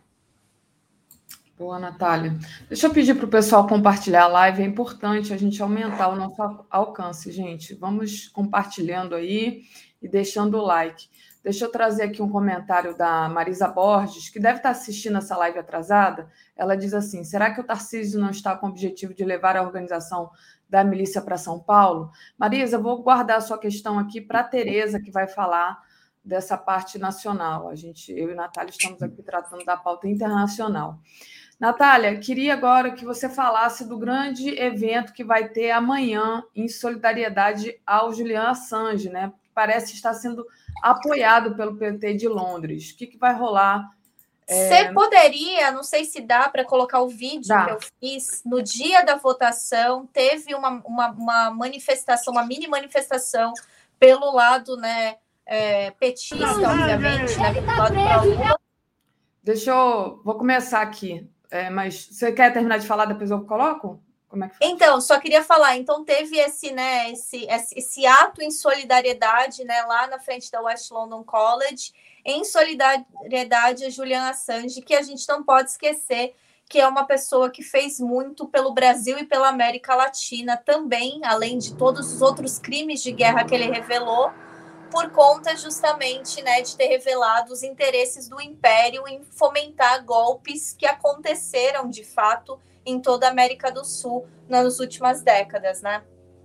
Boa, Natália. Deixa eu pedir para o pessoal compartilhar a live. É importante a gente aumentar o nosso alcance, gente. Vamos compartilhando aí e deixando o like. Deixa eu trazer aqui um comentário da Marisa Borges, que deve estar assistindo essa live atrasada. Ela diz assim: será que o Tarcísio não está com o objetivo de levar a organização da milícia para São Paulo? Marisa, eu vou guardar a sua questão aqui para a Tereza, que vai falar dessa parte nacional. A gente, eu e a Natália estamos aqui tratando da pauta internacional. Natália, queria agora que você falasse do grande evento que vai ter amanhã em solidariedade ao Julian Assange, né? Parece estar sendo apoiado pelo P T de Londres. O que, que vai rolar? Você é... poderia, não sei se dá para colocar o vídeo dá. que eu fiz, no dia da votação, teve uma, uma, uma manifestação, uma mini manifestação pelo lado, né, é, petista, obviamente, né, vinculado para Lula. Deixa eu... Vou começar aqui. É, mas você quer terminar de falar, depois eu coloco? Como é que faz? Então, só queria falar, então teve esse, né, esse, esse, esse ato em solidariedade, né, lá na frente da West London College, em solidariedade a Julian Assange, que a gente não pode esquecer que é uma pessoa que fez muito pelo Brasil e pela América Latina também, além de todos os outros crimes de guerra que ele revelou, por conta justamente, né, de ter revelado os interesses do Império em fomentar golpes que aconteceram, de fato, em toda a América do Sul nas últimas décadas, né?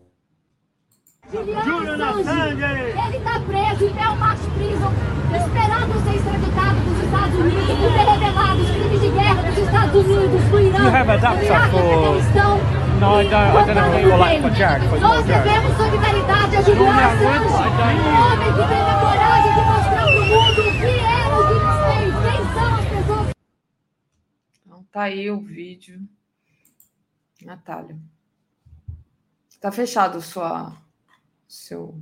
Julian Assange! Ele está preso em Belmarsh Prison, esperando ser extraditado dos Estados Unidos por ter revelado os crimes de guerra dos Estados Unidos, do Irã, You have a doctor do Iraque, for- do Afeganistão. No, I don't, I don't know people like for Jack, but Nós no Jack. devemos solidariedade a Julian Julian Assange, Assange. um homem que teve a coragem de mostrar para o mundo o que é o que nos fez, quem são as pessoas. Então, tá aí o vídeo. Natália. Está fechado sua, seu...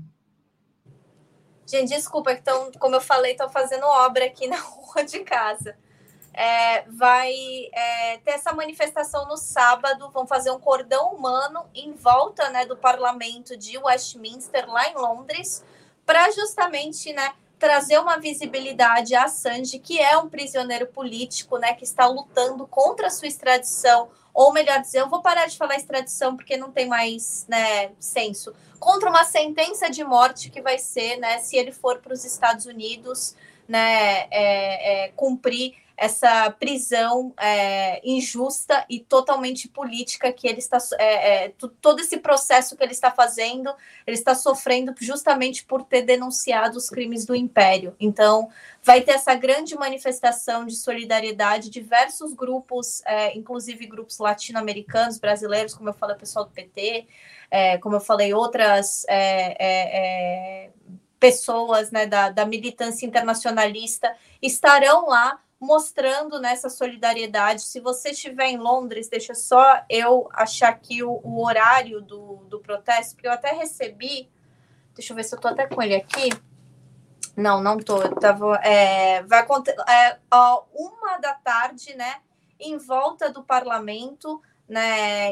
Gente, desculpa, então, como eu falei, estou fazendo obra aqui na rua de casa. É, vai é, ter essa manifestação no sábado, vão fazer um cordão humano em volta, né, do parlamento de Westminster, lá em Londres, para justamente, né, trazer uma visibilidade a Assange, que é um prisioneiro político, né, que está lutando contra a sua extradição, ou melhor dizer, eu vou parar de falar extradição porque não tem mais, né, senso, contra uma sentença de morte que vai ser, né, se ele for para os Estados Unidos, né, é, é, cumprir essa prisão é, injusta e totalmente política que ele está, é, é, todo esse processo que ele está fazendo, ele está sofrendo justamente por ter denunciado os crimes do Império. Então, vai ter essa grande manifestação de solidariedade, diversos grupos, é, inclusive grupos latino-americanos, brasileiros, como eu falei, o pessoal do P T, é, como eu falei, outras é, é, é, pessoas, né, da, da militância internacionalista, estarão lá mostrando nessa solidariedade. Se você estiver em Londres, deixa só eu achar aqui o, o horário do, do protesto, porque eu até recebi, deixa eu ver se eu estou até com ele aqui. Não, não estou. Eu tava, é, vai acontecer é, ó, uma da tarde, né, em volta do parlamento, né,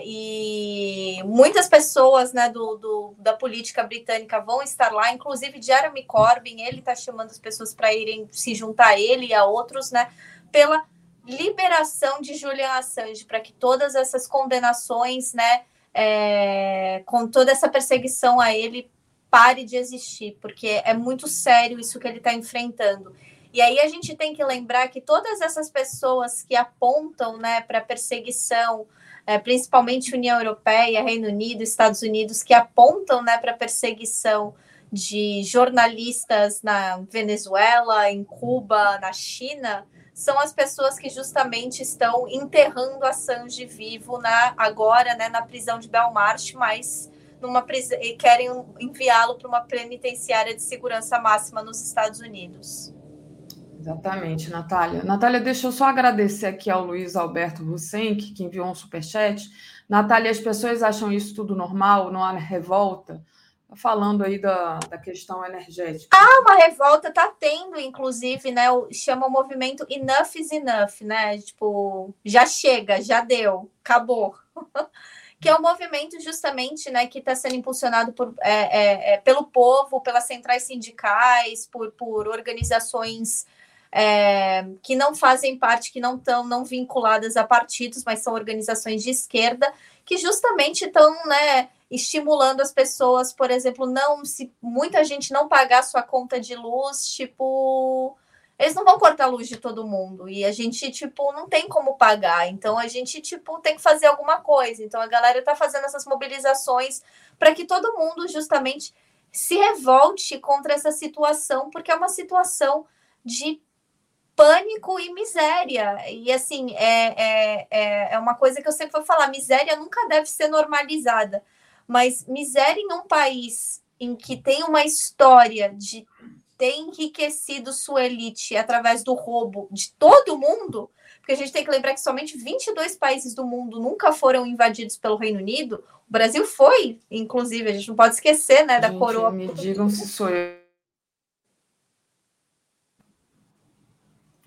e muitas pessoas, né, do, do, da política britânica vão estar lá, inclusive Jeremy Corbyn, ele está chamando as pessoas para irem se juntar a ele e a outros, né, pela liberação de Julian Assange, para que todas essas condenações, né, é, com toda essa perseguição a ele, pare de existir, porque é muito sério isso que ele está enfrentando. E aí a gente tem que lembrar que todas essas pessoas que apontam, né, para perseguição, é, principalmente União Europeia, Reino Unido, Estados Unidos, que apontam, né, para perseguição de jornalistas na Venezuela, em Cuba, na China, são as pessoas que justamente estão enterrando Assange vivo na, agora, né, na prisão de Belmarsh, mas numa pris... e querem enviá-lo para uma penitenciária de segurança máxima nos Estados Unidos. Exatamente, Natália. Natália, deixa eu só agradecer aqui ao Luiz Alberto Rusenck, que enviou um superchat. Natália, as pessoas acham isso tudo normal, não há revolta? Falando aí da, da questão energética. Ah, uma revolta tá tendo, inclusive, né? Chama o movimento Enough is Enough, né? Tipo, já chega, já deu, acabou. Que é um movimento justamente, né, que está sendo impulsionado por, é, é, é, pelo povo, pelas centrais sindicais, por, por organizações é, que não fazem parte, que não estão não vinculadas a partidos, mas são organizações de esquerda, que justamente estão, né, estimulando as pessoas, por exemplo, não, se muita gente não pagar sua conta de luz, tipo, eles não vão cortar a luz de todo mundo, e a gente, tipo, não tem como pagar, então a gente, tipo, tem que fazer alguma coisa, então a galera tá fazendo essas mobilizações para que todo mundo, justamente, se revolte contra essa situação, porque é uma situação de pânico e miséria, e assim, é, é, é uma coisa que eu sempre vou falar, miséria nunca deve ser normalizada, mas miséria em um país em que tem uma história de ter enriquecido sua elite através do roubo de todo mundo, porque a gente tem que lembrar que somente vinte e dois países do mundo nunca foram invadidos pelo Reino Unido, o Brasil foi, inclusive, a gente não pode esquecer, né, da gente, coroa. Me digam se sou eu.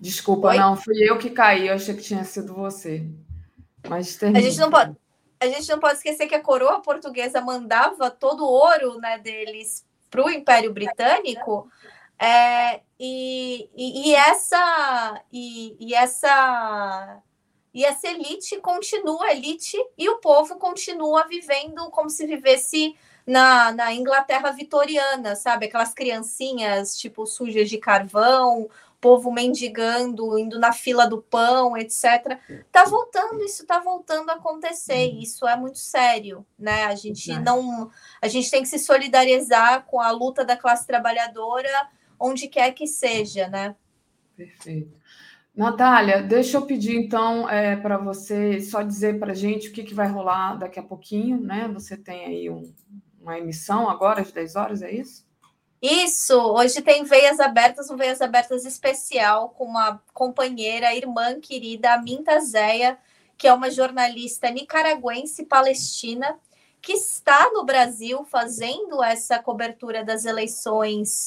Desculpa, Oi? não, fui eu que caí, eu achei que tinha sido você. Mas A termina. gente não pode, a gente não pode esquecer que a coroa portuguesa mandava todo o ouro, né, deles para o Império Britânico, é, e, e, e essa e, e essa e essa elite continua elite e o povo continua vivendo como se vivesse na, na Inglaterra vitoriana, sabe? Aquelas criancinhas tipo sujas de carvão, povo mendigando, indo na fila do pão, etcétera. Tá voltando, isso tá voltando a acontecer, e isso é muito sério, né? A gente não, a gente tem que se solidarizar com a luta da classe trabalhadora, onde quer que seja, né? Perfeito. Natália, deixa eu pedir, então, é, para você só dizer para a gente o que, que vai rolar daqui a pouquinho, né? Você tem aí um, uma emissão agora às dez horas, é isso? Isso, hoje tem Veias Abertas, um Veias Abertas especial com uma companheira, irmã querida, Aminta Zéia, que é uma jornalista nicaragüense palestina, que está no Brasil fazendo essa cobertura das eleições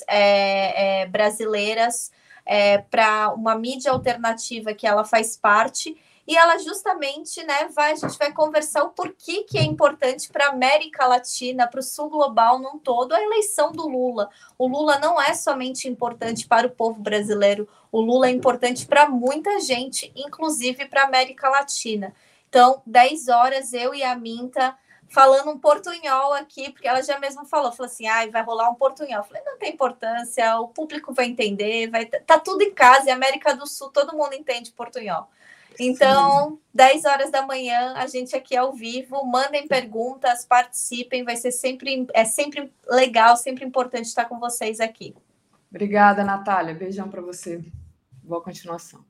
é, é, brasileiras, É, para uma mídia alternativa que ela faz parte, e ela justamente, né, vai, a gente vai conversar o porquê que é importante para a América Latina, para o sul global num todo, a eleição do Lula. O Lula não é somente importante para o povo brasileiro, o Lula é importante para muita gente, inclusive para a América Latina. Então, dez horas, eu e a Minta falando um portunhol aqui, porque ela já mesmo falou, falou assim, ah, vai rolar um portunhol. Eu falei, não tem importância, o público vai entender, vai tá tudo em casa, e América do Sul, todo mundo entende portunhol. Então, sim, dez horas da manhã, a gente aqui ao vivo, mandem perguntas, participem, vai ser sempre, é sempre legal, sempre importante estar com vocês aqui. Obrigada, Natália, beijão para você. Boa continuação.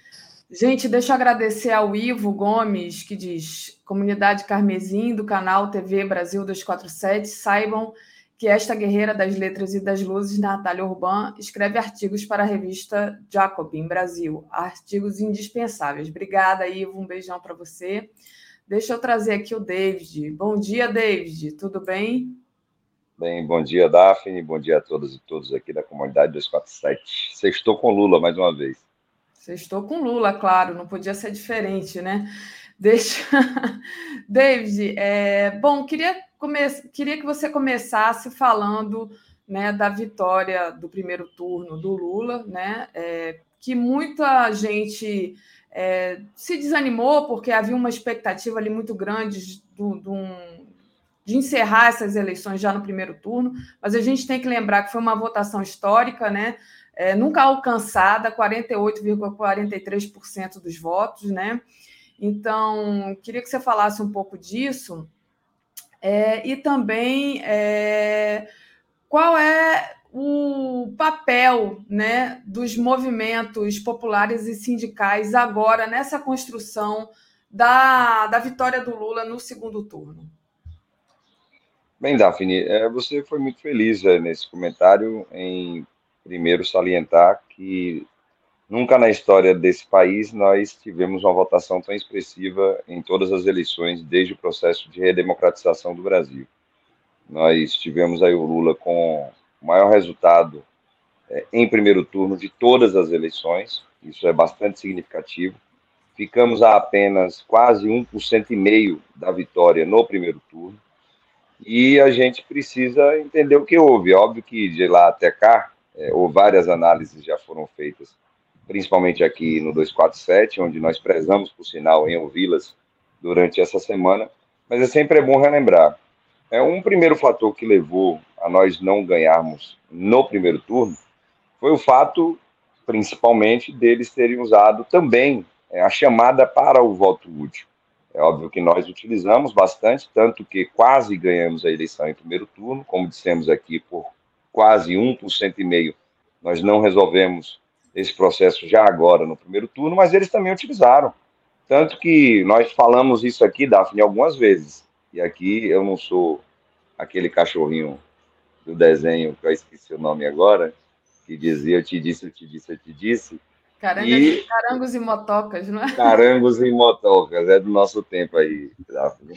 Gente, deixa eu agradecer ao Ivo Gomes, que diz, Comunidade Carmesim, do canal T V Brasil duzentos e quarenta e sete, saibam que esta guerreira das letras e das luzes, Natália Urban, escreve artigos para a revista Jacobin Brasil, artigos indispensáveis. Obrigada, Ivo, um beijão para você. Deixa eu trazer aqui o David. Bom dia, David, tudo bem? Bem, bom dia, Daphne, bom dia a todas e todos aqui da Comunidade duzentos e quarenta e sete. Sextou com Lula, mais uma vez. Sextou com Lula, claro, não podia ser diferente, né? Deixa... David, é... bom, queria, come... queria que você começasse falando, né, da vitória do primeiro turno do Lula, né? É... que muita gente é... se desanimou porque havia uma expectativa ali muito grande do, do um... de encerrar essas eleições já no primeiro turno, mas a gente tem que lembrar que foi uma votação histórica, né? É, nunca alcançada, quarenta e oito vírgula quarenta e três por cento dos votos, né? Então, queria que você falasse um pouco disso, é, e também é, qual é o papel, né, dos movimentos populares e sindicais agora nessa construção da, da vitória do Lula no segundo turno. Bem, Daphne, você foi muito feliz nesse comentário em primeiro salientar que nunca na história desse país nós tivemos uma votação tão expressiva em todas as eleições desde o processo de redemocratização do Brasil. Nós tivemos aí o Lula com o maior resultado é, em primeiro turno de todas as eleições, isso é bastante significativo. Ficamos a apenas quase um por cento e meio da vitória no primeiro turno, e a gente precisa entender o que houve. Óbvio que de lá até cá, É, ou várias análises já foram feitas, principalmente aqui no duzentos e quarenta e sete, onde nós prezamos, por sinal, em ouvi-las durante essa semana, mas é sempre bom relembrar. É, um primeiro fator que levou a nós não ganharmos no primeiro turno foi o fato, principalmente, deles terem usado também é, a chamada para o voto útil. É óbvio que nós utilizamos bastante, tanto que quase ganhamos a eleição em primeiro turno, como dissemos aqui, por quase um por cento e meio, nós não resolvemos esse processo já agora no primeiro turno, mas eles também utilizaram. Tanto que nós falamos isso aqui, Daphne, algumas vezes. E aqui eu não sou aquele cachorrinho do desenho, que eu esqueci o nome agora, que dizia, eu te disse, eu te disse, eu te disse. Carangas, e... Carangos e motocas, não é? Carangos e motocas, é do nosso tempo aí, Daphne.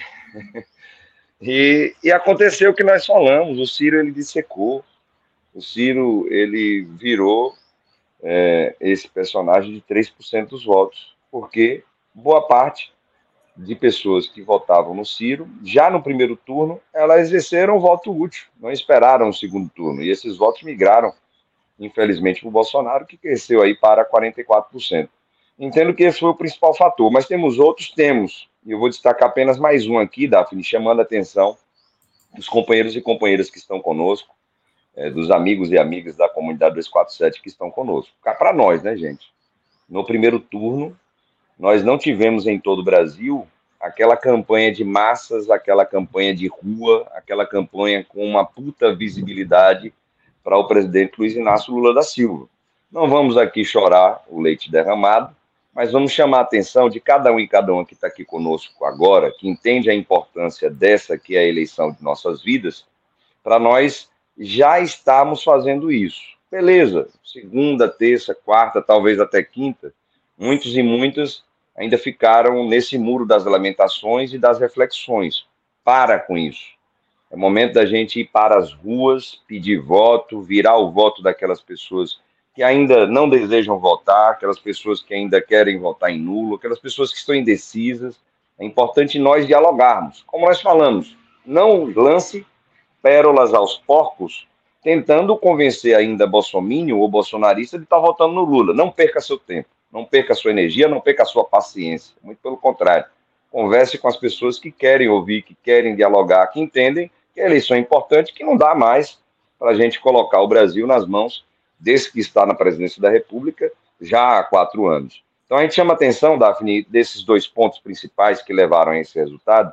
E, e aconteceu o que nós falamos, o Ciro, ele dissecou. O Ciro, ele virou é, esse personagem de três por cento dos votos, porque boa parte de pessoas que votavam no Ciro, já no primeiro turno, elas exerceram voto útil, não esperaram o segundo turno, e esses votos migraram, infelizmente, para o Bolsonaro, que cresceu aí para quarenta e quatro por cento. Entendo que esse foi o principal fator, mas temos outros, temos, e eu vou destacar apenas mais um aqui, Daphne, chamando a atenção dos companheiros e companheiras que estão conosco, é, dos amigos e amigas da comunidade duzentos e quarenta e sete que estão conosco. Cá para nós, né, gente? No primeiro turno, nós não tivemos em todo o Brasil aquela campanha de massas, aquela campanha de rua, aquela campanha com uma puta visibilidade para o presidente Luiz Inácio Lula da Silva. Não vamos aqui chorar o leite derramado, mas vamos chamar a atenção de cada um e cada um que está aqui conosco agora, que entende a importância dessa que é a eleição de nossas vidas, para nós já estarmos fazendo isso. Beleza, segunda, terça, quarta, talvez até quinta, muitos e muitas ainda ficaram nesse muro das lamentações e das reflexões. Para com isso. É momento da gente ir para as ruas, pedir voto, virar o voto daquelas pessoas que ainda não desejam votar, aquelas pessoas que ainda querem votar em nulo, aquelas pessoas que estão indecisas. É importante nós dialogarmos. Como nós falamos, não lance pérolas aos porcos, tentando convencer ainda bolsominion ou bolsonarista de estar votando no Lula. Não perca seu tempo, não perca sua energia, não perca a sua paciência. Muito pelo contrário. Converse com as pessoas que querem ouvir, que querem dialogar, que entendem que a eleição é importante, que não dá mais para a gente colocar o Brasil nas mãos desse que está na presidência da República já há quatro anos. Então a gente chama a atenção, Daphne, desses dois pontos principais que levaram a esse resultado,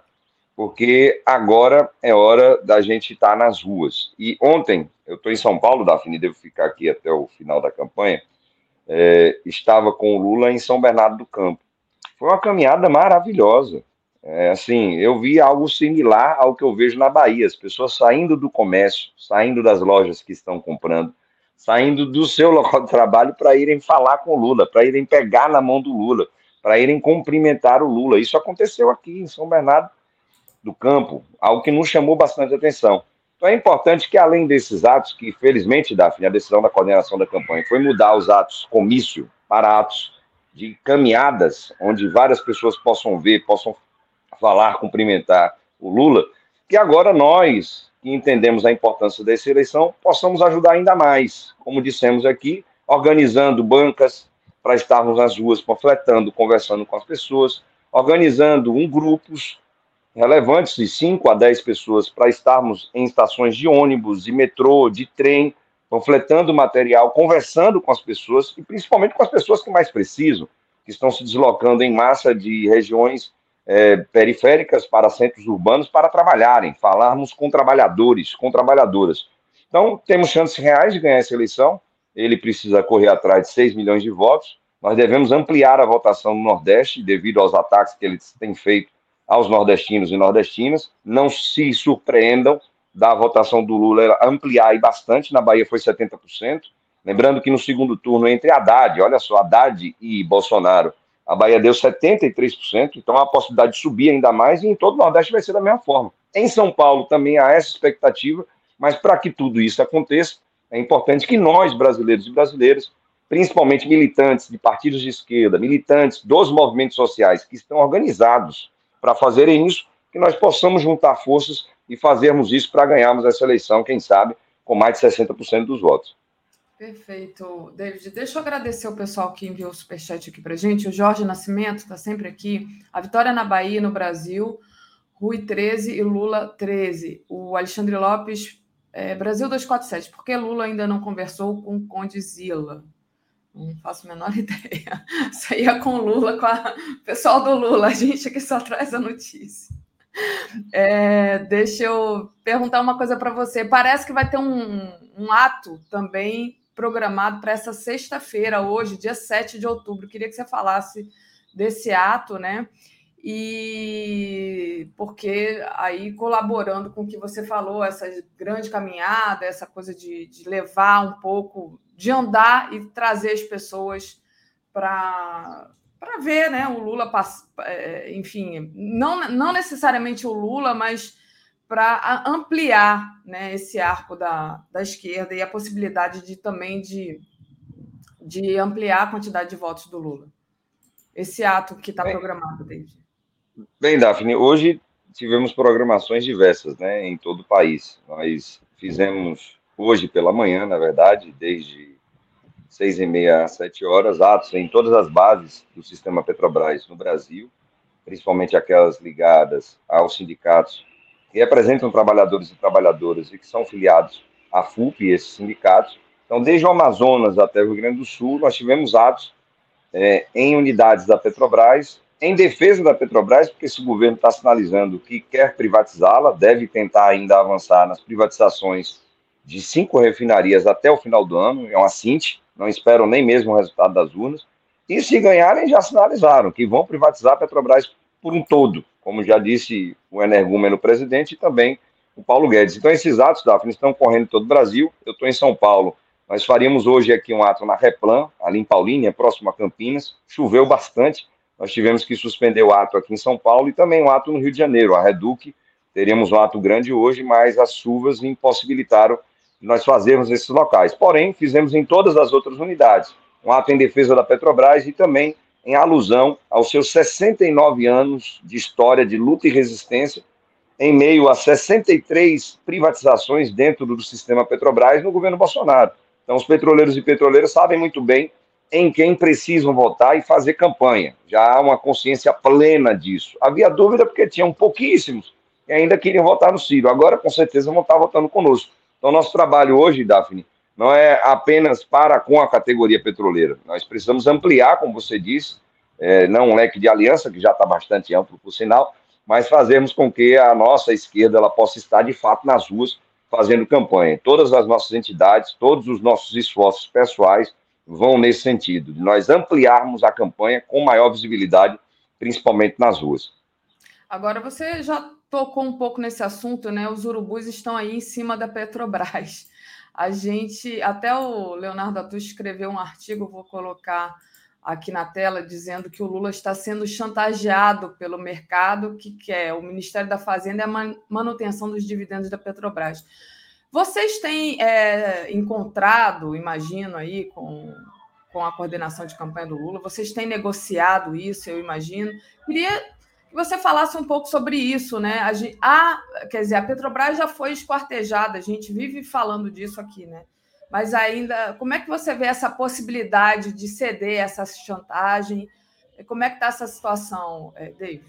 porque agora é hora da gente estar nas ruas. E ontem, eu estou em São Paulo, Daphne, devo ficar aqui até o final da campanha, é, estava com o Lula em São Bernardo do Campo. Foi uma caminhada maravilhosa. É, assim, eu vi algo similar ao que eu vejo na Bahia, as pessoas saindo do comércio, saindo das lojas que estão comprando, saindo do seu local de trabalho para irem falar com o Lula, para irem pegar na mão do Lula, para irem cumprimentar o Lula. Isso aconteceu aqui em São Bernardo do Campo, algo que nos chamou bastante atenção. Então é importante que, além desses atos, que felizmente, Daphne, a decisão da coordenação da campanha foi mudar os atos comício para atos de caminhadas, onde várias pessoas possam ver, possam falar, cumprimentar o Lula, que agora nós, que entendemos a importância dessa eleição, possamos ajudar ainda mais, como dissemos aqui, organizando bancas para estarmos nas ruas, panfletando, conversando com as pessoas, organizando um grupos relevantes de cinco a dez pessoas para estarmos em estações de ônibus, de metrô, de trem, panfletando material, conversando com as pessoas e principalmente com as pessoas que mais precisam, que estão se deslocando em massa de regiões é, periféricas para centros urbanos para trabalharem, falarmos com trabalhadores, com trabalhadoras. Então, temos chances reais de ganhar essa eleição, ele precisa correr atrás de seis milhões de votos, nós devemos ampliar a votação no Nordeste, devido aos ataques que eles têm feito aos nordestinos e nordestinas. Não se surpreendam da votação do Lula ampliar aí bastante, na Bahia foi setenta por cento, lembrando que no segundo turno entre Haddad, olha só, Haddad e Bolsonaro, a Bahia deu setenta e três por cento, então há a possibilidade de subir ainda mais, e em todo o Nordeste vai ser da mesma forma. Em São Paulo também há essa expectativa, mas para que tudo isso aconteça, é importante que nós, brasileiros e brasileiras, principalmente militantes de partidos de esquerda, militantes dos movimentos sociais que estão organizados para fazerem isso, que nós possamos juntar forças e fazermos isso para ganharmos essa eleição, quem sabe, com mais de sessenta por cento dos votos. Perfeito, David. Deixa eu agradecer o pessoal que enviou o superchat aqui para a gente. O Jorge Nascimento está sempre aqui. A Vitória na Bahia, no Brasil. Rui treze e Lula treze. O Alexandre Lopes, é, Brasil duzentos e quarenta e sete. Por que Lula ainda não conversou com o Condzilla? Não faço a menor ideia. Isso aí é com o Lula, com a... o pessoal do Lula. A gente aqui só traz a notícia. É, deixa eu perguntar uma coisa para você. Parece que vai ter um, um ato também programado para essa sexta-feira, hoje, dia sete de outubro. Queria que você falasse desse ato, né? E porque aí, colaborando com o que você falou, essa grande caminhada, essa coisa de, de levar um pouco, de andar e trazer as pessoas para para ver, né, o Lula, enfim, não, não necessariamente o Lula, mas para ampliar, né, esse arco da, da esquerda e a possibilidade de também de de ampliar a quantidade de votos do Lula? Esse ato que está programado, David. Bem, Daphne, hoje tivemos programações diversas, né, em todo o país. Nós fizemos hoje pela manhã, na verdade, desde seis e meia às sete horas, atos em todas as bases do sistema Petrobras no Brasil, principalmente aquelas ligadas aos sindicatos que representam trabalhadores e trabalhadoras e que são filiados à F U P e esses sindicatos. Então, desde o Amazonas até o Rio Grande do Sul, nós tivemos atos é, em unidades da Petrobras, em defesa da Petrobras, porque esse governo está sinalizando que quer privatizá-la, deve tentar ainda avançar nas privatizações de cinco refinarias até o final do ano, é uma cinte, não esperam nem mesmo o resultado das urnas, e se ganharem, já sinalizaram que vão privatizar a Petrobras por um todo, como já disse o energúmeno presidente e também o Paulo Guedes. Então, esses atos, Daphne, estão correndo em todo o Brasil. Eu estou em São Paulo, nós faríamos hoje aqui um ato na Replan, ali em Paulínia, próximo a Campinas, choveu bastante, nós tivemos que suspender o ato aqui em São Paulo e também um ato no Rio de Janeiro, a Reduc, teríamos um ato grande hoje, mas as chuvas impossibilitaram nós fazermos esses locais. Porém, fizemos em todas as outras unidades, um ato em defesa da Petrobras e também em alusão aos seus sessenta e nove anos de história de luta e resistência, em meio a sessenta e três privatizações dentro do sistema Petrobras no governo Bolsonaro. Então, os petroleiros e petroleiras sabem muito bem em quem precisam votar e fazer campanha. Já há uma consciência plena disso. Havia dúvida porque tinham pouquíssimos que ainda queriam votar no Ciro. Agora, com certeza, vão estar votando conosco. Então, nosso trabalho hoje, Daphne, não é apenas para com a categoria petroleira. Nós precisamos ampliar, como você disse, é, não um leque de aliança, que já está bastante amplo, por sinal, mas fazermos com que a nossa esquerda ela possa estar, de fato, nas ruas, fazendo campanha. Todas as nossas entidades, todos os nossos esforços pessoais vão nesse sentido, de nós ampliarmos a campanha com maior visibilidade, principalmente nas ruas. Agora, você já tocou um pouco nesse assunto, né? Os urubus estão aí em cima da Petrobras. A gente, até o Leonardo Atush escreveu um artigo, vou colocar aqui na tela, dizendo que o Lula está sendo chantageado pelo mercado, que quer o Ministério da Fazenda e a manutenção dos dividendos da Petrobras. Vocês têm é, encontrado, imagino, aí, com, com a coordenação de campanha do Lula, vocês têm negociado isso, eu imagino. Queria que você falasse um pouco sobre isso, né? A, gente, a, quer dizer, a Petrobras já foi esquartejada, a gente vive falando disso aqui, né? Mas ainda, como é que você vê essa possibilidade de ceder essa chantagem? Como é que está essa situação, David?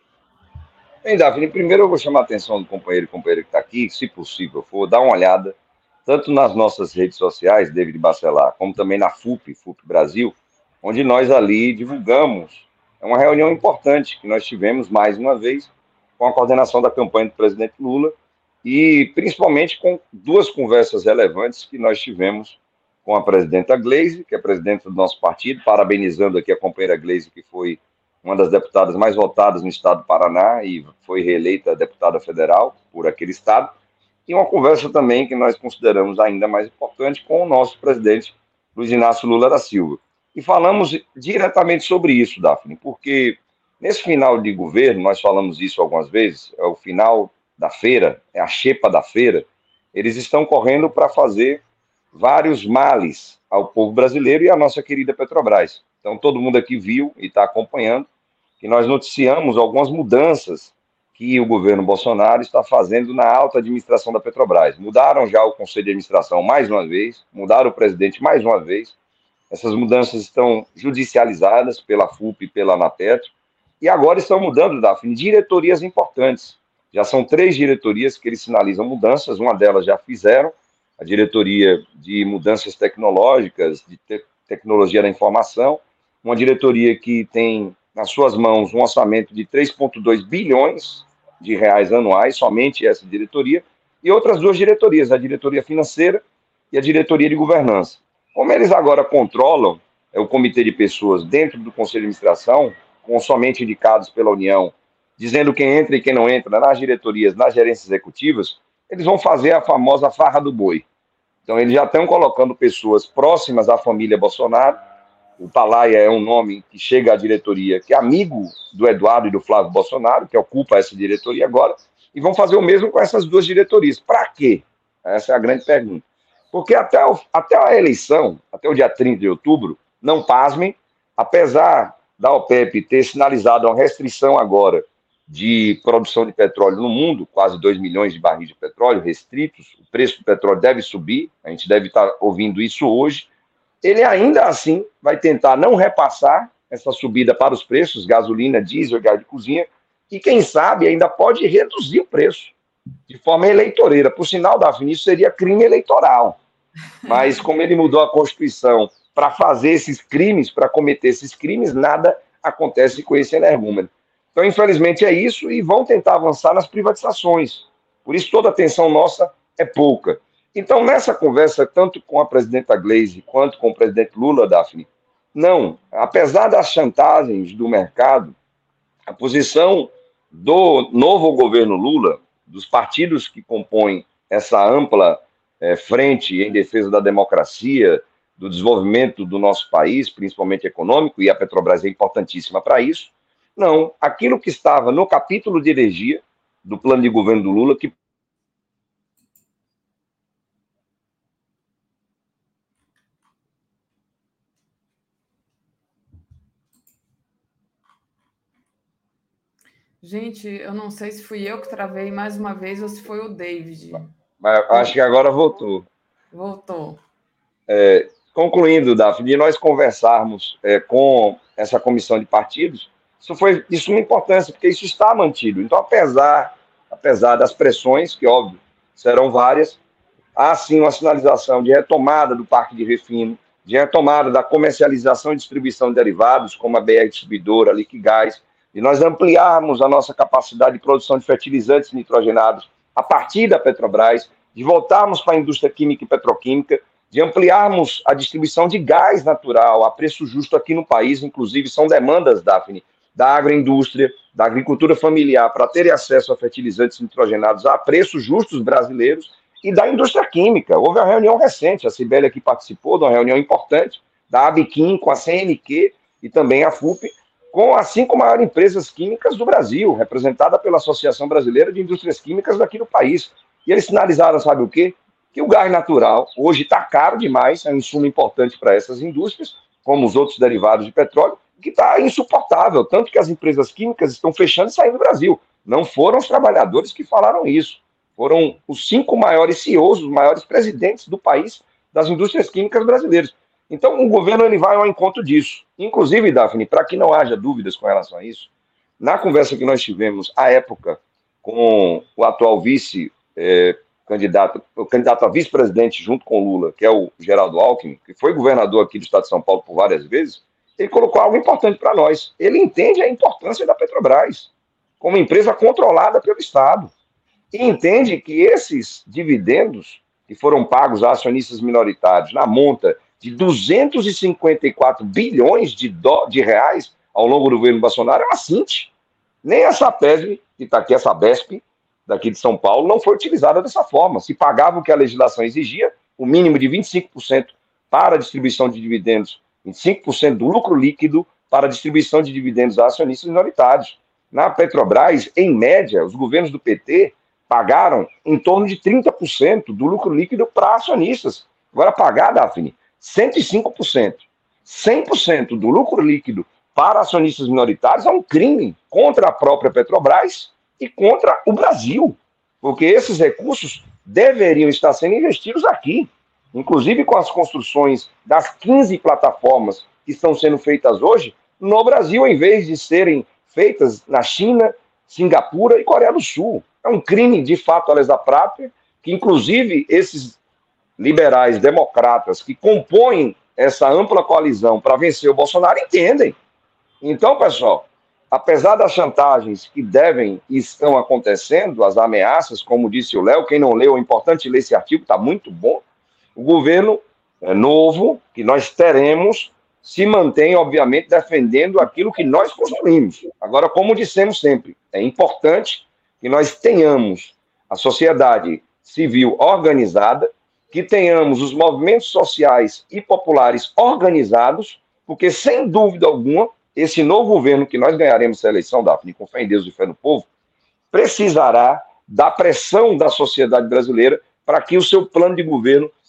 Bem, Daphne, primeiro eu vou chamar a atenção do companheiro e companheira que está aqui, se possível, for dar uma olhada, tanto nas nossas redes sociais, David Bacelar, como também na F U P, F U P Brasil, onde nós ali divulgamos uma reunião importante que nós tivemos, mais uma vez, com a coordenação da campanha do presidente Lula, e principalmente com duas conversas relevantes que nós tivemos com a presidenta Gleisi, que é presidente do nosso partido, parabenizando aqui a companheira Gleisi, que foi uma das deputadas mais votadas no estado do Paraná e foi reeleita deputada federal por aquele estado, e uma conversa também que nós consideramos ainda mais importante com o nosso presidente Luiz Inácio Lula da Silva. E falamos diretamente sobre isso, Daphne, porque nesse final de governo, nós falamos isso algumas vezes, é o final da feira, é a xepa da feira, eles estão correndo para fazer vários males ao povo brasileiro e à nossa querida Petrobras. Então, todo mundo aqui viu e está acompanhando que nós noticiamos algumas mudanças que o governo Bolsonaro está fazendo na alta administração da Petrobras. Mudaram já o Conselho de Administração mais uma vez, mudaram o presidente mais uma vez. Essas mudanças estão judicializadas pela F U P e pela Anapetro, e agora estão mudando, Daphne, diretorias importantes. Já são três diretorias que eles sinalizam mudanças, uma delas já fizeram, a diretoria de mudanças tecnológicas, de te tecnologia da informação, uma diretoria que tem nas suas mãos um orçamento de três vírgula dois bilhões de reais anuais, somente essa diretoria, e outras duas diretorias, a diretoria financeira e a diretoria de governança. Como eles agora controlam é, o comitê de pessoas dentro do Conselho de Administração, com somente indicados pela União, dizendo quem entra e quem não entra nas diretorias, nas gerências executivas, eles vão fazer a famosa farra do boi. Então, eles já estão colocando pessoas próximas à família Bolsonaro. O Talaia é um nome que chega à diretoria, que é amigo do Eduardo e do Flávio Bolsonaro, que ocupa essa diretoria agora, e vão fazer o mesmo com essas duas diretorias. Para quê? Essa é a grande pergunta. Porque até, o, até a eleição, até o dia trinta de outubro, não pasmem, apesar da OPEP ter sinalizado uma restrição agora de produção de petróleo no mundo, quase dois milhões de barris de petróleo restritos, o preço do petróleo deve subir, a gente deve estar ouvindo isso hoje, ele ainda assim vai tentar não repassar essa subida para os preços, gasolina, diesel, gás de cozinha, e quem sabe ainda pode reduzir o preço de forma eleitoreira. Por sinal, Daphne, isso seria crime eleitoral. Mas como ele mudou a Constituição para fazer esses crimes, para cometer esses crimes, nada acontece com esse energúmeno. Então, infelizmente, é isso, e vão tentar avançar nas privatizações. Por isso, toda a atenção nossa é pouca. Então, nessa conversa, tanto com a presidenta Gleisi quanto com o presidente Lula, Daphne, não, apesar das chantagens do mercado, a posição do novo governo Lula, dos partidos que compõem essa ampla é, frente em defesa da democracia, do desenvolvimento do nosso país, principalmente econômico, e a Petrobras é importantíssima para isso, não, aquilo que estava no capítulo de energia do plano de governo do Lula, que Gente, eu não sei se fui eu que travei mais uma vez ou se foi o David. Mas acho que agora voltou. Voltou. É, concluindo, Daphne, de nós conversarmos é, com essa comissão de partidos, isso foi de suma importância, porque isso está mantido. Então, apesar, apesar das pressões, que, óbvio, serão várias, há, sim, uma sinalização de retomada do parque de refino, de retomada da comercialização e distribuição de derivados, como a B R Distribuidora, a Liquigás, de nós ampliarmos a nossa capacidade de produção de fertilizantes nitrogenados a partir da Petrobras, de voltarmos para a indústria química e petroquímica, de ampliarmos a distribuição de gás natural a preço justo aqui no país, inclusive são demandas, Daphne, da agroindústria, da agricultura familiar, para terem acesso a fertilizantes nitrogenados a preços justos brasileiros, e da indústria química. Houve uma reunião recente, a Cibele aqui participou de uma reunião importante, da Abiquim com a C N Q e também a F U P, com as cinco maiores empresas químicas do Brasil, representada pela Associação Brasileira de Indústrias Químicas daqui do país. E eles sinalizaram, sabe o quê? Que o gás natural hoje está caro demais, é um insumo importante para essas indústrias, como os outros derivados de petróleo, que está insuportável, tanto que as empresas químicas estão fechando e saindo do Brasil. Não foram os trabalhadores que falaram isso, foram os cinco maiores C E Os, os maiores presidentes do país, das indústrias químicas brasileiras. Então, o governo ele vai ao encontro disso. Inclusive, Daphne, para que não haja dúvidas com relação a isso, na conversa que nós tivemos, à época, com o atual vice, eh, candidato, o candidato a vice-presidente junto com o Lula, que é o Geraldo Alckmin, que foi governador aqui do estado de São Paulo por várias vezes, ele colocou algo importante para nós. Ele entende a importância da Petrobras como empresa controlada pelo Estado. E entende que esses dividendos que foram pagos a acionistas minoritários na monta de duzentos e cinquenta e quatro bilhões de, do, de reais ao longo do governo Bolsonaro é uma cinte. Nem a Sapesp, que está aqui, a Sabesp, daqui de São Paulo, não foi utilizada dessa forma. Se pagava o que a legislação exigia, o mínimo de vinte e cinco por cento para a distribuição de dividendos, vinte e cinco por cento do lucro líquido para a distribuição de dividendos a acionistas minoritários. Na Petrobras, em média, os governos do P T pagaram em torno de trinta por cento do lucro líquido para acionistas. Agora, pagar, Daphne, cento e cinco por cento, cem por cento do lucro líquido para acionistas minoritários é um crime contra a própria Petrobras e contra o Brasil, porque esses recursos deveriam estar sendo investidos aqui, inclusive com as construções das quinze plataformas que estão sendo feitas hoje no Brasil, em vez de serem feitas na China, Singapura e Coreia do Sul. É um crime, de fato, a lesa pátria, que inclusive esses liberais democratas que compõem essa ampla coalizão para vencer o Bolsonaro entendem. Então, pessoal, apesar das chantagens que devem e estão acontecendo, as ameaças, como disse o Léo, quem não leu, é importante ler esse artigo, está muito bom. O governo é, novo, que nós teremos, se mantém, obviamente, defendendo aquilo que nós construímos. Agora, como dissemos sempre, é importante que nós tenhamos a sociedade civil organizada, que tenhamos os movimentos sociais e populares organizados, porque, sem dúvida alguma, esse novo governo que nós ganharemos essa eleição, Daphne, com fé em Deus e fé no povo, precisará da pressão da sociedade brasileira para que o seu plano de governo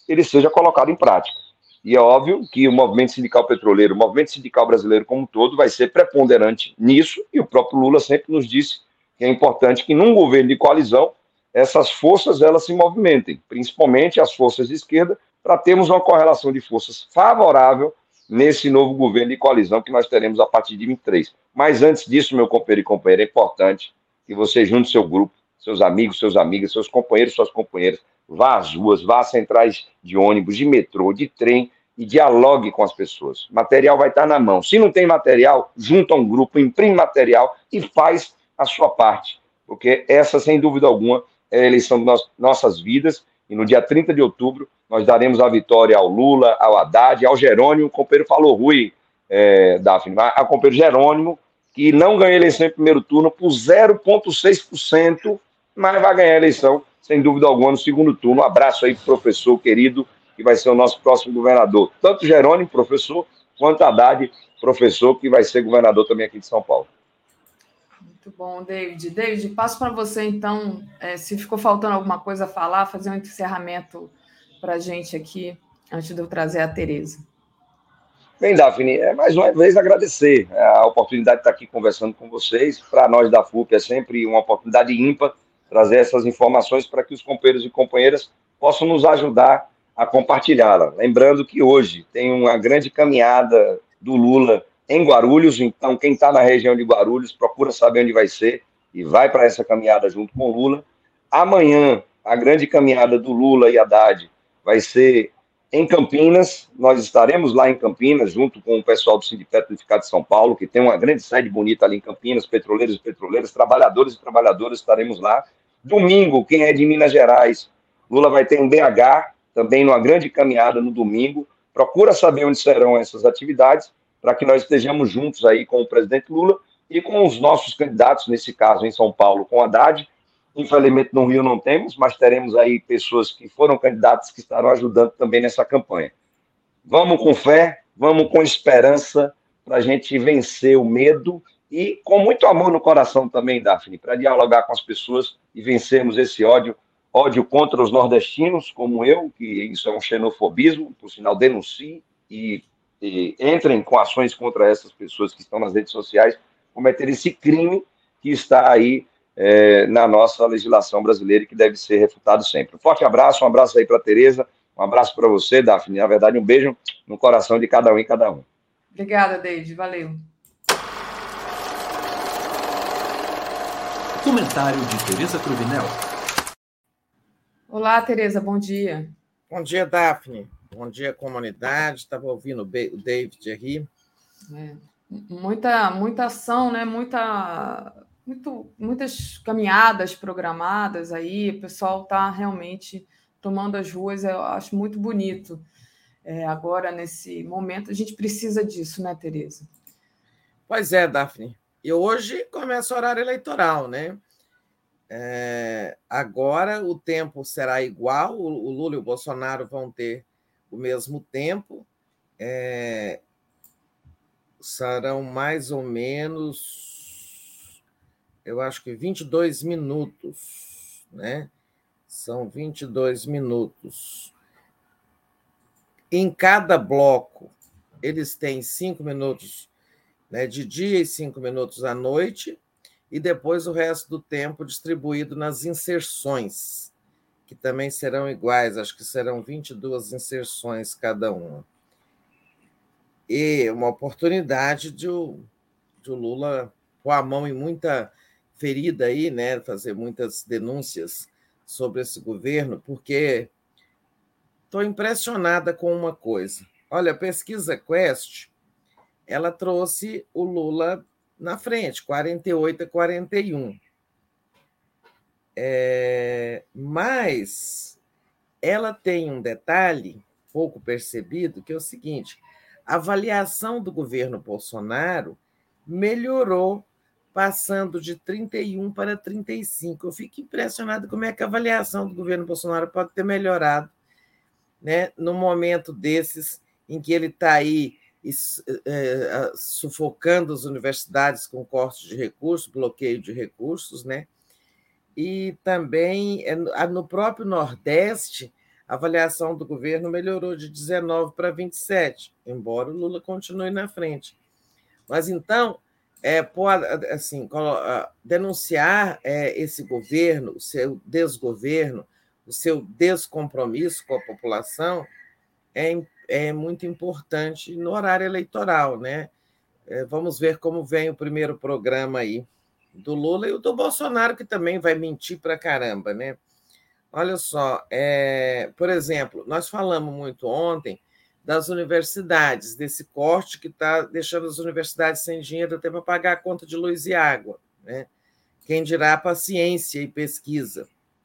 ele seja colocado em prática. E é óbvio que o movimento sindical petroleiro, o movimento sindical brasileiro como um todo, vai ser preponderante nisso, e o próprio Lula sempre nos disse que é importante que num governo de coalizão, essas forças elas se movimentem, principalmente as forças de esquerda, para termos uma correlação de forças favorável nesse novo governo de coalizão que nós teremos a partir de vinte e três. Mas antes disso, meu companheiro e companheira, é importante que você junte seu grupo, seus amigos, suas amigas, seus companheiros, suas companheiras, vá às ruas, vá às centrais de ônibus, de metrô, de trem e dialogue com as pessoas. Material vai estar na mão. Se não tem material, junta um grupo, imprime material e faz a sua parte, porque essa, sem dúvida alguma, é a eleição de nós, nossas vidas, e no dia trinta de outubro nós daremos a vitória ao Lula, ao Haddad, ao Jerônimo. O companheiro falou Rui, é, Daphne, ao companheiro Jerônimo, que não ganhou a eleição em primeiro turno por zero vírgula seis por cento, mas vai ganhar a eleição, sem dúvida alguma, no segundo turno. Um abraço aí para o professor querido, que vai ser o nosso próximo governador. Tanto Jerônimo, professor, quanto Haddad, professor, que vai ser governador também aqui de São Paulo. Muito bom, David. David, passo para você, então, é, se ficou faltando alguma coisa a falar, fazer um encerramento para a gente aqui, antes de eu trazer a Tereza. Bem, Daphne, é, mais uma vez agradecer a oportunidade de estar aqui conversando com vocês. Para nós da F U P é sempre uma oportunidade ímpar trazer essas informações para que os companheiros e companheiras possam nos ajudar a compartilhá-la. Lembrando que hoje tem uma grande caminhada do Lula em Guarulhos, então quem está na região de Guarulhos procura saber onde vai ser e vai para essa caminhada junto com o Lula. Amanhã, a grande caminhada do Lula e Haddad vai ser em Campinas. Nós estaremos lá em Campinas, junto com o pessoal do Sindicato Unificado de São Paulo, que tem uma grande sede bonita ali em Campinas, petroleiros e petroleiras, trabalhadores e trabalhadoras, estaremos lá. Domingo, quem é de Minas Gerais, Lula vai ter em B H, também numa grande caminhada no domingo. Procura saber onde serão essas atividades, para que nós estejamos juntos aí com o presidente Lula e com os nossos candidatos, nesse caso em São Paulo, com Haddad. Infelizmente no Rio não temos, mas teremos aí pessoas que foram candidatos que estarão ajudando também nessa campanha. Vamos com fé, vamos com esperança para a gente vencer o medo e com muito amor no coração também, Daphne, para dialogar com as pessoas e vencermos esse ódio, ódio contra os nordestinos, como eu, que isso é um xenofobismo, por sinal denuncie e, e entrem com ações contra essas pessoas que estão nas redes sociais, cometer esse crime que está aí É, na nossa legislação brasileira e que deve ser refutado sempre. Um forte abraço, um abraço aí para a Tereza, um abraço para você, Daphne, na verdade um beijo no coração de cada um e cada um. Obrigada, David, valeu. Comentário de Tereza Cruvinel. Olá, Tereza, bom dia. Bom dia, Daphne. Bom dia, comunidade. Estava ouvindo o David aqui. É, muita, muita ação, né? Muita... Muito, muitas caminhadas programadas aí, o pessoal está realmente tomando as ruas, eu acho muito bonito. É, agora, nesse momento, a gente precisa disso, né, Tereza? Pois é, Daphne. E hoje começa o horário eleitoral, né? É, agora o tempo será igual, o Lula e o Bolsonaro vão ter o mesmo tempo, é, serão mais ou menos... eu acho que vinte e dois minutos, né? São vinte e dois minutos. Em cada bloco, eles têm cinco minutos, né, de dia e cinco minutos à noite, e depois o resto do tempo distribuído nas inserções, que também serão iguais, acho que serão vinte e duas inserções cada uma. E uma oportunidade de o, de o Lula pôr a mão em muita ferida aí, né, fazer muitas denúncias sobre esse governo, porque estou impressionada com uma coisa. Olha, a pesquisa Quest, ela trouxe o Lula na frente, quarenta e oito a quarenta e um. É, mas ela tem um detalhe pouco percebido, que é o seguinte: a avaliação do governo Bolsonaro melhorou, passando de trinta e um para trinta e cinco. Eu fico impressionado como é que a avaliação do governo Bolsonaro pode ter melhorado, né, no momento desses em que ele está aí é, sufocando as universidades com corte de recursos, bloqueio de recursos, né? E também no próprio Nordeste a avaliação do governo melhorou de dezenove para vinte e sete, embora o Lula continue na frente. Mas, então, é, pode, assim, denunciar é, esse governo, o seu desgoverno, o seu descompromisso com a população é, é muito importante no horário eleitoral, né? É, vamos ver como vem o primeiro programa aí do Lula e o do Bolsonaro, que também vai mentir para caramba, né? Olha só, é, por exemplo, nós falamos muito ontem das universidades, desse corte que está deixando as universidades sem dinheiro até para pagar a conta de luz e água, né? Quem dirá paciência e pesquisa.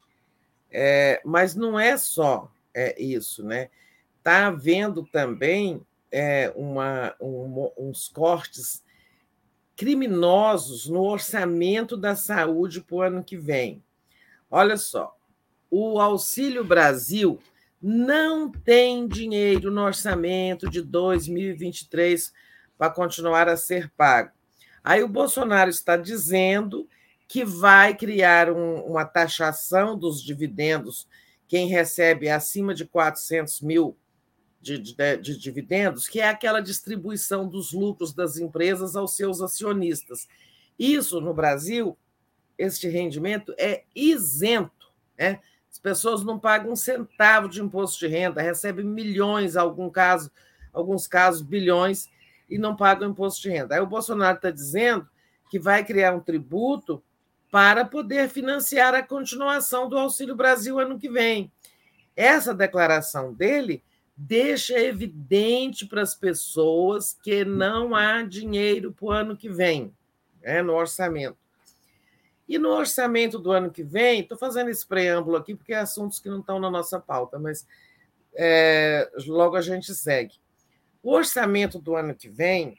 É, mas não é só é, isso, né? Está havendo também é, uma, um, uns cortes criminosos no orçamento da saúde para o ano que vem. Olha só, o Auxílio Brasil não tem dinheiro no orçamento de dois mil e vinte e três para continuar a ser pago. Aí o Bolsonaro está dizendo que vai criar um, uma taxação dos dividendos, quem recebe acima de quatrocentos mil de, de, de dividendos, que é aquela distribuição dos lucros das empresas aos seus acionistas. Isso, no Brasil, este rendimento é isento, né? As pessoas não pagam um centavo de imposto de renda, recebem milhões, algum caso, alguns casos bilhões, e não pagam imposto de renda. Aí o Bolsonaro está dizendo que vai criar um tributo para poder financiar a continuação do Auxílio Brasil ano que vem. Essa declaração dele deixa evidente para as pessoas que não há dinheiro para o ano que vem, né, no orçamento. E no orçamento do ano que vem, estou fazendo esse preâmbulo aqui porque é assuntos que não estão na nossa pauta, mas é, logo a gente segue. O orçamento do ano que vem,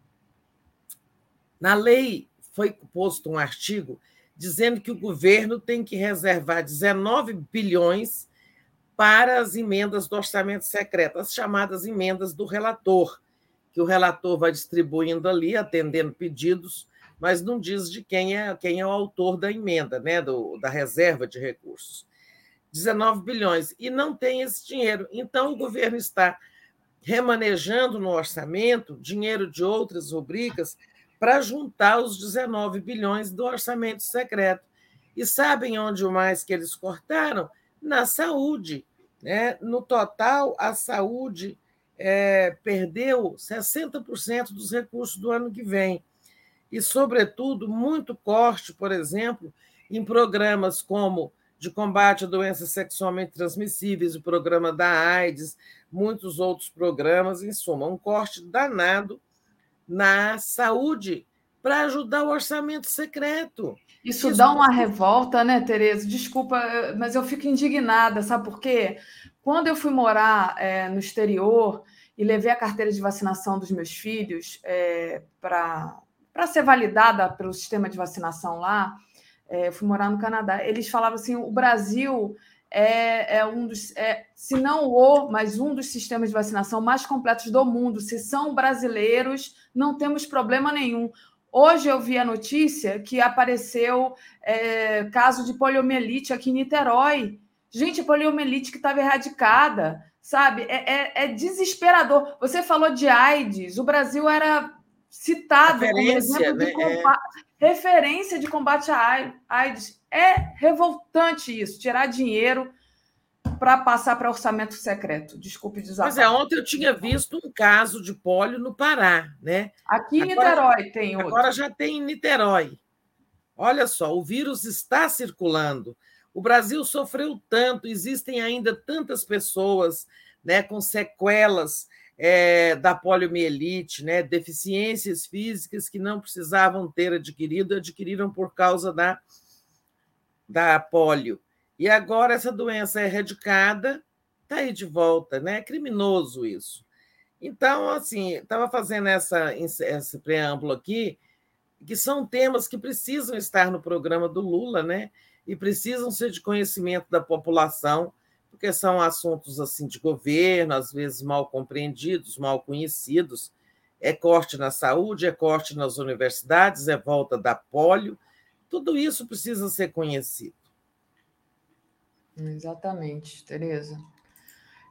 na lei foi posto um artigo dizendo que o governo tem que reservar dezenove bilhões para as emendas do orçamento secreto, as chamadas emendas do relator, que o relator vai distribuindo ali, atendendo pedidos, mas não diz de quem é, quem é o autor da emenda, né, do, da reserva de recursos. dezenove bilhões, e não tem esse dinheiro. Então, o governo está remanejando no orçamento dinheiro de outras rubricas para juntar os dezenove bilhões do orçamento secreto. E sabem onde mais que eles cortaram? Na saúde. Né? No total, a saúde é, perdeu sessenta por cento dos recursos do ano que vem. E, sobretudo, muito corte, por exemplo, em programas como de combate a doenças sexualmente transmissíveis, o programa da AIDS, muitos outros programas, em suma, um corte danado na saúde para ajudar o orçamento secreto. Isso, Isso dá uma revolta, né, Tereza? Desculpa, mas eu fico indignada, sabe por quê? Quando eu fui morar é, no exterior e levei a carteira de vacinação dos meus filhos é, para para ser validada pelo sistema de vacinação lá, é, eu fui morar no Canadá, eles falavam assim, o Brasil é, é um dos, é, se não o, mas um dos sistemas de vacinação mais completos do mundo. Se são brasileiros, não temos problema nenhum. Hoje eu vi a notícia que apareceu é, caso de poliomielite aqui em Niterói. Gente, poliomielite que estava erradicada, sabe? É, é, é desesperador. Você falou de AIDS, o Brasil era citado como exemplo de combate, é. referência de combate à AIDS. É revoltante isso, tirar dinheiro para passar para orçamento secreto. Desculpe desabafar. Mas é, ontem eu tinha visto um caso de pólio no Pará, né? Aqui em agora, Niterói tem outro. Agora já tem em Niterói. Olha só, o vírus está circulando. O Brasil sofreu tanto, existem ainda tantas pessoas, né, com sequelas é, da poliomielite, né, deficiências físicas que não precisavam ter adquirido, adquiriram por causa da, da polio. E agora essa doença é erradicada, está aí de volta, né? É criminoso isso. Então, assim, estava fazendo essa, esse preâmbulo aqui, que são temas que precisam estar no programa do Lula, né? E precisam ser de conhecimento da população, porque são assuntos assim de governo, às vezes mal compreendidos, mal conhecidos. É corte na saúde, é corte nas universidades, é volta da polio. Tudo isso precisa ser conhecido. Exatamente, Tereza.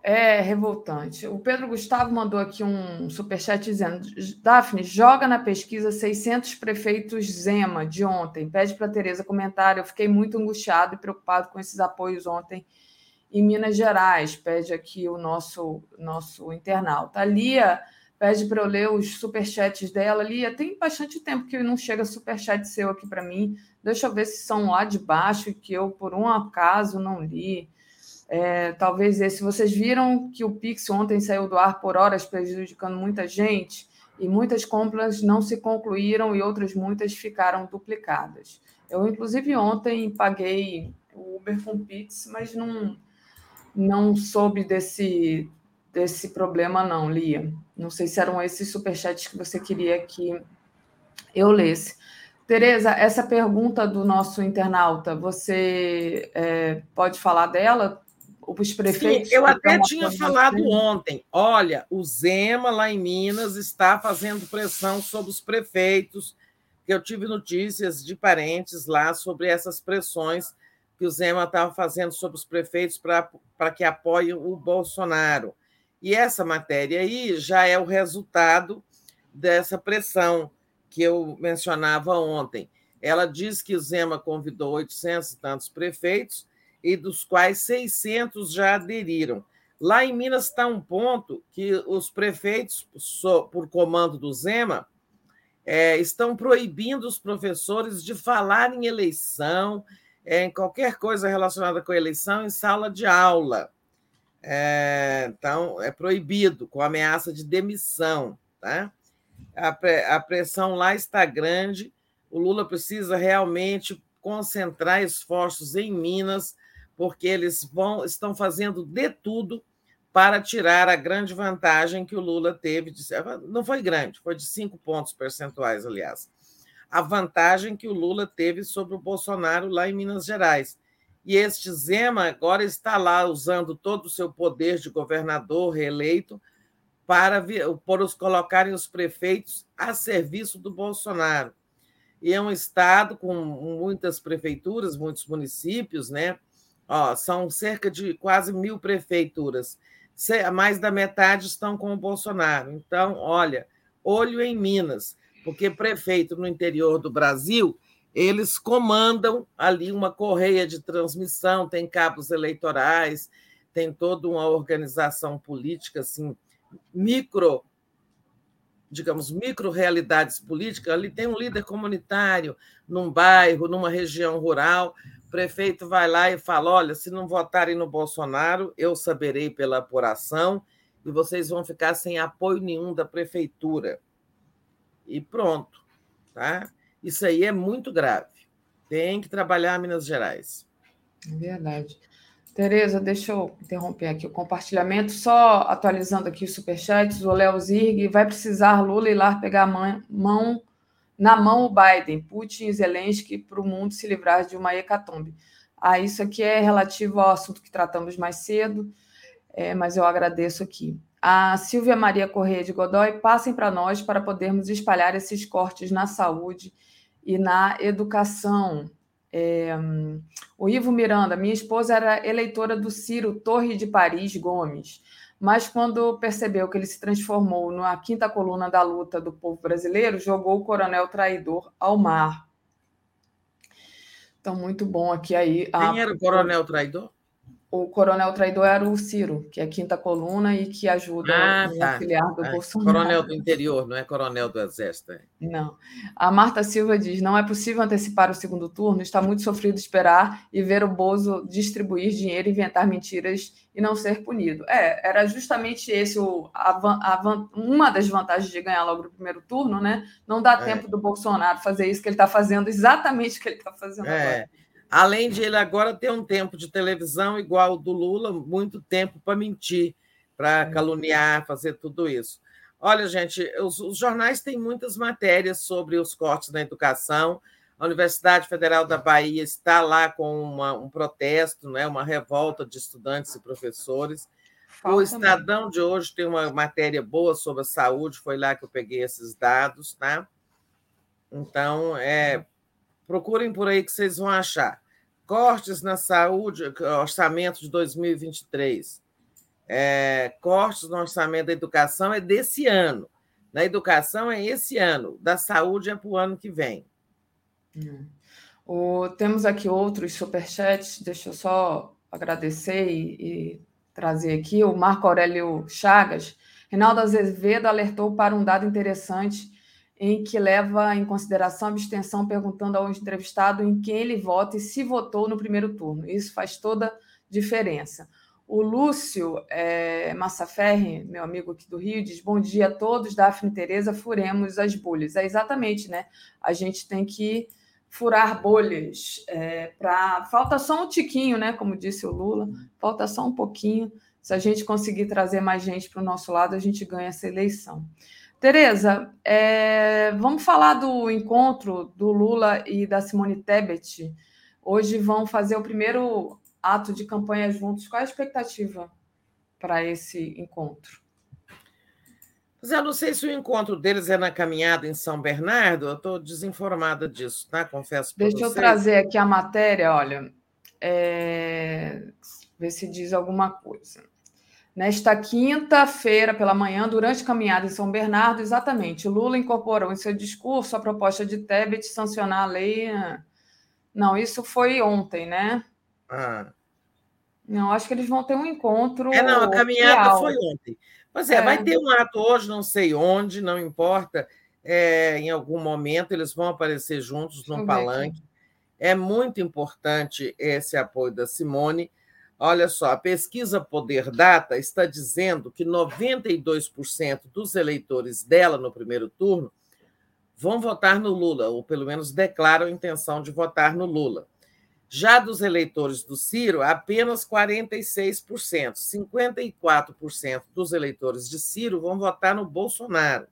É revoltante. O Pedro Gustavo mandou aqui um superchat dizendo: Daphne, joga na pesquisa seiscentos prefeitos Zema de ontem. Pede para a Tereza comentar. Eu fiquei muito angustiado e preocupado com esses apoios ontem em Minas Gerais. Pede aqui o nosso, nosso internauta. A Lia pede para eu ler os superchats dela. Lia, tem bastante tempo que não chega superchat seu aqui para mim. Deixa eu ver se são lá de baixo que eu, por um acaso, não li. É, talvez esse. Vocês viram que o Pix ontem saiu do ar por horas, prejudicando muita gente, e muitas compras não se concluíram e outras muitas ficaram duplicadas. Eu, inclusive, ontem paguei o Uber com Pix, mas não, não soube desse, desse problema, não, Lia. Não sei se eram esses superchats que você queria que eu lesse. Tereza, essa pergunta do nosso internauta, você é, pode falar dela? Os prefeitos. Sim, eu até tinha falado ontem. Olha, o Zema, lá em Minas, está fazendo pressão sobre os prefeitos, que eu tive notícias de parentes lá sobre essas pressões que o Zema estava fazendo sobre os prefeitos para que apoiem o Bolsonaro. E essa matéria aí já é o resultado dessa pressão que eu mencionava ontem. Ela diz que o Zema convidou oitocentos e tantos prefeitos, e dos quais seiscentos já aderiram. Lá em Minas está um ponto que os prefeitos, por comando do Zema, é, estão proibindo os professores de falar em eleição, é, em qualquer coisa relacionada com a eleição, em sala de aula. É, então, é proibido, com ameaça de demissão. Tá? A, pre, a pressão lá está grande, o Lula precisa realmente concentrar esforços em Minas, porque eles vão, estão fazendo de tudo para tirar a grande vantagem que o Lula teve. De, não foi grande, foi de cinco pontos percentuais, aliás. A vantagem que o Lula teve sobre o Bolsonaro lá em Minas Gerais. E este Zema agora está lá usando todo o seu poder de governador reeleito para por os colocarem os prefeitos a serviço do Bolsonaro. E é um estado com muitas prefeituras, muitos municípios, né? Ó, são cerca de quase mil prefeituras. Mais da metade estão com o Bolsonaro. Então, olha, olho em Minas, porque prefeito no interior do Brasil, eles comandam ali uma correia de transmissão, tem cabos eleitorais, tem toda uma organização política, assim, micro, digamos, micro-realidades políticas. Ali tem um líder comunitário num bairro, numa região rural. O prefeito vai lá e fala: olha, se não votarem no Bolsonaro, eu saberei pela apuração e vocês vão ficar sem apoio nenhum da prefeitura. E pronto. Tá? Isso aí é muito grave. Tem que trabalhar Minas Gerais. É verdade. Tereza, deixa eu interromper aqui o compartilhamento, só atualizando aqui os superchats. O Léo Zirg: vai precisar Lula ir lá pegar a mão, mão na mão o Biden, Putin e Zelensky, para o mundo se livrar de uma hecatombe. Ah, isso aqui é relativo ao assunto que tratamos mais cedo, é, mas eu agradeço aqui. A Silvia Maria Corrêa de Godoy: passem para nós para podermos espalhar esses cortes na saúde e na educação. É, o Ivo Miranda: minha esposa era eleitora do Ciro Torre de Paris Gomes, mas quando percebeu que ele se transformou na quinta coluna da luta do povo brasileiro, jogou o coronel traidor ao mar. Então, muito bom aqui aí. Quem a... era o coronel traidor? O coronel traidor era o Ciro, que é a quinta coluna e que ajuda ah, o tá. auxiliar do ah, Bolsonaro. Coronel do interior, não é coronel do exército. Não. A Marta Silva diz: não é possível antecipar o segundo turno, está muito sofrido esperar e ver o Bozo distribuir dinheiro, inventar mentiras e não ser punido. É, era justamente esse o, a, a, uma das vantagens de ganhar logo no primeiro turno, né? Não dá é. tempo do Bolsonaro fazer isso que ele está fazendo, exatamente o que ele está fazendo é. agora. Além de ele agora ter um tempo de televisão igual o do Lula, muito tempo para mentir, para caluniar, fazer tudo isso. Olha, gente, os, os jornais têm muitas matérias sobre os cortes na educação. A Universidade Federal da Bahia está lá com uma, um protesto, né, uma revolta de estudantes e professores. Falta o Estadão mesmo. De hoje tem uma matéria boa sobre a saúde, foi lá que eu peguei esses dados, tá? Então, é... procurem por aí que vocês vão achar. Cortes na saúde, orçamento de dois mil e vinte e três. É, cortes no orçamento da educação é desse ano. Na educação é esse ano, da saúde é para o ano que vem. Hum. O, temos aqui outros superchats, deixa eu só agradecer e, e trazer aqui. O Marco Aurélio Chagas. Reinaldo Azevedo alertou para um dado interessante em que leva em consideração a abstenção, perguntando ao entrevistado em quem ele vota e se votou no primeiro turno. Isso faz toda a diferença. O Lúcio é, Massaferri, meu amigo aqui do Rio, diz: bom dia a todos, Daphne e Tereza, furemos as bolhas. É exatamente, né? A gente tem que furar bolhas. É, pra... Falta só um tiquinho, né? Como disse o Lula, falta só um pouquinho. Se a gente conseguir trazer mais gente para o nosso lado, a gente ganha essa eleição. Tereza, é... vamos falar do encontro do Lula e da Simone Tebet. Hoje vão fazer o primeiro ato de campanha juntos. Qual é a expectativa para esse encontro? Mas eu não sei se o encontro deles é na caminhada em São Bernardo, eu estou desinformada disso, tá? Confesso para vocês. Deixa eu trazer aqui a matéria, olha, é... ver se diz alguma coisa. Nesta quinta-feira, pela manhã, durante a caminhada em São Bernardo, exatamente, Lula incorporou em seu discurso a proposta de Tebet sancionar a lei... Não, isso foi ontem, né? Ah. Não, acho que eles vão ter um encontro... É, não, a caminhada real. foi ontem. Pois é, é, vai ter um ato hoje, não sei onde, não importa, é, em algum momento eles vão aparecer juntos num palanque. É muito importante esse apoio da Simone. Olha só, a pesquisa Poder Data está dizendo que noventa e dois por cento dos eleitores dela no primeiro turno vão votar no Lula, ou pelo menos declaram a intenção de votar no Lula. Já dos eleitores do Ciro, apenas quarenta e seis por cento, cinquenta e quatro por cento dos eleitores de Ciro vão votar no Bolsonaro.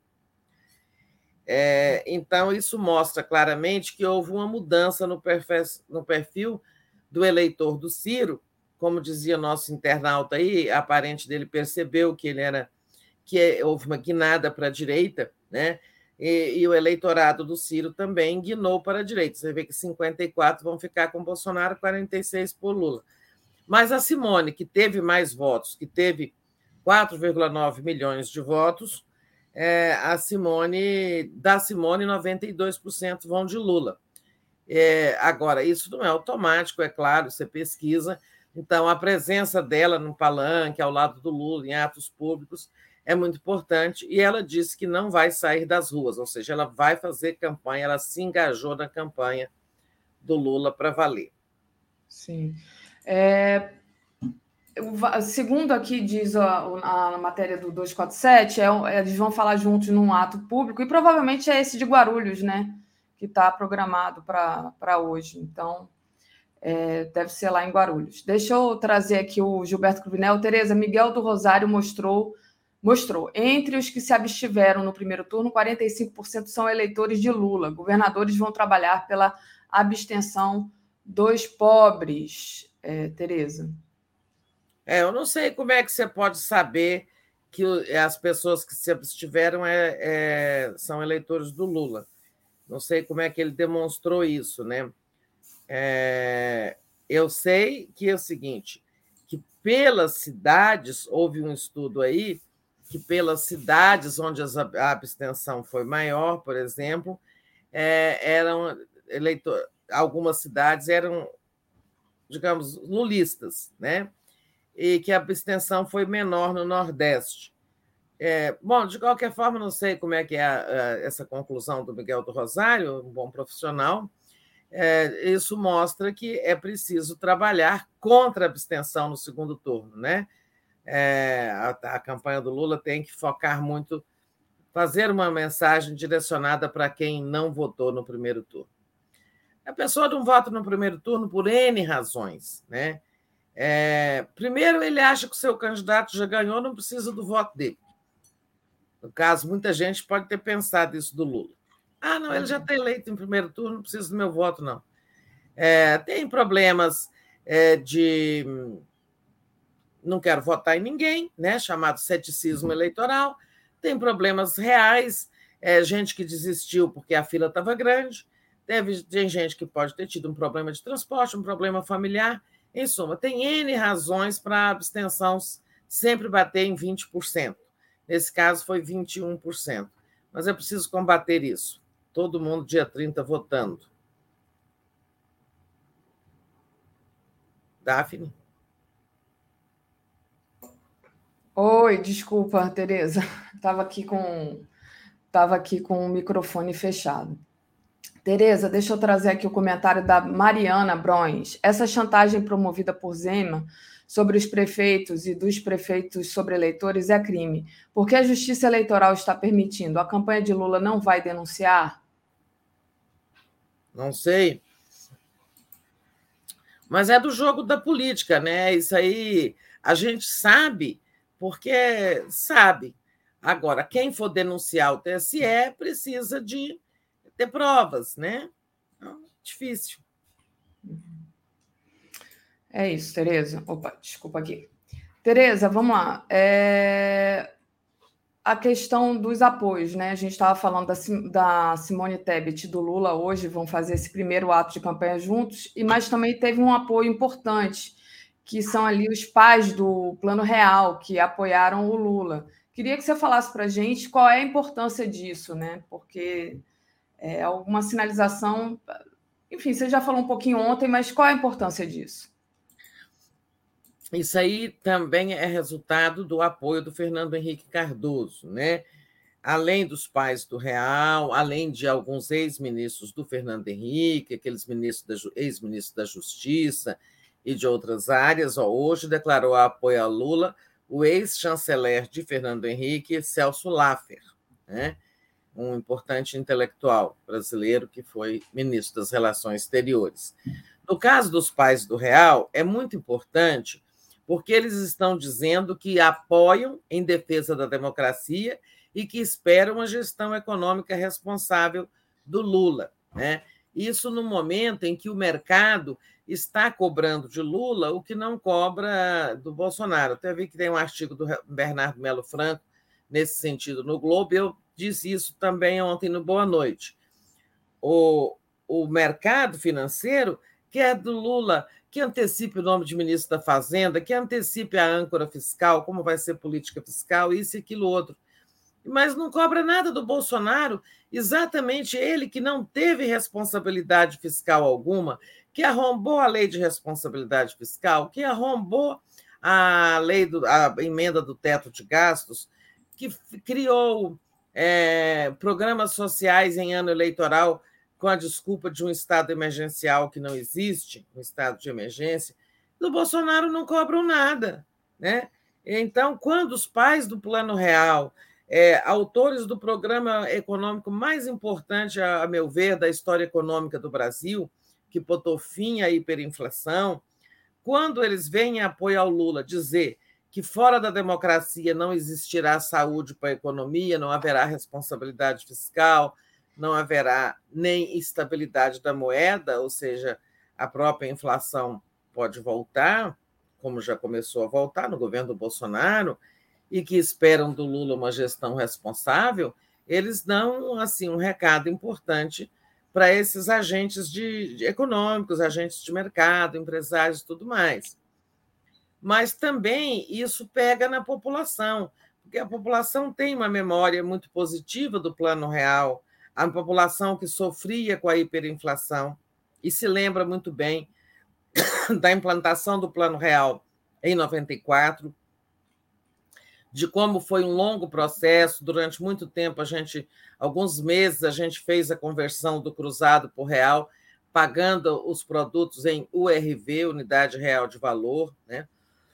É, então, isso mostra claramente que houve uma mudança no perfil, no perfil do eleitor do Ciro. Como dizia nosso internauta aí, a parente dele percebeu que ele era que houve uma guinada para a direita, né? E, e o eleitorado do Ciro também guinou para a direita. Você vê que cinquenta e quatro vão ficar com Bolsonaro, quarenta e seis por Lula. Mas a Simone, que teve mais votos, que teve quatro vírgula nove milhões de votos, é, a Simone, da Simone, noventa e dois por cento vão de Lula. É, agora, isso não é automático, é claro, você pesquisa. Então, a presença dela no palanque, ao lado do Lula, em atos públicos, é muito importante, e ela disse que não vai sair das ruas, ou seja, ela vai fazer campanha, ela se engajou na campanha do Lula para valer. Sim. É, segundo aqui diz a, a matéria do duzentos e quarenta e sete, é, eles vão falar juntos num ato público, e provavelmente é esse de Guarulhos, né, que está programado para hoje. Então, é, deve ser lá em Guarulhos. Deixa eu trazer aqui o Gilberto Cruvinel. Tereza, Miguel do Rosário mostrou Mostrou, entre os que se abstiveram no primeiro turno, quarenta e cinco por cento são eleitores de Lula. Governadores vão trabalhar pela abstenção dos pobres. É, Tereza. É, eu não sei como é que você pode saber que as pessoas que se abstiveram é, é, são eleitores do Lula. Não sei como é que ele demonstrou isso, né? É, eu sei que é o seguinte, que pelas cidades, houve um estudo aí, que pelas cidades onde a abstenção foi maior, por exemplo, é, eram eleitor, algumas cidades eram, digamos, lulistas, né? E que a abstenção foi menor no Nordeste. É, bom, de qualquer forma, não sei como é que é a, a, essa conclusão do Miguel do Rosário, um bom profissional. É, isso mostra que é preciso trabalhar contra a abstenção no segundo turno, né? É, a, a campanha do Lula tem que focar muito, fazer uma mensagem direcionada para quem não votou no primeiro turno. A pessoa não vota no primeiro turno por N razões, né? É, primeiro, ele acha que o seu candidato já ganhou, não precisa do voto dele. No caso, muita gente pode ter pensado isso do Lula. Ah, não, ele já está eleito em primeiro turno, não precisa do meu voto, não. É, tem problemas é, de... não quero votar em ninguém, né? Chamado ceticismo eleitoral. Tem problemas reais, é, gente que desistiu porque a fila estava grande, teve, tem gente que pode ter tido um problema de transporte, um problema familiar. Em suma, tem N razões para a abstenção sempre bater em vinte por cento. Nesse caso, foi vinte e um por cento. Mas é preciso combater isso. Todo mundo, dia trinta, votando. Daphne? Oi, desculpa, Tereza. Estava aqui com estava aqui com o microfone fechado. Tereza, deixa eu trazer aqui o comentário da Mariana Brões. Essa chantagem promovida por Zema sobre os prefeitos e dos prefeitos sobre eleitores é crime. Por que a Justiça Eleitoral está permitindo? A campanha de Lula não vai denunciar? Não sei. Mas é do jogo da política, né? Isso aí a gente sabe, porque sabe. Agora, quem for denunciar o T S E precisa de ter provas, né? Então, difícil. É isso, Tereza. Opa, desculpa aqui. Tereza, vamos lá. É... A questão dos apoios, né? A gente estava falando da, da Simone Tebet e do Lula hoje, vão fazer esse primeiro ato de campanha juntos, e mas também teve um apoio importante, que são ali os pais do Plano Real, que apoiaram o Lula. Queria que você falasse para a gente qual é a importância disso, né? Porque é alguma sinalização. Enfim, você já falou um pouquinho ontem, mas qual é a importância disso? Isso aí também é resultado do apoio do Fernando Henrique Cardoso, né? Além dos pais do Real, além de alguns ex-ministros do Fernando Henrique, aqueles ministros da, ex-ministros da Justiça e de outras áreas, ó, hoje declarou apoio a Lula o ex-chanceler de Fernando Henrique, Celso Laffer, né? Um importante intelectual brasileiro que foi ministro das Relações Exteriores. No caso dos pais do Real, é muito importante porque eles estão dizendo que apoiam em defesa da democracia e que esperam a gestão econômica responsável do Lula, né? Isso no momento em que o mercado está cobrando de Lula o que não cobra do Bolsonaro. Até vi que tem um artigo do Bernardo Melo Franco nesse sentido no Globo, eu disse isso também ontem no Boa Noite. O, o mercado financeiro quer do Lula que antecipe o nome de ministro da Fazenda, que antecipe a âncora fiscal, como vai ser política fiscal, isso e aquilo outro. Mas não cobra nada do Bolsonaro, exatamente ele que não teve responsabilidade fiscal alguma, que arrombou a lei de responsabilidade fiscal, que arrombou a lei do, a emenda do teto de gastos, que criou é, programas sociais em ano eleitoral com a desculpa de um estado emergencial que não existe, um estado de emergência. Do Bolsonaro não cobram nada, né? Então, quando os pais do Plano Real, é, autores do programa econômico mais importante, a, a meu ver, da história econômica do Brasil, que botou fim à hiperinflação, quando eles vêm em apoio ao Lula dizer que fora da democracia não existirá saúde para a economia, não haverá responsabilidade fiscal, não haverá nem estabilidade da moeda, ou seja, a própria inflação pode voltar, como já começou a voltar no governo do Bolsonaro, e que esperam do Lula uma gestão responsável, eles dão assim, um recado importante para esses agentes de, de econômicos, agentes de mercado, empresários e tudo mais. Mas também isso pega na população, porque a população tem uma memória muito positiva do Plano Real, a população que sofria com a hiperinflação e se lembra muito bem da implantação do Plano Real em noventa e quatro, de como foi um longo processo, durante muito tempo, a gente, alguns meses, a gente fez a conversão do cruzado por real, pagando os produtos em U R V, Unidade Real de Valor, né?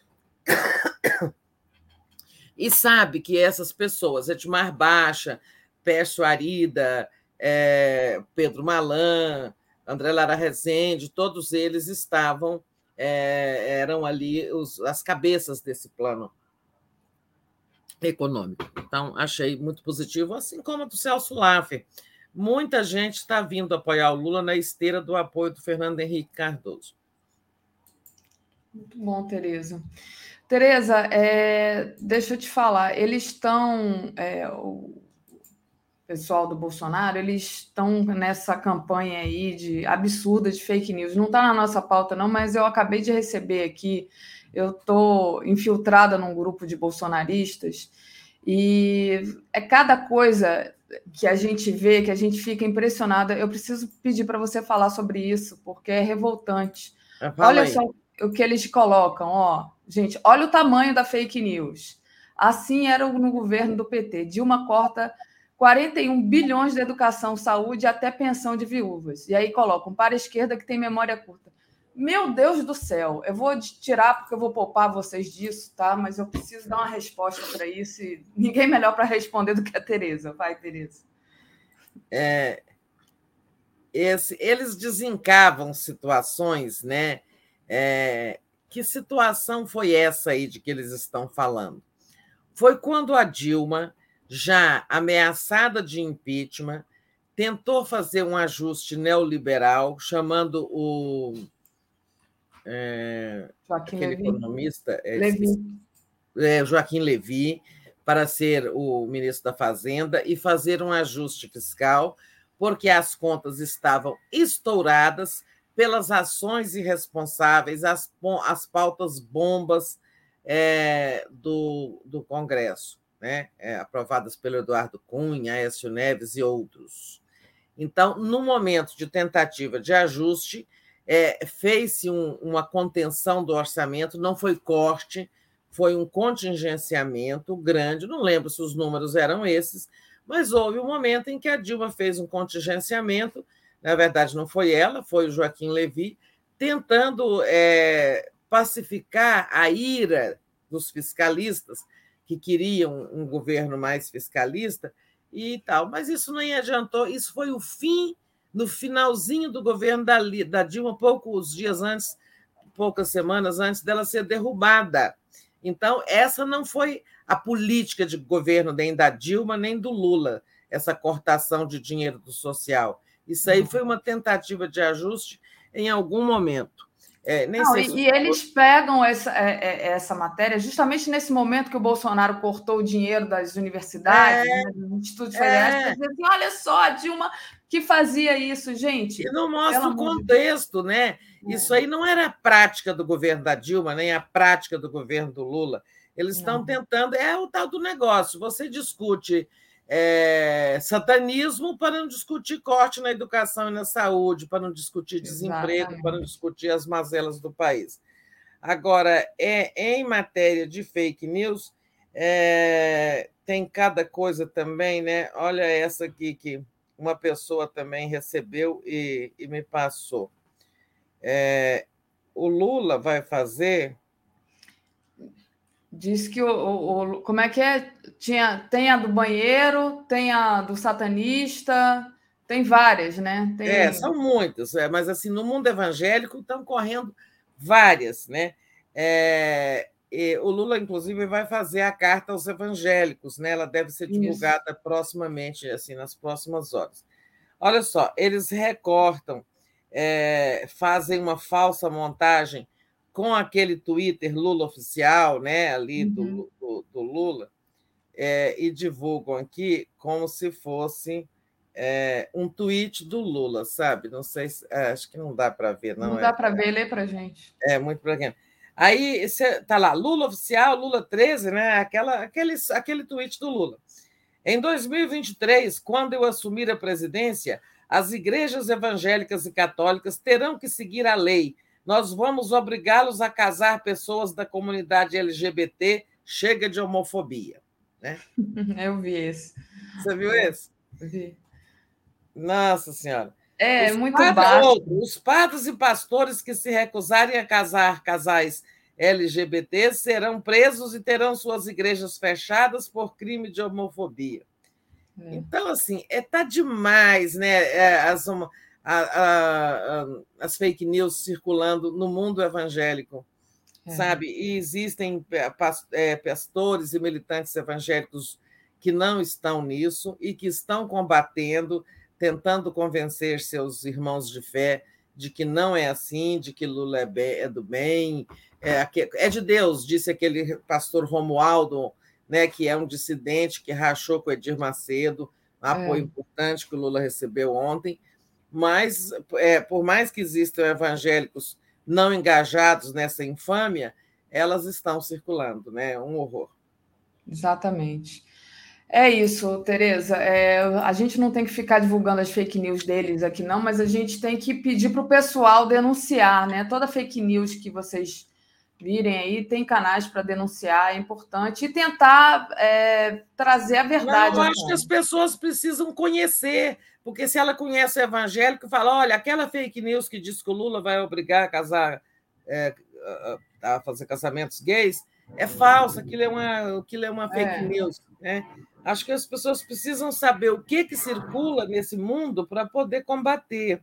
E sabe que essas pessoas, Edmar Baixa, Pércio Arida, é, Pedro Malan, André Lara Rezende, todos eles estavam, é, eram ali os, as cabeças desse plano econômico. Então, achei muito positivo, assim como do Celso Laffer. Muita gente está vindo apoiar o Lula na esteira do apoio do Fernando Henrique Cardoso. Muito bom, Tereza. Tereza, é, deixa eu te falar, eles estão... É, o, pessoal do Bolsonaro, eles estão nessa campanha aí de absurda de fake news. Não está na nossa pauta, não, mas eu acabei de receber aqui, eu estou infiltrada num grupo de bolsonaristas, e é cada coisa que a gente vê, que a gente fica impressionada. Eu preciso pedir para você falar sobre isso, porque é revoltante. Olha só o que eles colocam, ó. Gente, olha o tamanho da fake news. Assim era no governo do P T. Dilma corta quarenta e um bilhões de educação, saúde, até pensão de viúvas. E aí colocam para a esquerda que tem memória curta. Meu Deus do céu, eu vou tirar porque eu vou poupar vocês disso, tá? Mas eu preciso dar uma resposta para isso e ninguém melhor para responder do que a Tereza. Vai, Tereza. É, esse, eles desencavam situações, né? É, que situação foi essa aí de que eles estão falando? Foi quando a Dilma, já ameaçada de impeachment, tentou fazer um ajuste neoliberal, chamando o É, aquele Levy. economista, é, Levy. É, Joaquim Levy, para ser o ministro da Fazenda e fazer um ajuste fiscal, porque as contas estavam estouradas pelas ações irresponsáveis, as, as pautas bombas é, do, do Congresso, né? É, aprovadas pelo Eduardo Cunha, Aécio Neves e outros. Então, no momento de tentativa de ajuste, É, fez-se um, uma contenção do orçamento, não foi corte, foi um contingenciamento grande, não lembro se os números eram esses, mas houve um momento em que a Dilma fez um contingenciamento, na verdade não foi ela, foi o Joaquim Levy, tentando é, pacificar a ira dos fiscalistas, que queriam um governo mais fiscalista e tal, mas isso nem adiantou, isso foi o fim no finalzinho do governo da, da Dilma, poucos dias antes, poucas semanas antes dela ser derrubada. Então, essa não foi a política de governo nem da Dilma, nem do Lula, essa cortação de dinheiro do social. Isso aí foi uma tentativa de ajuste em algum momento. É, nem não, sei e, se... e eles pegam essa, essa matéria justamente nesse momento que o Bolsonaro cortou o dinheiro das universidades, é, né, dos institutos federais, é. para dizer assim, olha só, a Dilma que fazia isso, gente. E não mostra o contexto, né? É. Isso aí não era a prática do governo da Dilma, nem a prática do governo do Lula. Eles não. estão tentando, é o tal do negócio. Você discute é, satanismo para não discutir corte na educação e na saúde, para não discutir desemprego, Exatamente. para não discutir as mazelas do país. Agora, é, em matéria de fake news, é, tem cada coisa também, né? Olha essa aqui que uma pessoa também recebeu e, e me passou. É, o Lula vai fazer... Diz que o, o, o... Como é que é? Tinha, tem a do banheiro, tem a do satanista, tem várias, né? Tem... É, são muitas, é, mas assim, no mundo evangélico estão correndo várias, né? É, e o Lula, inclusive, vai fazer a carta aos evangélicos, né? Ela deve ser divulgada Isso. proximamente, assim, nas próximas horas. Olha só, eles recortam, é, fazem uma falsa montagem com aquele Twitter Lula oficial, né? Ali uhum. do, do, do Lula, é, e divulgam aqui como se fosse é, um tweet do Lula, sabe? Não sei se, é, acho que não dá para ver, não. Não é, dá para ver, lê para gente. É muito pequeno. Aí está lá, Lula oficial, Lula treze, né? Aquela, aquele, aquele tweet do Lula. Em dois mil e vinte e três, quando eu assumir a presidência, as igrejas evangélicas e católicas terão que seguir a lei. Nós vamos obrigá-los a casar pessoas da comunidade L G B T. Chega de homofobia. Né? Eu vi esse. Você viu esse? Vi. Nossa Senhora. É, os muito padres, baixo. Outro, os padres e pastores que se recusarem a casar casais L G B T serão presos e terão suas igrejas fechadas por crime de homofobia. É. Então, assim, é, tá demais, né? É, as, a, a, a, as fake news circulando no mundo evangélico, é. sabe? E existem pastores e militantes evangélicos que não estão nisso e que estão combatendo, tentando convencer seus irmãos de fé de que não é assim, de que Lula é, bem, é do bem, é, é de Deus, disse aquele pastor Romualdo, né, que é um dissidente que rachou com Edir Macedo, um apoio é. importante que o Lula recebeu ontem, mas, é, por mais que existam evangélicos não engajados nessa infâmia, elas estão circulando, né? Um horror. Exatamente. É isso, Tereza. É, a gente não tem que ficar divulgando as fake news deles aqui, não, mas a gente tem que pedir para o pessoal denunciar, né? Toda fake news que vocês virem aí, tem canais para denunciar, é importante, e tentar é, trazer a verdade. Não, eu acho que as pessoas precisam conhecer, porque se ela conhece o evangélico e fala, olha, aquela fake news que diz que o Lula vai obrigar a casar, é, a fazer casamentos gays, é falsa, aquilo é uma, aquilo é uma fake é. news, né? Acho que as pessoas precisam saber o que, que circula nesse mundo para poder combater.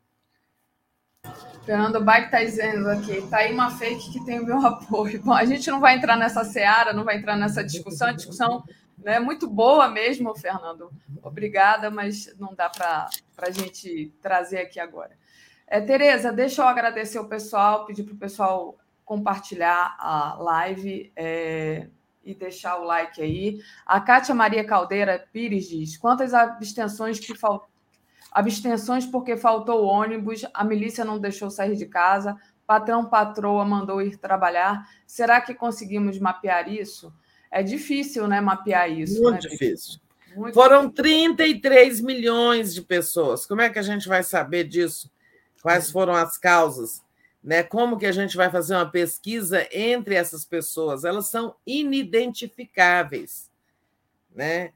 Fernando Bike está dizendo aqui, está aí uma fake que tem o meu apoio. Bom, a gente não vai entrar nessa seara, não vai entrar nessa discussão, a discussão é muito boa mesmo, Fernando. Obrigada, mas não dá para a gente trazer aqui agora. É, Tereza, deixa eu agradecer o pessoal, pedir para o pessoal compartilhar a live é, e deixar o like aí. A Kátia Maria Caldeira Pires diz, quantas abstenções que faltam? Abstenções porque faltou ônibus, a milícia não deixou sair de casa, patrão, patroa mandou ir trabalhar. Será que conseguimos mapear isso? É difícil, né, mapear isso. Muito né? difícil. Muito Foram difícil. trinta e três milhões de pessoas. Como é que a gente vai saber disso? Quais foram as causas? Né? Como que a gente vai fazer uma pesquisa entre essas pessoas? Elas são inidentificáveis, né?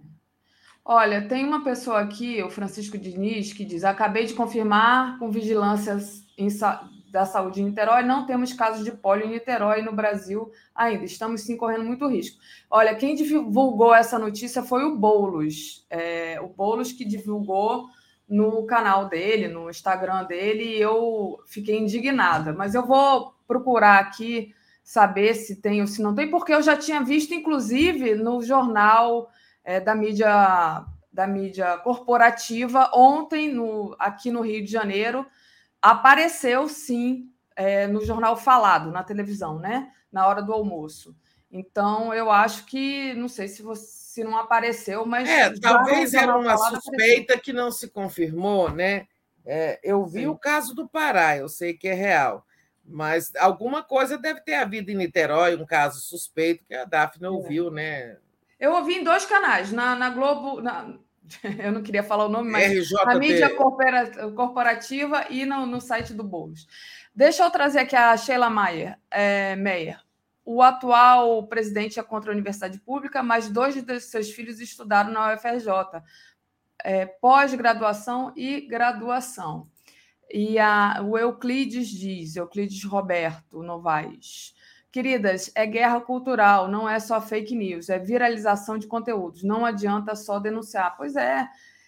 Olha, tem uma pessoa aqui, o Francisco Diniz, que diz: acabei de confirmar com vigilância em, da saúde em Niterói, não temos casos de pólio em Niterói no Brasil ainda. Estamos sim correndo muito risco. Olha, quem divulgou essa notícia foi o Boulos. É, o Boulos que divulgou no canal dele, no Instagram dele, e eu fiquei indignada. Mas eu vou procurar aqui saber se tem ou se não tem, porque eu já tinha visto, inclusive, no jornal... É, da mídia da mídia corporativa, ontem, no, aqui no Rio de Janeiro, apareceu, sim, é, no jornal falado, na televisão, né? Na hora do almoço. Então, eu acho que, não sei se, você, se não apareceu, mas... É, talvez era uma suspeita apareceu. Que não se confirmou, né? É, eu vi sim. O caso do Pará, eu sei que é real, mas alguma coisa deve ter havido em Niterói, um caso suspeito que a Daphne ouviu, é. né? Eu ouvi em dois canais, na, na Globo, na, eu não queria falar o nome, mas R J T. Na mídia corporativa e no, no site do Boulos. Deixa eu trazer aqui a Sheila Mayer, é, Meyer. O atual presidente é contra a universidade pública, mas dois de seus filhos estudaram na U F R J, é, pós-graduação e graduação. E a, o Euclides diz, Euclides Roberto Novaes... Queridas, é guerra cultural, não é só fake news, é viralização de conteúdos, não adianta só denunciar. Pois é,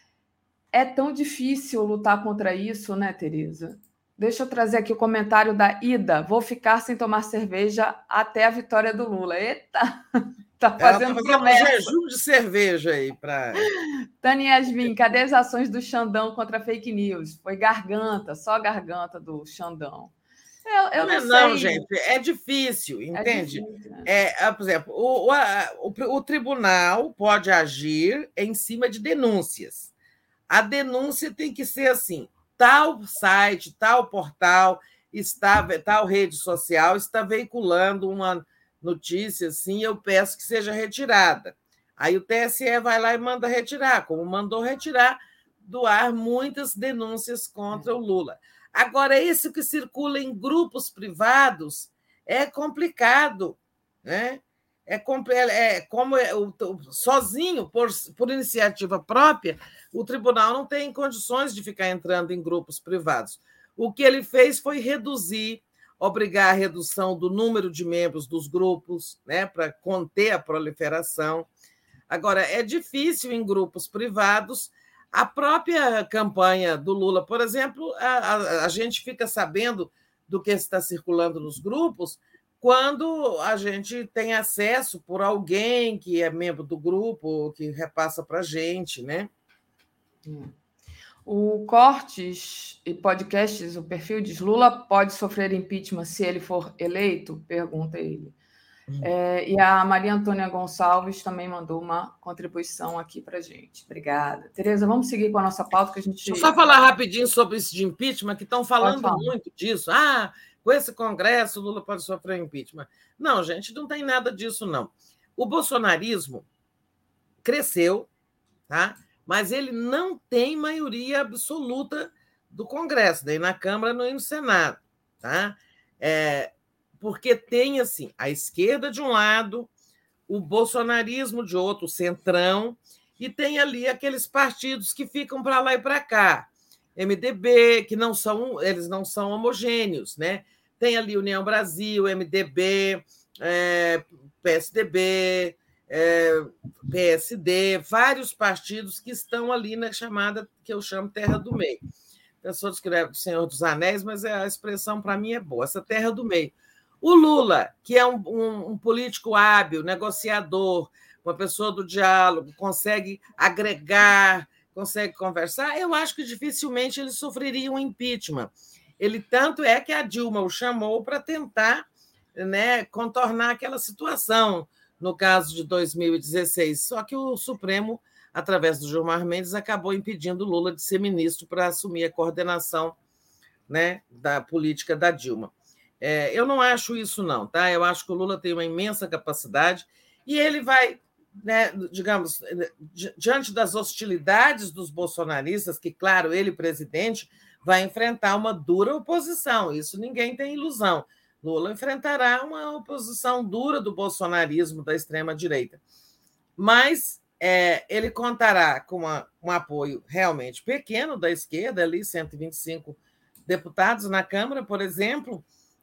é tão difícil lutar contra isso, né, Tereza? Deixa eu trazer aqui o comentário da Ida. Vou ficar sem tomar cerveja até a vitória do Lula. Eita, tá fazendo promessa. Um jejum de cerveja aí para. Tânia Yasmin, cadê as ações do Xandão contra fake news? Foi garganta, só garganta do Xandão. Eu, eu não, não, sei. gente, é difícil, entende? É difícil, né? é, por exemplo, o, o, o, o tribunal pode agir em cima de denúncias. A denúncia tem que ser assim: tal site, tal portal, está, tal rede social está veiculando uma notícia assim, eu peço que seja retirada. Aí o T S E vai lá e manda retirar, como mandou retirar do ar muitas denúncias contra o Lula. Agora, isso que circula em grupos privados é complicado, né? É, é como é, o, sozinho, por, por iniciativa própria, o tribunal não tem condições de ficar entrando em grupos privados. O que ele fez foi reduzir, obrigar a redução do número de membros dos grupos, né, para conter a proliferação. Agora, é difícil em grupos privados. A própria campanha do Lula, por exemplo, a, a, a gente fica sabendo do que está circulando nos grupos quando a gente tem acesso por alguém que é membro do grupo, que repassa para a gente, né? O Cortes e Podcasts, o perfil diz: Lula pode sofrer impeachment se ele for eleito? Pergunta ele. É, e a Maria Antônia Gonçalves também mandou uma contribuição aqui para a gente. Obrigada. Tereza, vamos seguir com a nossa pauta que a gente... Deixa eu só falar rapidinho sobre isso de impeachment, que estão falando muito disso. Ah, com esse Congresso, Lula pode sofrer impeachment. Não, gente, não tem nada disso, não. O bolsonarismo cresceu, tá? Mas ele não tem maioria absoluta do Congresso, nem na Câmara, nem no Senado. Tá? É, porque tem assim, a esquerda de um lado, o bolsonarismo de outro, o centrão, e tem ali aqueles partidos que ficam para lá e para cá. M D B, que não são, eles não são homogêneos, né? Tem ali União Brasil, M D B, é, P S D B, é, P S D, vários partidos que estão ali na chamada, que eu chamo Terra do Meio. A pessoa descreve o Senhor dos Anéis, mas a expressão para mim é boa, essa Terra do Meio. O Lula, que é um, um, um político hábil, negociador, uma pessoa do diálogo, consegue agregar, consegue conversar, eu acho que dificilmente ele sofreria um impeachment. Ele tanto é que a Dilma o chamou para tentar, né, contornar aquela situação, no caso de dois mil e dezesseis. Só que o Supremo, através do Gilmar Mendes, acabou impedindo Lula de ser ministro para assumir a coordenação, né, da política da Dilma. É, eu não acho isso, não, tá? Eu acho que o Lula tem uma imensa capacidade e ele vai, né, digamos, diante das hostilidades dos bolsonaristas, que, claro, ele, presidente, vai enfrentar uma dura oposição, isso ninguém tem ilusão. Lula enfrentará uma oposição dura do bolsonarismo, da extrema-direita. Mas é, ele contará com uma, um apoio realmente pequeno da esquerda, ali cento e vinte e cinco deputados na Câmara, por exemplo,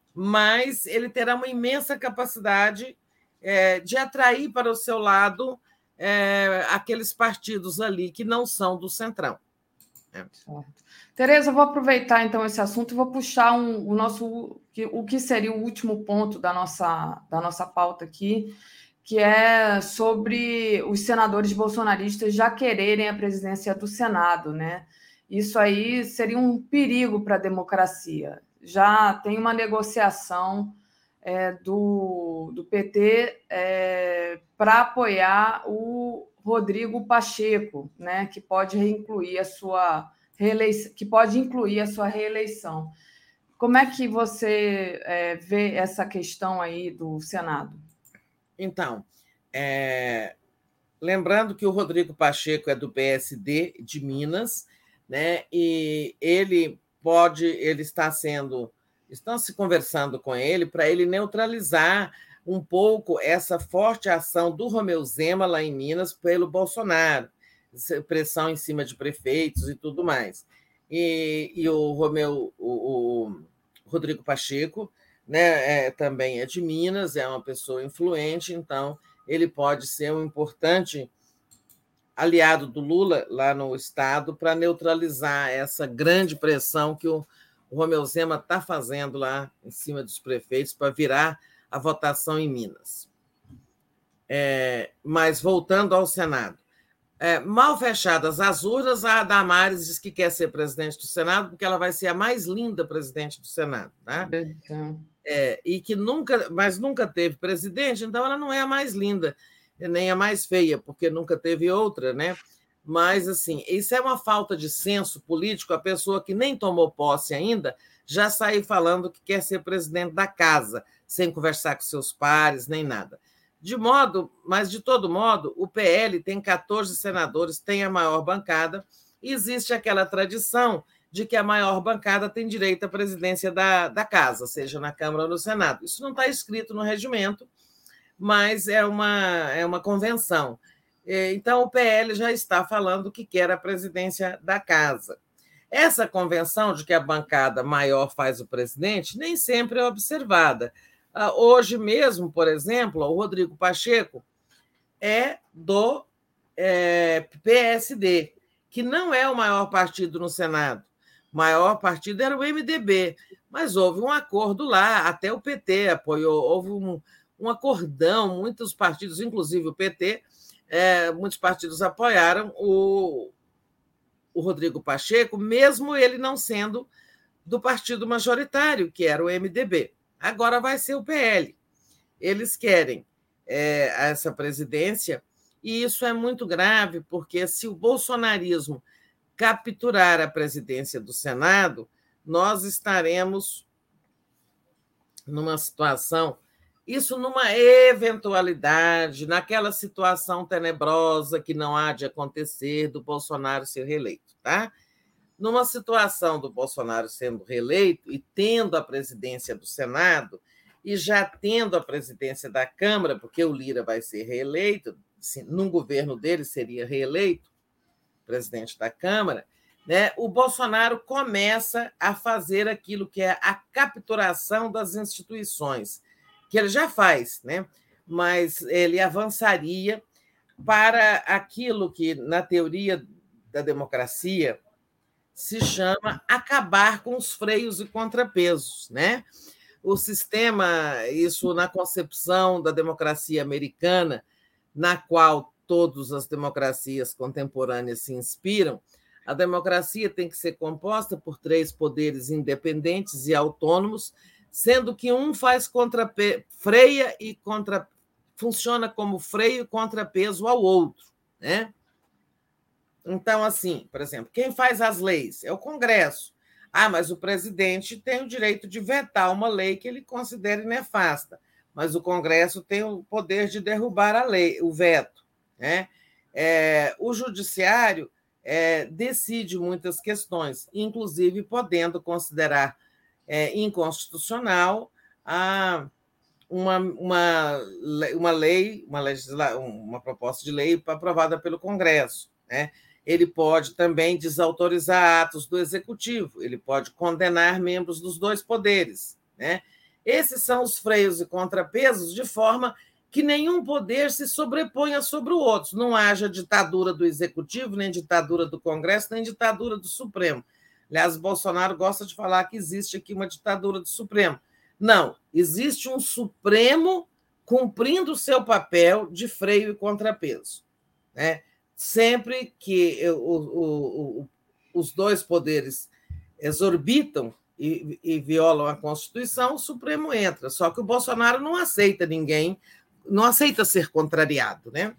mas ele terá uma imensa capacidade é, de atrair para o seu lado é, aqueles partidos ali que não são do centrão. É. Tereza, eu vou aproveitar então esse assunto e vou puxar um, o nosso o que seria o último ponto da nossa, da nossa pauta aqui, que é sobre os senadores bolsonaristas já quererem a presidência do Senado, né? Isso aí seria um perigo para a democracia. Já tem uma negociação é, do, do P T é, para apoiar o Rodrigo Pacheco, né, que pode incluir a sua reeleição, que pode incluir a sua reeleição. Como é que você é, vê essa questão aí do Senado? Então, é, lembrando que o Rodrigo Pacheco é do P S D de Minas, né, e ele pode, ele está sendo, estão se conversando com ele para ele neutralizar um pouco essa forte ação do Romeu Zema lá em Minas pelo Bolsonaro, pressão em cima de prefeitos e tudo mais. E, e o Romeu, o, o Rodrigo Pacheco, né, é, também é de Minas, é uma pessoa influente, então ele pode ser um importante aliado do Lula lá no estado para neutralizar essa grande pressão que o, o Romeu Zema está fazendo lá em cima dos prefeitos para virar a votação em Minas. É, mas, voltando ao Senado, é, mal fechadas as urnas, a Damares diz que quer ser presidente do Senado porque ela vai ser a mais linda presidente do Senado, né? É, e que nunca, mas nunca teve presidente, então ela não é a mais linda, nem a mais feia, porque nunca teve outra, né? Mas, assim, isso é uma falta de senso político, a pessoa que nem tomou posse ainda já sair falando que quer ser presidente da casa, sem conversar com seus pares, nem nada. De modo, mas, de todo modo, o P L tem catorze senadores, tem a maior bancada, e existe aquela tradição de que a maior bancada tem direito à presidência da, da casa, seja na Câmara ou no Senado. Isso não está escrito no regimento, mas é uma, é uma convenção. Então, o P L já está falando que quer a presidência da casa. Essa convenção de que a bancada maior faz o presidente nem sempre é observada. Hoje mesmo, por exemplo, o Rodrigo Pacheco é do é, P S D, que não é o maior partido no Senado. O maior partido era o M D B, mas houve um acordo lá, até o P T apoiou, houve um, um acordão, muitos partidos, inclusive o P T, é, muitos partidos apoiaram o, o Rodrigo Pacheco, mesmo ele não sendo do partido majoritário, que era o M D B. Agora vai ser o P L. eles querem é, essa presidência, e isso é muito grave, porque se o bolsonarismo capturar a presidência do Senado, nós estaremos numa situação, isso numa eventualidade, naquela situação tenebrosa que não há de acontecer do Bolsonaro ser reeleito, tá? Numa situação do Bolsonaro sendo reeleito e tendo a presidência do Senado, e já tendo a presidência da Câmara, porque o Lira vai ser reeleito, num governo dele seria reeleito, presidente da Câmara, né, o Bolsonaro começa a fazer aquilo que é a capturação das instituições, que ele já faz, né, mas ele avançaria para aquilo que, na teoria da democracia, se chama acabar com os freios e contrapesos, né? O sistema, isso na concepção da democracia americana, na qual todas as democracias contemporâneas se inspiram, a democracia tem que ser composta por três poderes independentes e autônomos, sendo que um faz contrape... freia e contra... funciona como freio e contrapeso ao outro, né? Então, assim, por exemplo, quem faz as leis é o Congresso. Ah, mas o presidente tem o direito de vetar uma lei que ele considere nefasta, mas o Congresso tem o poder de derrubar a lei, o veto, né? É, o Judiciário é, decide muitas questões, inclusive podendo considerar é, inconstitucional a, uma, uma, uma lei, uma, legisla, uma proposta de lei aprovada pelo Congresso, né? Ele pode também desautorizar atos do Executivo, ele pode condenar membros dos dois poderes, né? Esses são os freios e contrapesos, de forma que nenhum poder se sobreponha sobre o outro, não haja ditadura do Executivo, nem ditadura do Congresso, nem ditadura do Supremo. Aliás, Bolsonaro gosta de falar que existe aqui uma ditadura do Supremo. Não, existe um Supremo cumprindo o seu papel de freio e contrapeso, né? Sempre que o, o, o, os dois poderes exorbitam e, e violam a Constituição, o Supremo entra. Só que o Bolsonaro não aceita ninguém, não aceita ser contrariado, né?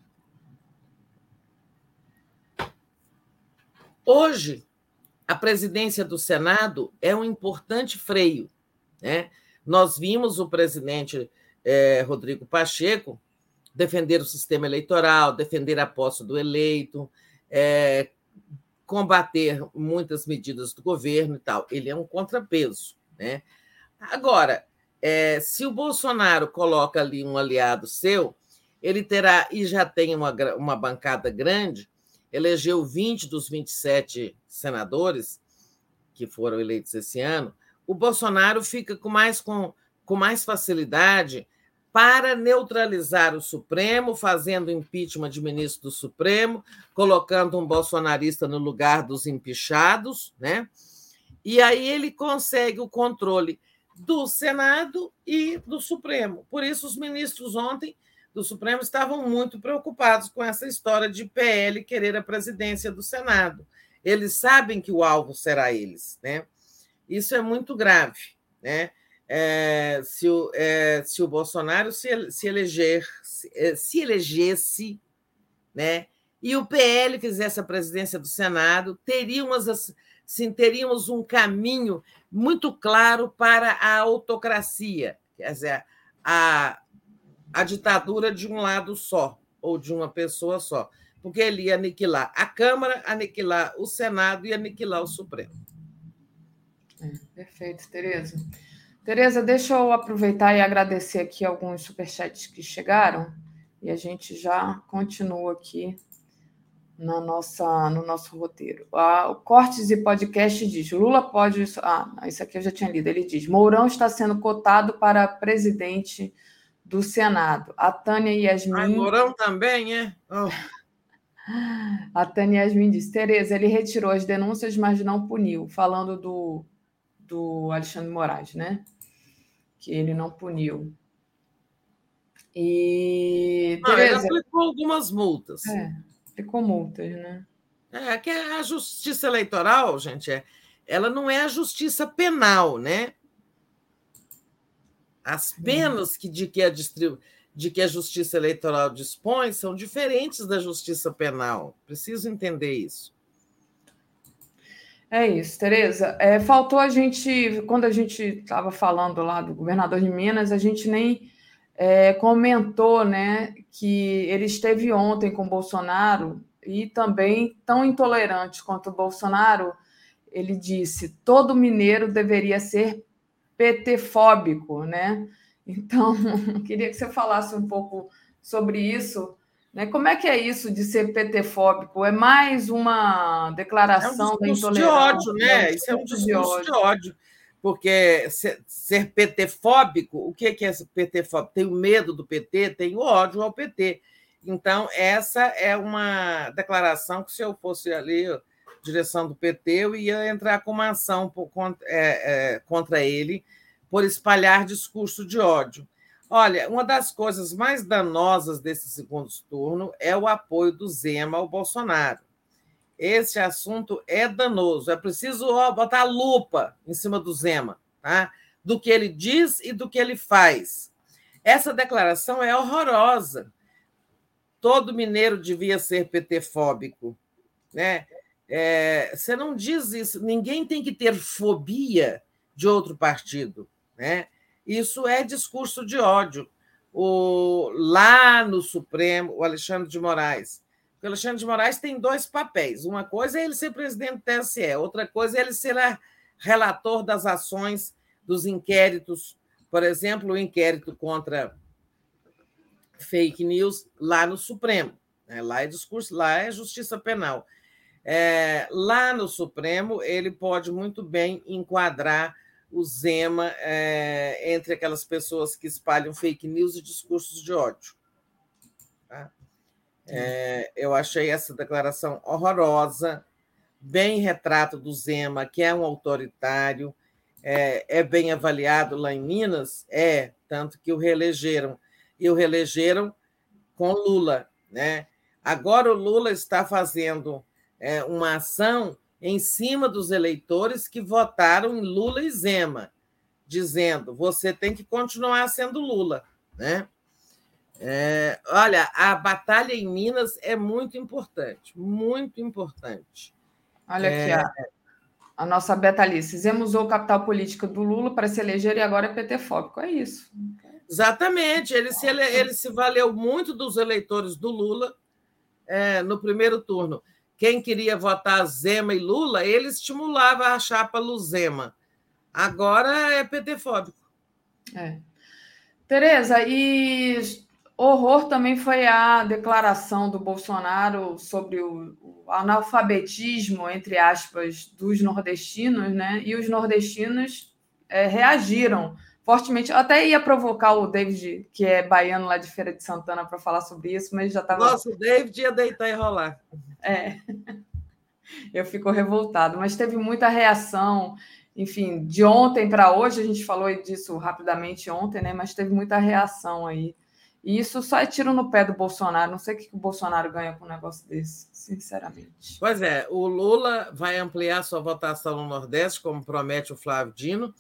Hoje, a presidência do Senado é um importante freio, né? Nós vimos o presidente eh, Rodrigo Pacheco defender o sistema eleitoral, defender a posse do eleito, é, combater muitas medidas do governo e tal. Ele é um contrapeso, né? Agora, é, se o Bolsonaro coloca ali um aliado seu, ele terá, e já tem uma, uma bancada grande, elegeu vinte dos vinte e sete senadores que foram eleitos esse ano, o Bolsonaro fica com mais, com, com mais facilidade para neutralizar o Supremo, fazendo impeachment de ministro do Supremo, colocando um bolsonarista no lugar dos empichados, né? E aí ele consegue o controle do Senado e do Supremo. Por isso, os ministros ontem do Supremo estavam muito preocupados com essa história de P L querer a presidência do Senado. Eles sabem que o alvo será eles, né? Isso é muito grave, né? É, se, o, é, se o Bolsonaro se, se, eleger, se, se elegesse, né, e o P L fizesse a presidência do Senado, teríamos, assim, teríamos um caminho muito claro para a autocracia, quer dizer, a, a ditadura de um lado só, ou de uma pessoa só, porque ele ia aniquilar a Câmara, aniquilar o Senado e aniquilar o Supremo. É, perfeito, Tereza. Tereza, deixa eu aproveitar e agradecer aqui alguns superchats que chegaram e a gente já continua aqui na nossa, no nosso roteiro. Ah, o Cortes e Podcast diz, Lula pode... Ah, isso aqui eu já tinha lido. Ele diz, Mourão está sendo cotado para presidente do Senado. A Tânia Yasmin... Ah, Mourão também, é? Oh. A Tânia Yasmin diz, Tereza, ele retirou as denúncias, mas não puniu, falando do... do Alexandre Moraes, né? Que ele não puniu. E... Não, Tereza, ele aplicou algumas multas. É, aplicou multas, né? É, que a justiça eleitoral, gente, é, ela não é a justiça penal, né? As penas que, de, que a distribu... de que a Justiça Eleitoral dispõe são diferentes da Justiça Penal. Preciso entender isso. É isso, Tereza. É, faltou a gente, quando a gente estava falando lá do governador de Minas, a gente nem é, comentou, né, que ele esteve ontem com o Bolsonaro e também, tão intolerante quanto o Bolsonaro, ele disse: todo mineiro deveria ser P T-fóbico, né? Então, queria que você falasse um pouco sobre isso. Né? Como é que é isso de ser P T-fóbico? É mais uma declaração é um discurso da de ódio, intolerância? né? Isso é um discurso de ódio. De ódio. Porque ser, ser P T-fóbico, o que é P T-fóbico? Tem o medo do P T, tem o ódio ao P T. Então, essa é uma declaração que, se eu fosse ali, direção do P T, eu ia entrar com uma ação por, contra, é, é, contra ele por espalhar discurso de ódio. Olha, uma das coisas mais danosas desse segundo turno é o apoio do Zema ao Bolsonaro. Esse assunto é danoso. É preciso ó, botar a lupa em cima do Zema, tá? Do que ele diz e do que ele faz. Essa declaração é horrorosa. Todo mineiro devia ser P T-fóbico, né? É, você não diz isso. Ninguém tem que ter fobia de outro partido, né? Isso é discurso de ódio. O, lá no Supremo, o Alexandre de Moraes. O Alexandre de Moraes tem dois papéis. Uma coisa é ele ser presidente do T S E, outra coisa é ele ser relator das ações dos inquéritos. Por exemplo, o inquérito contra fake news lá no Supremo. Lá é discurso, lá é justiça penal. É, lá no Supremo, ele pode muito bem enquadrar o Zema é, entre aquelas pessoas que espalham fake news e discursos de ódio. Tá? É, eu achei essa declaração horrorosa, bem retrato do Zema, que é um autoritário, é, é bem avaliado lá em Minas, é, tanto que o reelegeram, e o reelegeram com Lula, né? Agora o Lula está fazendo é, uma ação em cima dos eleitores que votaram em Lula e Zema, dizendo: você tem que continuar sendo Lula, né? É, olha, a batalha em Minas é muito importante, muito importante. Olha é... aqui a, a nossa Beta Alice. Zema usou o capital político do Lula para se eleger e agora é P T-fóbico. É isso. Exatamente. Ele se, ele, ele se valeu muito dos eleitores do Lula é, no primeiro turno. Quem queria votar Zema e Lula, ele estimulava a chapa Luzema. Agora é P T-fóbico. É. Tereza, e horror também foi a declaração do Bolsonaro sobre o, o analfabetismo, entre aspas, dos nordestinos, né? E os nordestinos é, reagiram fortemente. Eu até ia provocar o David, que é baiano lá de Feira de Santana, para falar sobre isso, mas já estava... Nossa, o David ia deitar e rolar. É, eu fico revoltado, mas teve muita reação, enfim, de ontem para hoje, a gente falou disso rapidamente ontem, né? Mas teve muita reação aí, e isso só é tiro no pé do Bolsonaro. Não sei o que o Bolsonaro ganha com um negócio desse, sinceramente. Pois é, o Lula vai ampliar sua votação no Nordeste, como promete o Flávio Dino,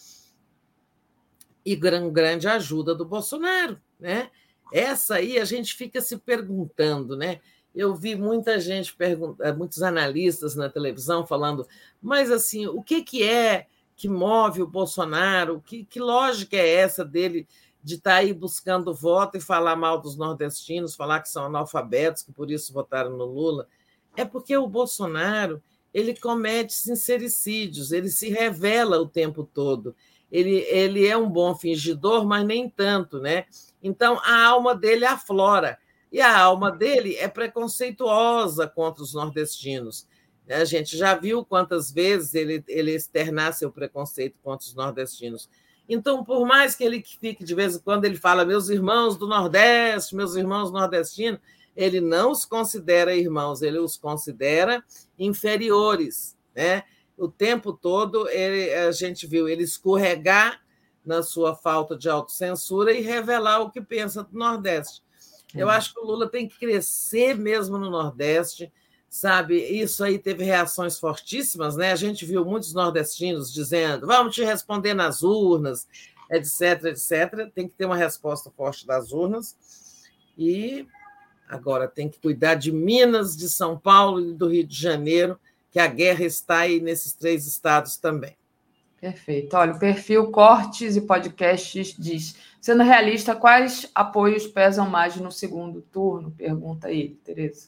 e grande ajuda do Bolsonaro, né? Essa aí a gente fica se perguntando, né? Eu vi muita gente, perguntar, muitos analistas na televisão falando, mas assim, o que, que é que move o Bolsonaro? Que, que lógica é essa dele de estar aí buscando voto e falar mal dos nordestinos, falar que são analfabetos, que por isso votaram no Lula? É porque o Bolsonaro ele comete sincericídios, ele se revela o tempo todo. Ele, ele é um bom fingidor, mas nem tanto, né? Então, a alma dele aflora. E a alma dele é preconceituosa contra os nordestinos. A gente já viu quantas vezes ele, ele externar seu preconceito contra os nordestinos. Então, por mais que ele fique, de vez em quando, ele fala meus irmãos do Nordeste, meus irmãos nordestinos, ele não os considera irmãos, ele os considera inferiores, né? O tempo todo ele, a gente viu ele escorregar na sua falta de autocensura e revelar o que pensa do Nordeste. Eu acho que o Lula tem que crescer mesmo no Nordeste, sabe? Isso aí teve reações fortíssimas, né? A gente viu muitos nordestinos dizendo: vamos te responder nas urnas, etc, etcétera. Tem que ter uma resposta forte das urnas. E agora tem que cuidar de Minas, de São Paulo e do Rio de Janeiro, que a guerra está aí nesses três estados também. Perfeito. Olha, o perfil Cortes e Podcasts diz: sendo realista, quais apoios pesam mais no segundo turno? Pergunta ele, Tereza.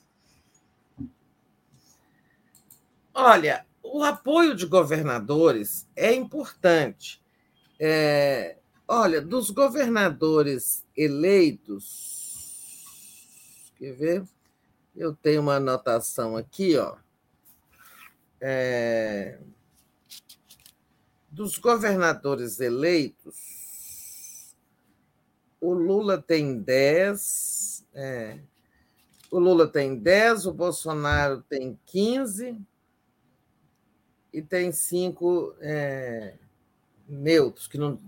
Olha, o apoio de governadores é importante. É, olha, dos governadores eleitos, quer ver? Eu tenho uma anotação aqui, ó. É, dos governadores eleitos, o Lula tem dez, é, o Lula tem dez, o Bolsonaro tem quinze e tem cinco é, neutros, que não,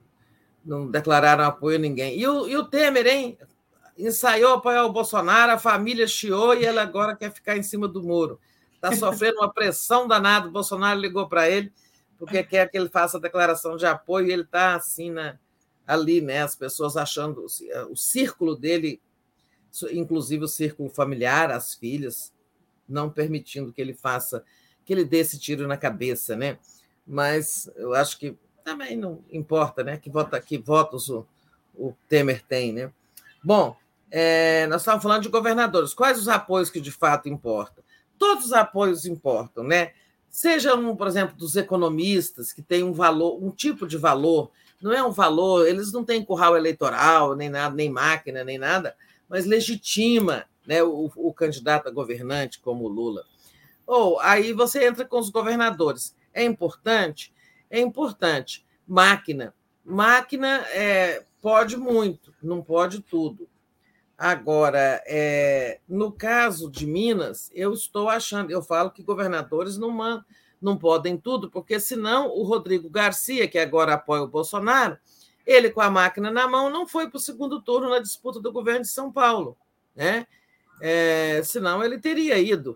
não declararam apoio a ninguém. E o, e o Temer, hein? Ensaiou apoiar o Bolsonaro, a família chiou e ele agora quer ficar em cima do muro. Está sofrendo uma pressão danada, o Bolsonaro ligou para ele, porque quer que ele faça a declaração de apoio, e ele está assim, né, ali, né, as pessoas achando, o círculo dele, inclusive o círculo familiar, as filhas, não permitindo que ele faça, que ele dê esse tiro na cabeça, né? Mas eu acho que também não importa, né, que, vota, que votos o, o Temer tem, né? Bom, é, nós estávamos falando de governadores. Quais os apoios que de fato importam? Todos os apoios importam, né? Seja, um, por exemplo, dos economistas, que tem um valor, um tipo de valor, não é um valor, eles não têm curral eleitoral, nem nada, nem máquina, nem nada, mas legitima, né, o, o candidato a governante, como o Lula. Ou aí você entra com os governadores. É importante? É importante. Máquina. Máquina é, pode muito, não pode tudo. Agora, é, no caso de Minas, eu estou achando, eu falo que governadores não, man, não podem tudo, porque senão o Rodrigo Garcia, que agora apoia o Bolsonaro, ele com a máquina na mão não foi para o segundo turno na disputa do governo de São Paulo, né? É, senão ele teria ido.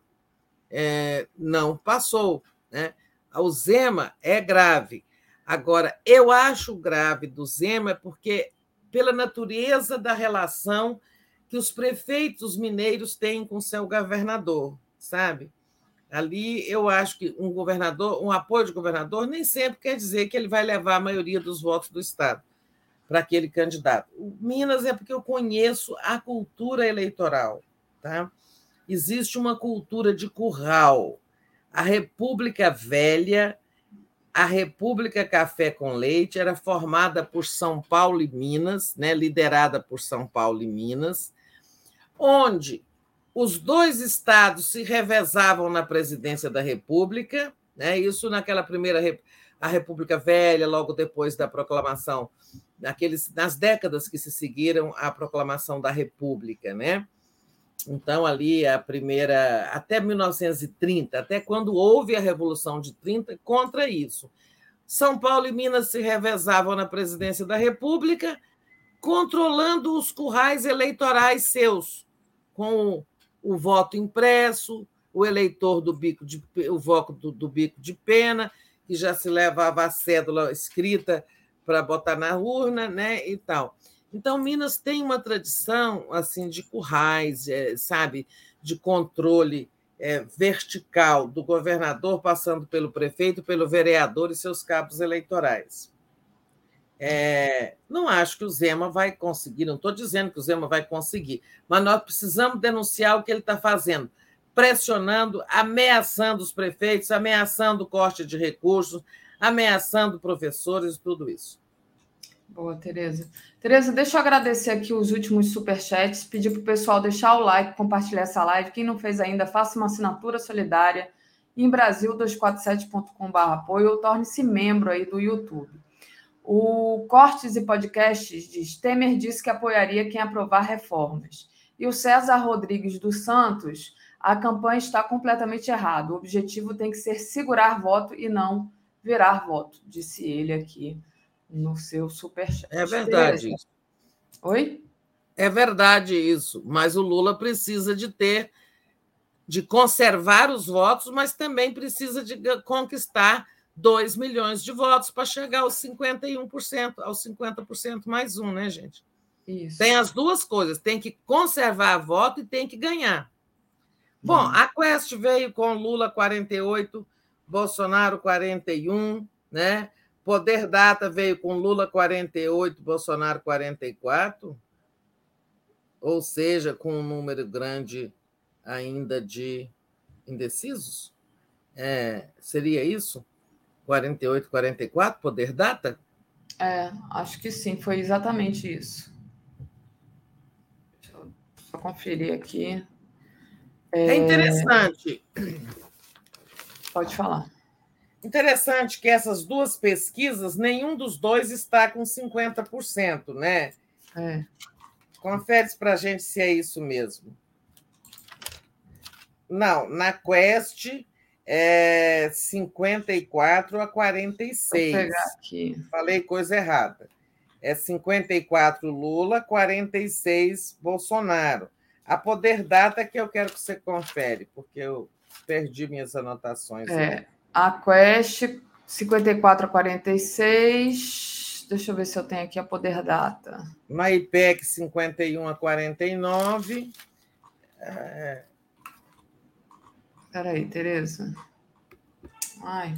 É, não passou, né? O Zema é grave. Agora, eu acho grave do Zema porque pela natureza da relação que os prefeitos mineiros têm com o seu governador, sabe? Ali eu acho que um governador, um apoio de governador nem sempre quer dizer que ele vai levar a maioria dos votos do Estado para aquele candidato. O Minas é porque eu conheço a cultura eleitoral, tá? Existe uma cultura de curral. A República Velha, a República Café com Leite, era formada por São Paulo e Minas, né? Liderada por São Paulo e Minas, onde os dois estados se revezavam na presidência da República, né? Isso naquela primeira a República Velha, logo depois da proclamação, naqueles, nas décadas que se seguiram à proclamação da República, né? Então, ali, a primeira, até mil novecentos e trinta, até quando houve a Revolução de trinta, contra isso. São Paulo e Minas se revezavam na presidência da República, controlando os currais eleitorais seus, com o voto impresso, o eleitor do bico de, o voto do, do bico de pena, que já se levava a cédula escrita para botar na urna, né, e tal. Então, Minas tem uma tradição assim de currais, é, sabe, de controle é, vertical do governador, passando pelo prefeito, pelo vereador e seus cabos eleitorais. É, não acho que o Zema vai conseguir, não estou dizendo que o Zema vai conseguir, mas nós precisamos denunciar o que ele está fazendo, pressionando, ameaçando os prefeitos, ameaçando o corte de recursos, ameaçando professores e tudo isso. Boa, Tereza. Tereza, deixa eu agradecer aqui os últimos superchats, pedir para o pessoal deixar o like, compartilhar essa live. Quem não fez ainda, faça uma assinatura solidária em brasil duzentos e quarenta e sete ponto com barra apoio ou torne-se membro aí do YouTube. O Cortes e Podcasts diz: Temer disse que apoiaria quem aprovar reformas. E o César Rodrigues dos Santos: a campanha está completamente errada. O objetivo tem que ser segurar voto e não virar voto, disse ele aqui no seu superchat. É verdade isso. Oi? É verdade isso, mas o Lula precisa de ter, de conservar os votos, mas também precisa de conquistar dois milhões de votos para chegar aos cinquenta e um por cento, aos cinquenta por cento mais um, né, gente? Isso. Tem as duas coisas, tem que conservar voto e tem que ganhar. Bom, Hum. a Quest veio com Lula quarenta e oito, Bolsonaro quarenta e um, né? Poder Data veio com Lula quarenta e oito, Bolsonaro quarenta e quatro, ou seja, com um número grande ainda de indecisos. É, seria isso? quarenta e oito, quarenta e quatro, Poder Data? É, acho que sim, foi exatamente isso. Deixa eu só conferir aqui. É, é interessante. Pode falar. Interessante que essas duas pesquisas, nenhum dos dois está com cinquenta por cento, né? É. Confere para a gente se é isso mesmo. Não, na Quest é cinquenta e quatro a quarenta e seis. Vou pegar aqui. Falei coisa errada. É cinquenta e quatro Lula, quarenta e seis Bolsonaro. A Poder Data que eu quero que você confere, porque eu perdi minhas anotações. É, a Quest, cinquenta e quatro a quarenta e seis. Deixa eu ver se eu tenho aqui a Poder Data. Na I P E C, cinquenta e um a quarenta e nove. É... Espera aí, Tereza. Ai.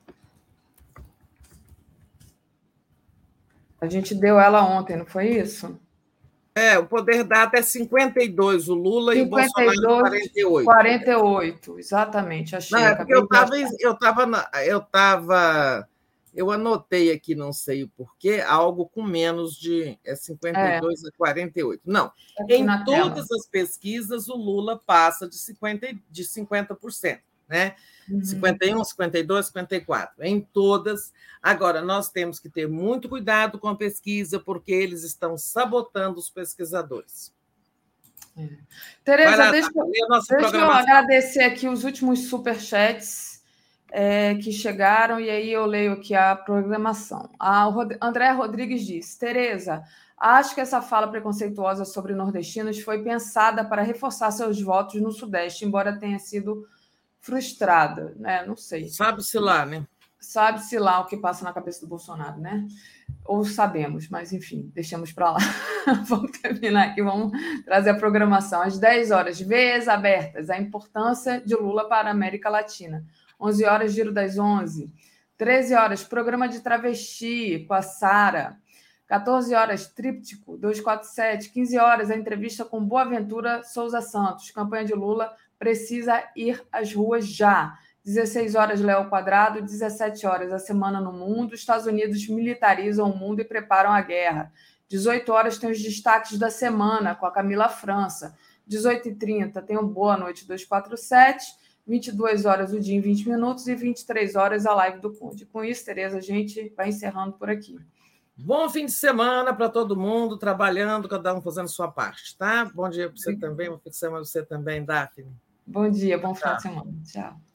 A gente deu ela ontem, não foi isso? É, o Poder Data é cinquenta e dois, o Lula e o Bolsonaro quarenta e oito. quarenta e oito, exatamente, achei. Não, é porque eu estava, eu estava, eu estava, eu anotei aqui, não sei o porquê, algo com menos de é cinquenta e dois é. a quarenta e oito. Não, aqui em todas tela. As pesquisas o Lula passa de cinquenta, de cinquenta por cento, né? Uhum. cinquenta e um, cinquenta e dois, cinquenta e quatro, em todas. Agora, nós temos que ter muito cuidado com a pesquisa, porque eles estão sabotando os pesquisadores. É. Tereza, deixa, deixa eu agradecer aqui os últimos superchats é, que chegaram, e aí eu leio aqui a programação. A André Rodrigues diz: Tereza, acho que essa fala preconceituosa sobre nordestinos foi pensada para reforçar seus votos no Sudeste, embora tenha sido frustrada, né? Não sei. Sabe-se lá, né? Sabe-se lá o que passa na cabeça do Bolsonaro, né? Ou sabemos, mas enfim, deixamos para lá. Vamos terminar aqui, vamos trazer a programação. Às dez horas, veias abertas, a importância de Lula para a América Latina. onze horas, Giro das onze. treze horas, programa de travesti com a Sara. quatorze horas, Tríptico duzentos e quarenta e sete. quinze horas, a entrevista com Boaventura Souza Santos. Campanha de Lula precisa ir às ruas já. dezesseis horas, Léo Quadrado. dezessete horas, a semana no mundo. Estados Unidos militarizam o mundo e preparam a guerra. dezoito horas, tem os destaques da semana com a Camila França. dezoito e trinta, tem o Boa Noite duzentos e quarenta e sete. vinte e duas horas, o dia em vinte minutos. E vinte e três horas, a live do Conde. Com isso, Tereza, a gente vai encerrando por aqui. Bom fim de semana para todo mundo, trabalhando, cada um fazendo sua parte, tá? Bom dia para você também, bom fim de semana para você também, Daphne. Bom dia, bom final de semana. Tchau.